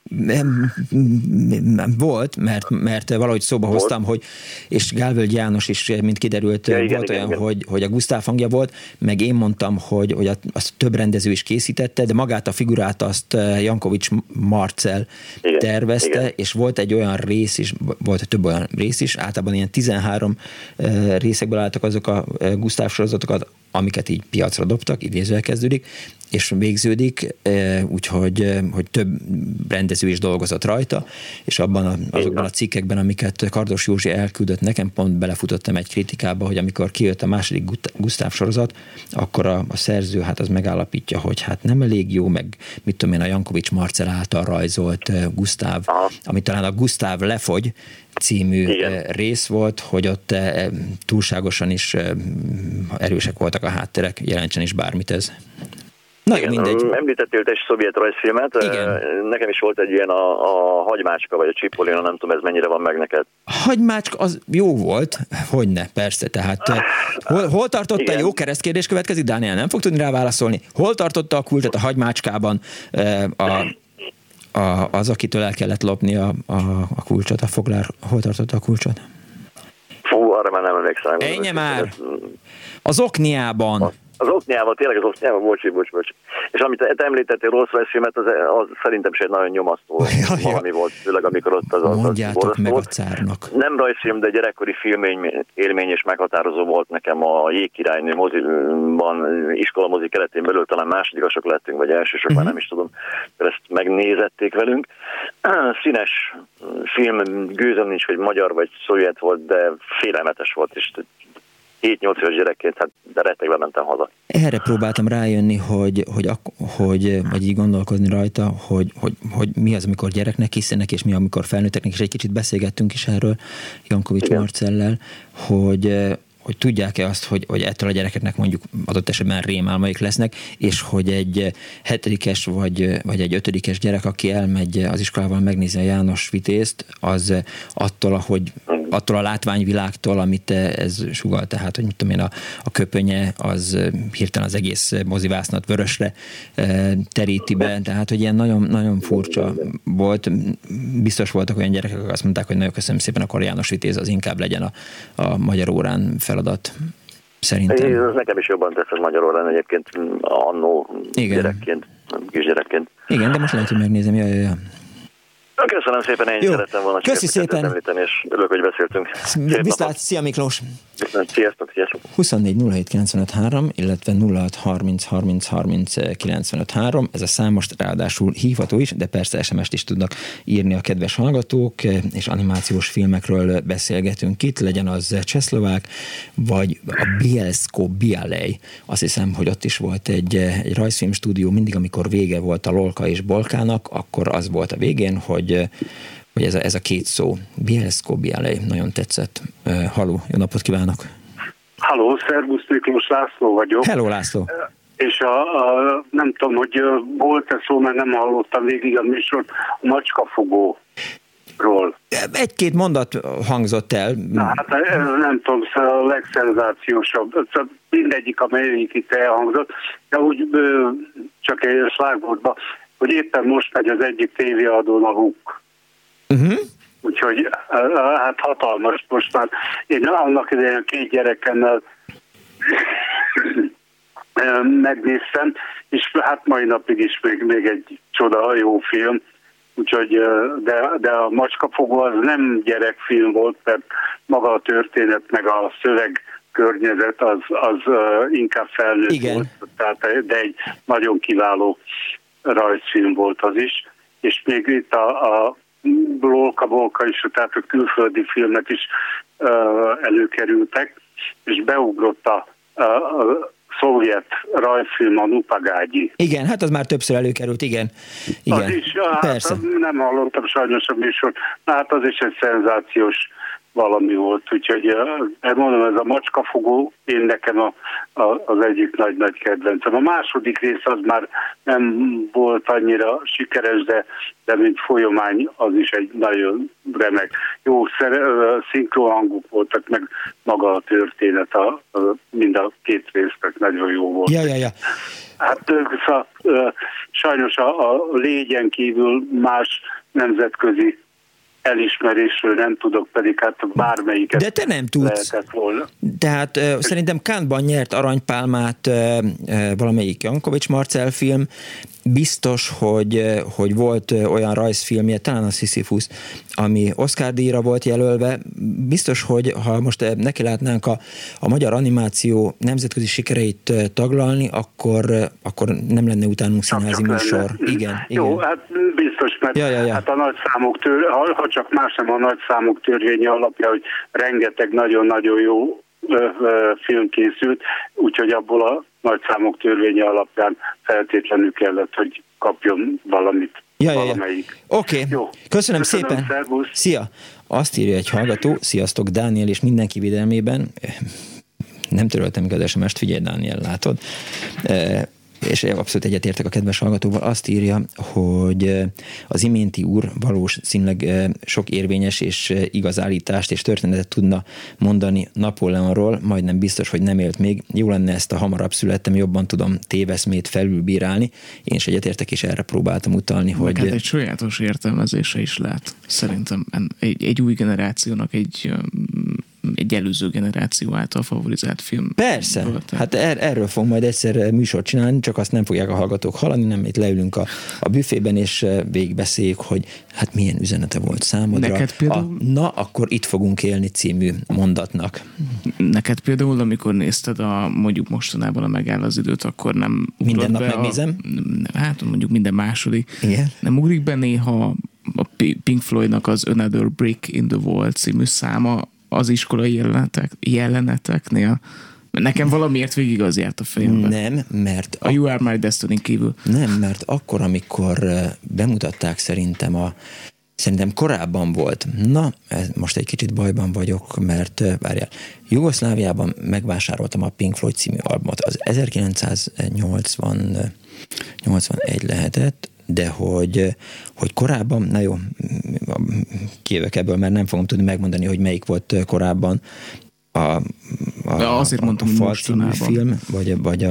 Volt, mert valahogy szóba hoztam, hogy, és Gálvölgy János is, mint kiderült, volt olyan, hogy a Gusztáv hangja volt, meg én mondtam, hogy azt több rendező is készítette, de magát a figurát azt Jankovics Marcel tervezte, és volt egy olyan rész is, volt több olyan rész is, általában ilyen 13 részekből álltak azok a Gusztáv sorozatokat, amiket így piacra dobtak, idézővel kezdődik, és végződik, úgyhogy hogy több rendező is dolgozott rajta, és azokban a cikkekben, amiket Kardos Józsi elküldött nekem, pont belefutottam egy kritikába, hogy amikor kijött a második Gusztáv sorozat, akkor a szerző hát az megállapítja, hogy hát nem elég jó, meg mit tudom én, a Jankovics Marcell által rajzolt Gusztáv, ami talán a Gusztáv lefogy című rész volt, hogy ott túlságosan is erősek voltak a hátterek, jelentsen is bármit ez. Na, igen, mindegy. Említettél egy szovjet rajzfilmet, nekem is volt egy ilyen a Hagymácska, vagy a Csipolina, nem tudom, ez mennyire van meg neked. Hagymácska, az jó volt, hogyne, persze, tehát hol tartotta, jó keresztkérdés következik, Dániel nem fog tudni rá válaszolni, hol tartotta a kulcsot a Hagymácskában az, akitől el kellett lopni a kulcsot, a foglár, hol tartotta a kulcsot? Fú, arra már nem emlékszem. Ennyi már! Az Okniában. Az Okniában, tényleg az Okniában, bocs. És amit említettél rossz rajzfilmet, az szerintem is egy nagyon nyomasztó valami volt, főleg amikor ott az mondjátok meg a cárnak. Nem rajzfilm, de gyerekkori filmélmény és meghatározó volt nekem a Jégkirálynő moziban, iskolamozi keretén belül, talán másodikasok lettünk, vagy elsősök, már nem is tudom, ezt megnézették velünk. Színes film, gőzöm nincs, hogy magyar vagy szovjet volt, de félelmetes volt, és 7-8 éves gyerekként, hát de rettegve mentem haza. Erre próbáltam rájönni, vagy így gondolkozni rajta, hogy mi az, amikor gyereknek hisznek, és mi, amikor felnőtteknek, és egy kicsit beszélgettünk is erről Jankovics Marcellel, hogy tudják-e azt, hogy ettől a gyerekeknek mondjuk adott esetben rémálmaik lesznek, és hogy egy 7-es vagy egy 5-es gyerek, aki elmegy az iskolával megnézni a János Vitézt, az attól a látványvilágtól, amit ez sugall, tehát, hogy mit tudom én, a köpönye, az hirtelen az egész mozivásznat vörösre teríti be, tehát, hogy ilyen nagyon, nagyon furcsa volt. Biztos voltak olyan gyerekek, akik azt mondták, hogy nagyon köszönöm szépen, akkor János Vitéz az inkább legyen a magyar órán feladat. Szerintem. Ez nekem is jobban tetszett magyar órán egyébként annó gyerekként, kisgyerekként. Igen, de most lehet, hogy megnézem. Ja. Köszönöm szépen, én szerettem volna köszi szépen említeni, és örülök, hogy beszéltünk. Viszlát, szia Miklós! Sziasztok! 24 07 95 3, illetve 06 30 30 30 95 3, ez a szám most ráadásul hívható is, de persze SMS-t is tudnak írni a kedves hallgatók, és animációs filmekről beszélgetünk itt, legyen az csehszlovák, vagy a Bielsko-Bialej. Azt hiszem, hogy ott is volt egy rajzfilmstúdió, mindig amikor vége volt a Lolka és Bolkának, akkor az volt a végén, hogy ez a két szó, Bielsko-Bialej, nagyon tetszett. Halló, jó napot kívánok! Halló, szervusz, Miklós László vagyok. Hello, László! És nem tudom, hogy volt-e szó, mert nem hallottam végig a műsort, a macskafogóról. Egy-két mondat hangzott el. Na, hát nem tudom, a legszenzációsabb. Mindegyik, amelyik itt elhangzott, de úgy csak egy slágvortban, hogy éppen most megy az egyik tévéadón a VUK. Úgyhogy hát hatalmas most már. Én annak idején 2 gyerekemmel megnéztem, és hát mai napig is még egy csoda jó film. Úgyhogy, de a Macskafogó az nem gyerekfilm volt, mert maga a történet, meg a szöveg környezet az inkább felnőtt volt. Tehát, de egy nagyon kiváló rajzfilm volt az is. És még itt a Lolka is, tehát a külföldi filmek is előkerültek, és beugrott a szovjet rajzfilm, a Nupagágyi. Igen, hát az már többször előkerült, igen. Az is, persze. Hát nem hallottam sajnos a műsort, hát az is egy szenzációs valami volt, úgyhogy mondom, ez a Macskafogó én nekem az egyik nagy-nagy kedvencem. A második rész az már nem volt annyira sikeres, de mint folyamány az is egy nagyon remek. Jó szinkronhangok voltak, meg maga a történet, mind a 2 résznek nagyon jó volt. Ja. Hát sajnos a légyen kívül más nemzetközi elismerésről nem tudok, pedig hát bármelyiket. De te nem tudsz. Volna. Tehát szerintem Cannes-ban nyert aranypálmát valamelyik Jankovics Marcell film, biztos, hogy volt olyan rajzfilmje, talán a Sisyphus, ami Oscar-díjra volt jelölve. Biztos, hogy ha most nekilátnánk a magyar animáció nemzetközi sikereit taglalni, akkor nem lenne utánunk színházi műsor. Igen. Jó, hát biztos, mert hát a nagyszámok ha csak más nem a nagyszámok törvénye alapja, hogy rengeteg nagyon-nagyon jó film készült, úgyhogy abból a nagyszámok törvénye alapján feltétlenül kellett, hogy kapjon valamit. Valamelyik. Oké. Köszönöm szépen. Szervusz. Szia! Azt írja egy hallgató, sziasztok Dániel és mindenki védelmében. Nem töröltem igaz SMS-t, figyelj Dániel, látod? És abszolút egyetértek a kedves hallgatóval, azt írja, hogy az iménti úr valószínűleg sok érvényes és igaz állítást és történetet tudna mondani Napóleonról, majdnem biztos, hogy nem élt még. Jó lenne ezt a hamarabb születtem, jobban tudom téveszmét felülbírálni. Én is egyetértek, és erre próbáltam utalni, hogy... Hát egy sajátos értelmezése is lehet. Szerintem egy új generációnak egy előző generáció által favorizált film. Persze, hát erről fogunk majd egyszer műsort csinálni, csak azt nem fogják a hallgatók hallani, nem itt leülünk a büfében, és végigbeszéljük, hogy hát milyen üzenete volt számodra. Neked például... Na, akkor itt fogunk élni című mondatnak. Neked például, amikor nézted mondjuk mostanában a Megáll az időt, akkor nem... Minden nap megnézem? Hát mondjuk minden második. Igen? Nem ugrik be néha a Pink Floydnak az Another Brick in the Wall című száma az iskolai jeleneteknél? Nekem valamiért végig az járt a fejemben. Nem, mert... A You Are My Destiny kívül. Nem, mert akkor, amikor bemutatták szerintem korábban volt. Na, most egy kicsit bajban vagyok, mert várjál, Jugoszláviában megvásároltam a Pink Floyd című albumot. Az 1981 lehetett, de hogy korábban, na jó, kijövök ebből, mert nem fogom tudni megmondani, hogy melyik volt korábban azért mondtam, hogy mostanában. Film, vagy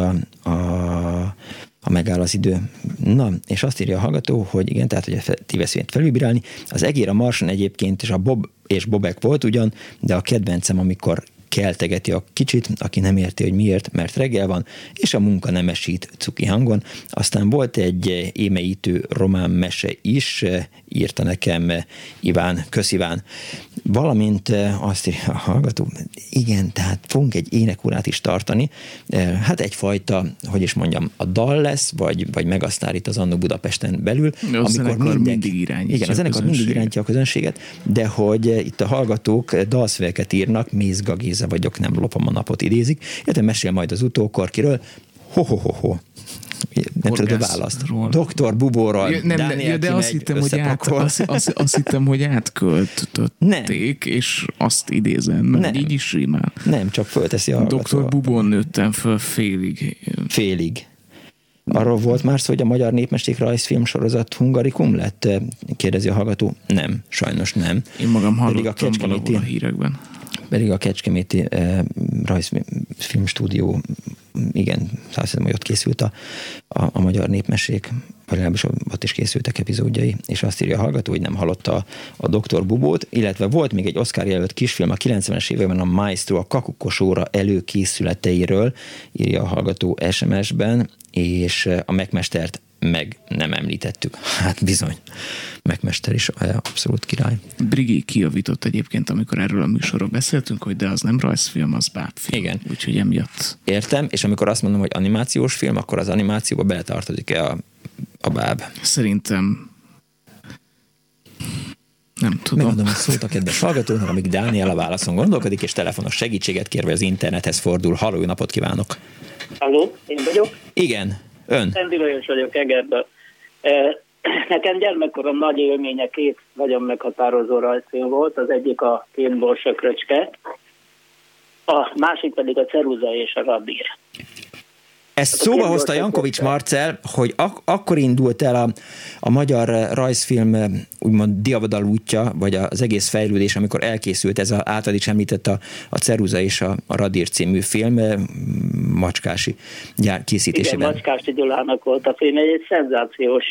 a Megáll az idő. Na, és azt írja a hallgató, hogy igen, tehát, hogy a téveszményt felülbírálni. Az Egér a Marson egyébként, és a Bob és Bobek volt ugyan, de a kedvencem, amikor keltegeti a kicsit, aki nem érti, hogy miért, mert reggel van, és a munka nemesít cuki hangon. Aztán volt egy émeítő román mese is, írta nekem Iván, kösz Iván. Valamint azt írja a hallgató, igen, tehát fogunk egy énekórát is tartani. Hát egyfajta, hogy is mondjam, a dal lesz, vagy megasztár itt az Annó Budapesten belül. A zenekar mindig irányítja. Igen, a zenekar mindig irányítja a közönséget, de hogy itt a hallgatók dalszövegeket írnak, Mézga Géza vagyok, nem lopom a napot idézik, illetve mesél majd az utókorkiről, ho-ho-ho-ho. Nem tudod a választ. Dr. Bubóról. De azt hittem, hogy átköltötték, és azt idézem, mert így is rímel. Nem, csak fölteszi a hallgató. Dr. Bubón nőttem föl félig. Félig. Arról volt már szó, hogy a Magyar Népmesék rajzfilm sorozat hungarikum lett? Kérdezi a hallgató. Nem, sajnos nem. Én magam hallottam valahol a hírekben. Pedig a Kecskeméti rajzfilmstúdió, igen, azt hiszem, hogy ott készült a Magyar Népmesék, vagy legalábbis ott is készültek epizódjai, és azt írja a hallgató, hogy nem hallotta a Dr. Bubót, illetve volt még egy Oscar jelölt kisfilm a 90-es években, a Maestro, a Kakukosóra előkészületeiről, írja a hallgató SMS-ben, és a Megmestert meg nem említettük. Hát bizony, Megmester is abszolút király. Brigi kijavított egyébként, amikor erről a műsorról beszéltünk, hogy de az nem rajzfilm, az bábfilm. Igen. Úgyhogy emiatt. Értem, és amikor azt mondom, hogy animációs film, akkor az animációba beletartozik-e a báb? Szerintem nem tudom. Megadom a szót a kedves hallgatónak, amíg Dániel a válaszon gondolkodik, és telefonos segítséget kérve az internethez fordul. Halló, jó napot kívánok! Halló, én vagyok? Igen, ön. Szendi Lajos vagyok, Egerből. Nekem gyermekkorom nagy élménye két nagyon meghatározó rajzfilm volt, az egyik a Két Borsökröcske, a másik pedig a Ceruza és a Radír. Ezt szóba hozta Jankovics Marcell, hogy akkor indult el a magyar rajzfilm úgymond diavadal útja, vagy az egész fejlődés, amikor elkészült ez az általad is említett a Ceruza és a Radír című film Macskási készítésében. Igen, Macskási Gyulának volt a film, egy szenzációs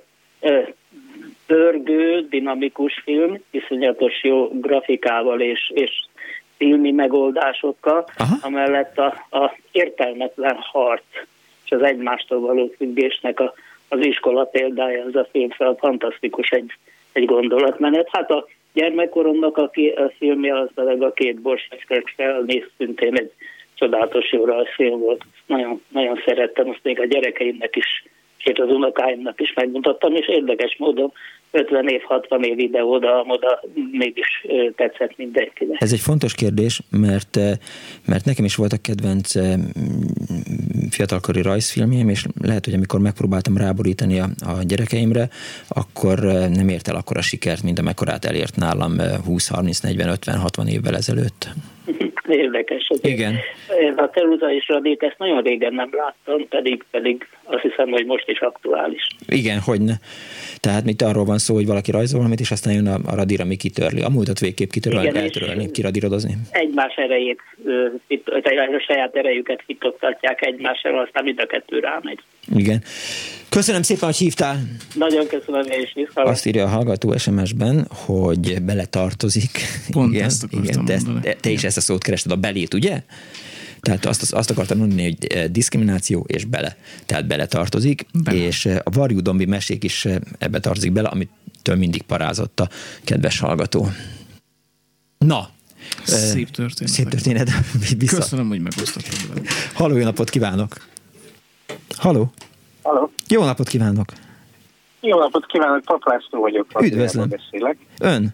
pörgő, dinamikus film, iszonyatos jó grafikával és filmi megoldásokkal, amellett a értelmetlen harc és az egymástól való függésnek a az iskola példája, ez a film, fantasztikus egy gondolatmenet. Hát a gyermekkoromnak a filmje az pedig a Két Borsácskecske, ami szintén egy csodálatos jó rajzfilm volt. Nagyon, nagyon szerettem, azt még a gyerekeimnek is, és az unokáimnak is megmutattam, és érdekes módon 50 év, 60 év ide-oda mégis tetszett mindenkinek. Ez egy fontos kérdés, mert nekem is voltak kedvenc fiatalkori rajzfilmjeim, és lehet, hogy amikor megpróbáltam ráborítani a gyerekeimre, akkor nem ért el akkora sikert, mint amekkorát elért nálam 20, 30, 40, 50, 60 évvel ezelőtt. Érdekes. Igen. A Ceruza és Radét, ezt nagyon régen nem láttam, pedig azt hiszem, hogy most is aktuális. Igen, hogyne. Tehát itt arról van szó, hogy valaki rajzol valamit, és aztán jön a radír, ami kitörli. A múltat végképp kitörli, eltörölni, kiradírodozni. Egymás erejét, a saját erejüket fitoktatják egymásra, aztán mind a kettő rámegy. Igen. Köszönöm szépen, hogy hívtál. Nagyon köszönöm, és vissza. Azt írja a hallgató SMS-ben, hogy beletartozik. Pont igen, ezt akartam mondani. Te is ezt a szót kerested, a belét, ugye? Tehát azt akartam mondani, hogy diszkrimináció és bele. Tehát beletartozik, és a varjúdombi mesék is ebbe tartozik bele, amitől mindig parázott a kedves hallgató. Na! Szép történet. Szép történet. Köszönöm, hogy megosztottad velem. Halló, jó napot kívánok! Halló! Halló! Jó napot kívánok! Jó napot kívánok, Pap László vagyok. Üdvözlöm! Ön?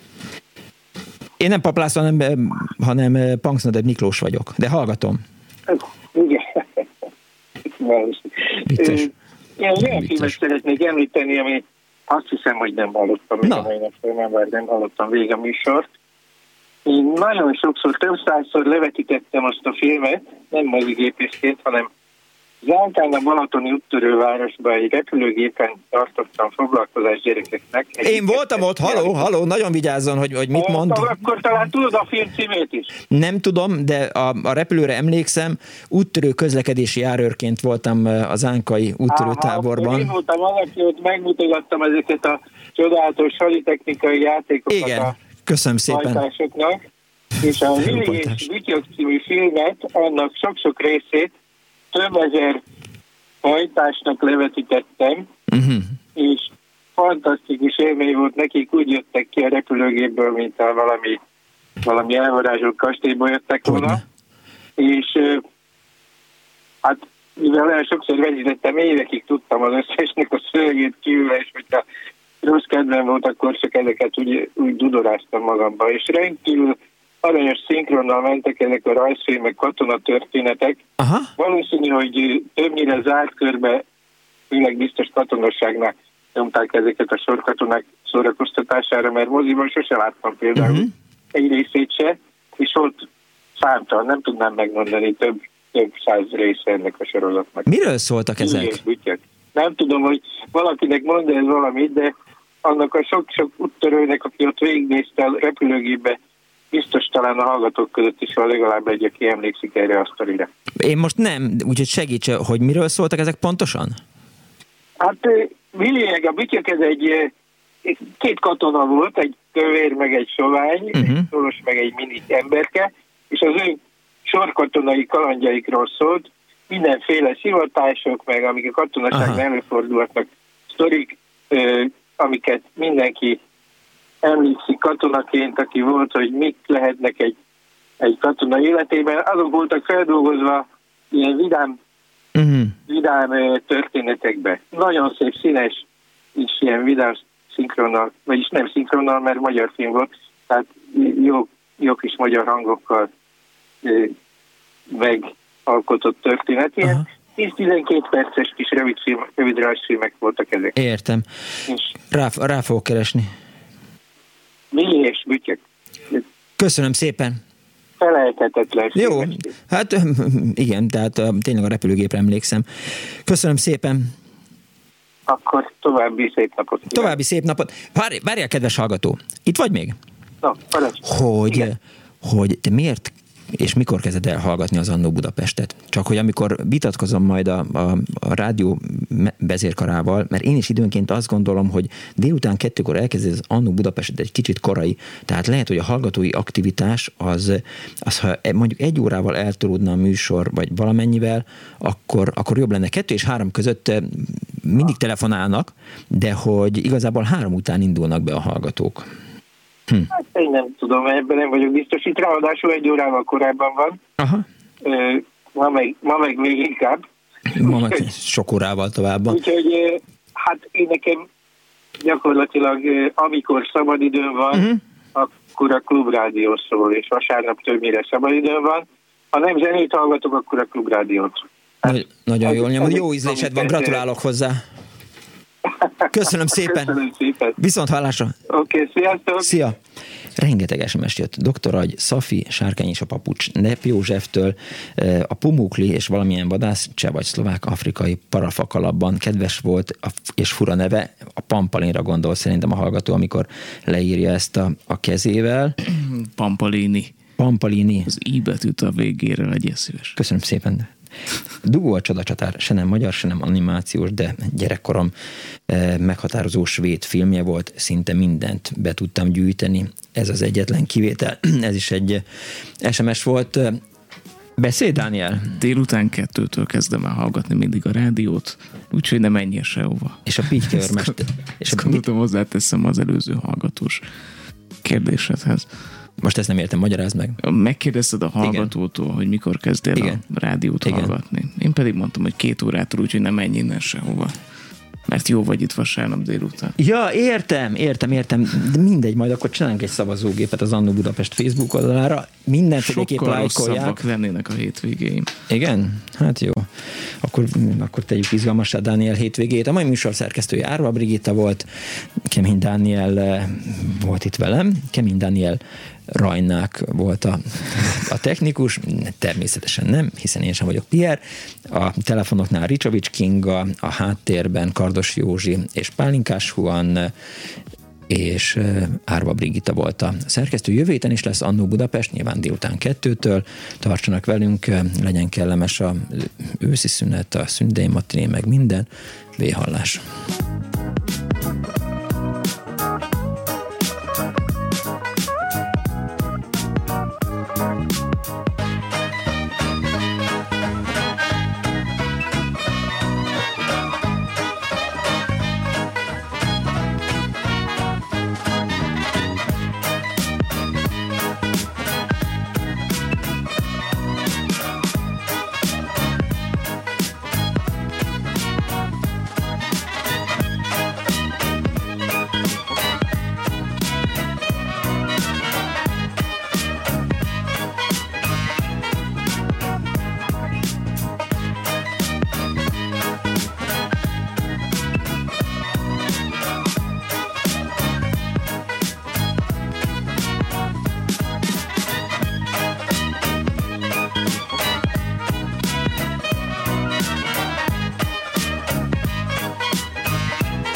Én nem Pap László, hanem Punksnoded Miklós vagyok, de hallgatom. Igen. Én olyan filmet szeretnék említeni, ami azt hiszem, hogy nem hallottam még a mai napról, nem hallottam végig a műsort. Én nagyon sokszor, több százszor levetítettem azt a filmet, nem mozigépészként, hanem Zántán a balatoni úttörővárosban egy repülőgépen tartottam foglalkozást gyerekeknek. Én voltam ott, haló, nagyon vigyázzon, hogy mit mond. Akkor talán tudod a film címét is. Nem tudom, de a repülőre emlékszem, úttörő közlekedési járőrként voltam az Ánkai úttörőtáborban. Én voltam valaki, ott megmutogattam ezeket a csodálatos haditechnikai játékokat. Igen, köszönöm szépen. És a Willy és Vityog című filmet, annak sok-sok részét több ezer hajtásnak levetítettem, és fantasztikus élmény volt nekik, úgy jöttek ki a repülőgépből, mint valami elvarázsolt kastélyból jöttek volna. És hát mivel olyan sokszor vetítettem, évekig tudtam az összesnek a szövegét kívül, és hogyha rossz kedvem volt, akkor csak ezeket úgy dudoráztam magamba, és rendkívül aranyos szinkronnal mentek ezek a rajzfilmek, katonatörténetek. Valószínű, hogy többnyire zárt körbe, főleg biztos katonasságnak nyomták ezeket a sorkatonák szórakoztatására, mert moziban sose láttam például egy részét se, és ott számtalan, nem tudnám megmondani, több száz része ennek a sorozatnak. Miről szóltak ezek? Nem tudom, hogy valakinek mondja ez valamit, de annak a sok-sok úttörőnek, aki ott végignézte a repülőgépbe, biztos talán a hallgatók között is van legalább egy, aki emlékszik erre a sztorira. Én most nem, úgyhogy segíts, hogy miről szóltak ezek pontosan? Hát Willy a Bütyök, ez két katona volt, egy kövér meg egy sovány, egy szoros meg egy mini emberke, és az ő sorkatonai kalandjaikról szólt, mindenféle szivatások, meg amik a katonaságban előfordulhatnak, sztorik, amiket mindenki emlékszik katonaként, aki volt, hogy mik lehetnek egy katona életében. Azok voltak feldolgozva ilyen vidám történetekbe. Nagyon szép, színes, és ilyen vidám szinkronnal, vagyis nem szinkronnal, mert magyar film volt, tehát jó kis magyar hangokkal megalkotott történet. Ilyen 10-12 perces kis rövid rajzfilmek voltak ezek. Értem. Rá fogok keresni. Willy és Bütyök. Köszönöm szépen. Felejthetetlen. Jó, hát igen, tehát tényleg a repülőgépre emlékszem. Köszönöm szépen. Akkor további szép napot. További szép napot. Várjál, kedves hallgató, itt vagy még? Na, hogy te miért és mikor kezded el hallgatni az Annó Budapestet? Csak hogy amikor vitatkozom majd a rádió vezérkarával, mert én is időnként azt gondolom, hogy délután 2-kor elkezded az Annó Budapestet egy kicsit korai, tehát lehet, hogy a hallgatói aktivitás az ha mondjuk 1 órával eltolódna a műsor, vagy valamennyivel, akkor jobb lenne. 2 és 3 között mindig telefonálnak, de hogy igazából 3 után indulnak be a hallgatók. Hát én nem tudom, ebben nem vagyok biztos. Itt ráadásul 1 órával korábban van. Aha. Ma meg még inkább. Ma meg sok órával tovább. Úgyhogy hát én nekem gyakorlatilag amikor szabadidőm van, akkor a Klubrádió szól, és vasárnap többnyire szabadidőm van. Ha nem zenét hallgatok, akkor a Klubrádiót. Nagyon jól nyomod. Jó ízlésed van, gratulálok hozzá. Köszönöm szépen. Köszönöm szépen. Viszont hallásra. Oké, sziasztok. Szia. Rengeteg SMS jött. Dr. Agy, Szafi, Sárkány és a papucs, Nep Józseftől, a Pumukli és valamilyen vadász, cseh vagy szlovák, afrikai parafakalapban kedves volt és fura neve. A Pampalinra gondol szerintem a hallgató, amikor leírja ezt a kezével. Pampalini. Az I betűt a végére legyen szíves. Köszönöm szépen. Dugó a Csodacsatár, se nem magyar, se nem animációs, de gyerekkorom meghatározó svéd filmje volt, szinte mindent be tudtam gyűjteni. Ez az egyetlen kivétel. Ez is egy SMS volt. Beszélj, Dániel? Délután 2-től kezdem el hallgatni mindig a rádiót, úgyhogy nem menjél sehova. És a Pityke őrmester... Ezt gondoltam, hozzáteszem az előző hallgatós kérdésedhez. Most ezt nem értem, magyarázd meg. Megkérdezted a hallgatótól, hogy mikor kezdél a rádiót hallgatni. Én pedig mondtam, hogy 2 órától, úgyhogy nem menj innen sehova. Mert jó vagy itt vasárnap délután. Ja, értem. De mindegy, majd akkor csinálunk egy szavazógépet az Annó Budapest Facebook oldalára. Mindenféleképp lájkolják. Sokkal rosszabbak lennének a hétvégéim. Igen? Hát jó. Akkor tegyük izgalmassá Dániel hétvégét. A mai műsor szerkesztője Árva Brigitta volt. Kemény Dániel volt itt velem. Kemény Dániel Rajnák volt a technikus, természetesen nem, hiszen én sem vagyok Pierre. A telefonoknál Ricsovics Kinga, a háttérben Kardos Józsi és Pálinkás Huan, és Árva Brigitta volt a szerkesztő. Jövő héten is lesz Annó Budapest, nyilván délután 2-től. Tartsanak velünk, legyen kellemes a őszi szünet, a szündei matiné, meg minden. Véhallás.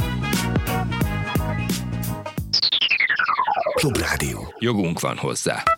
Klubrádió. Jogunk van hozzá.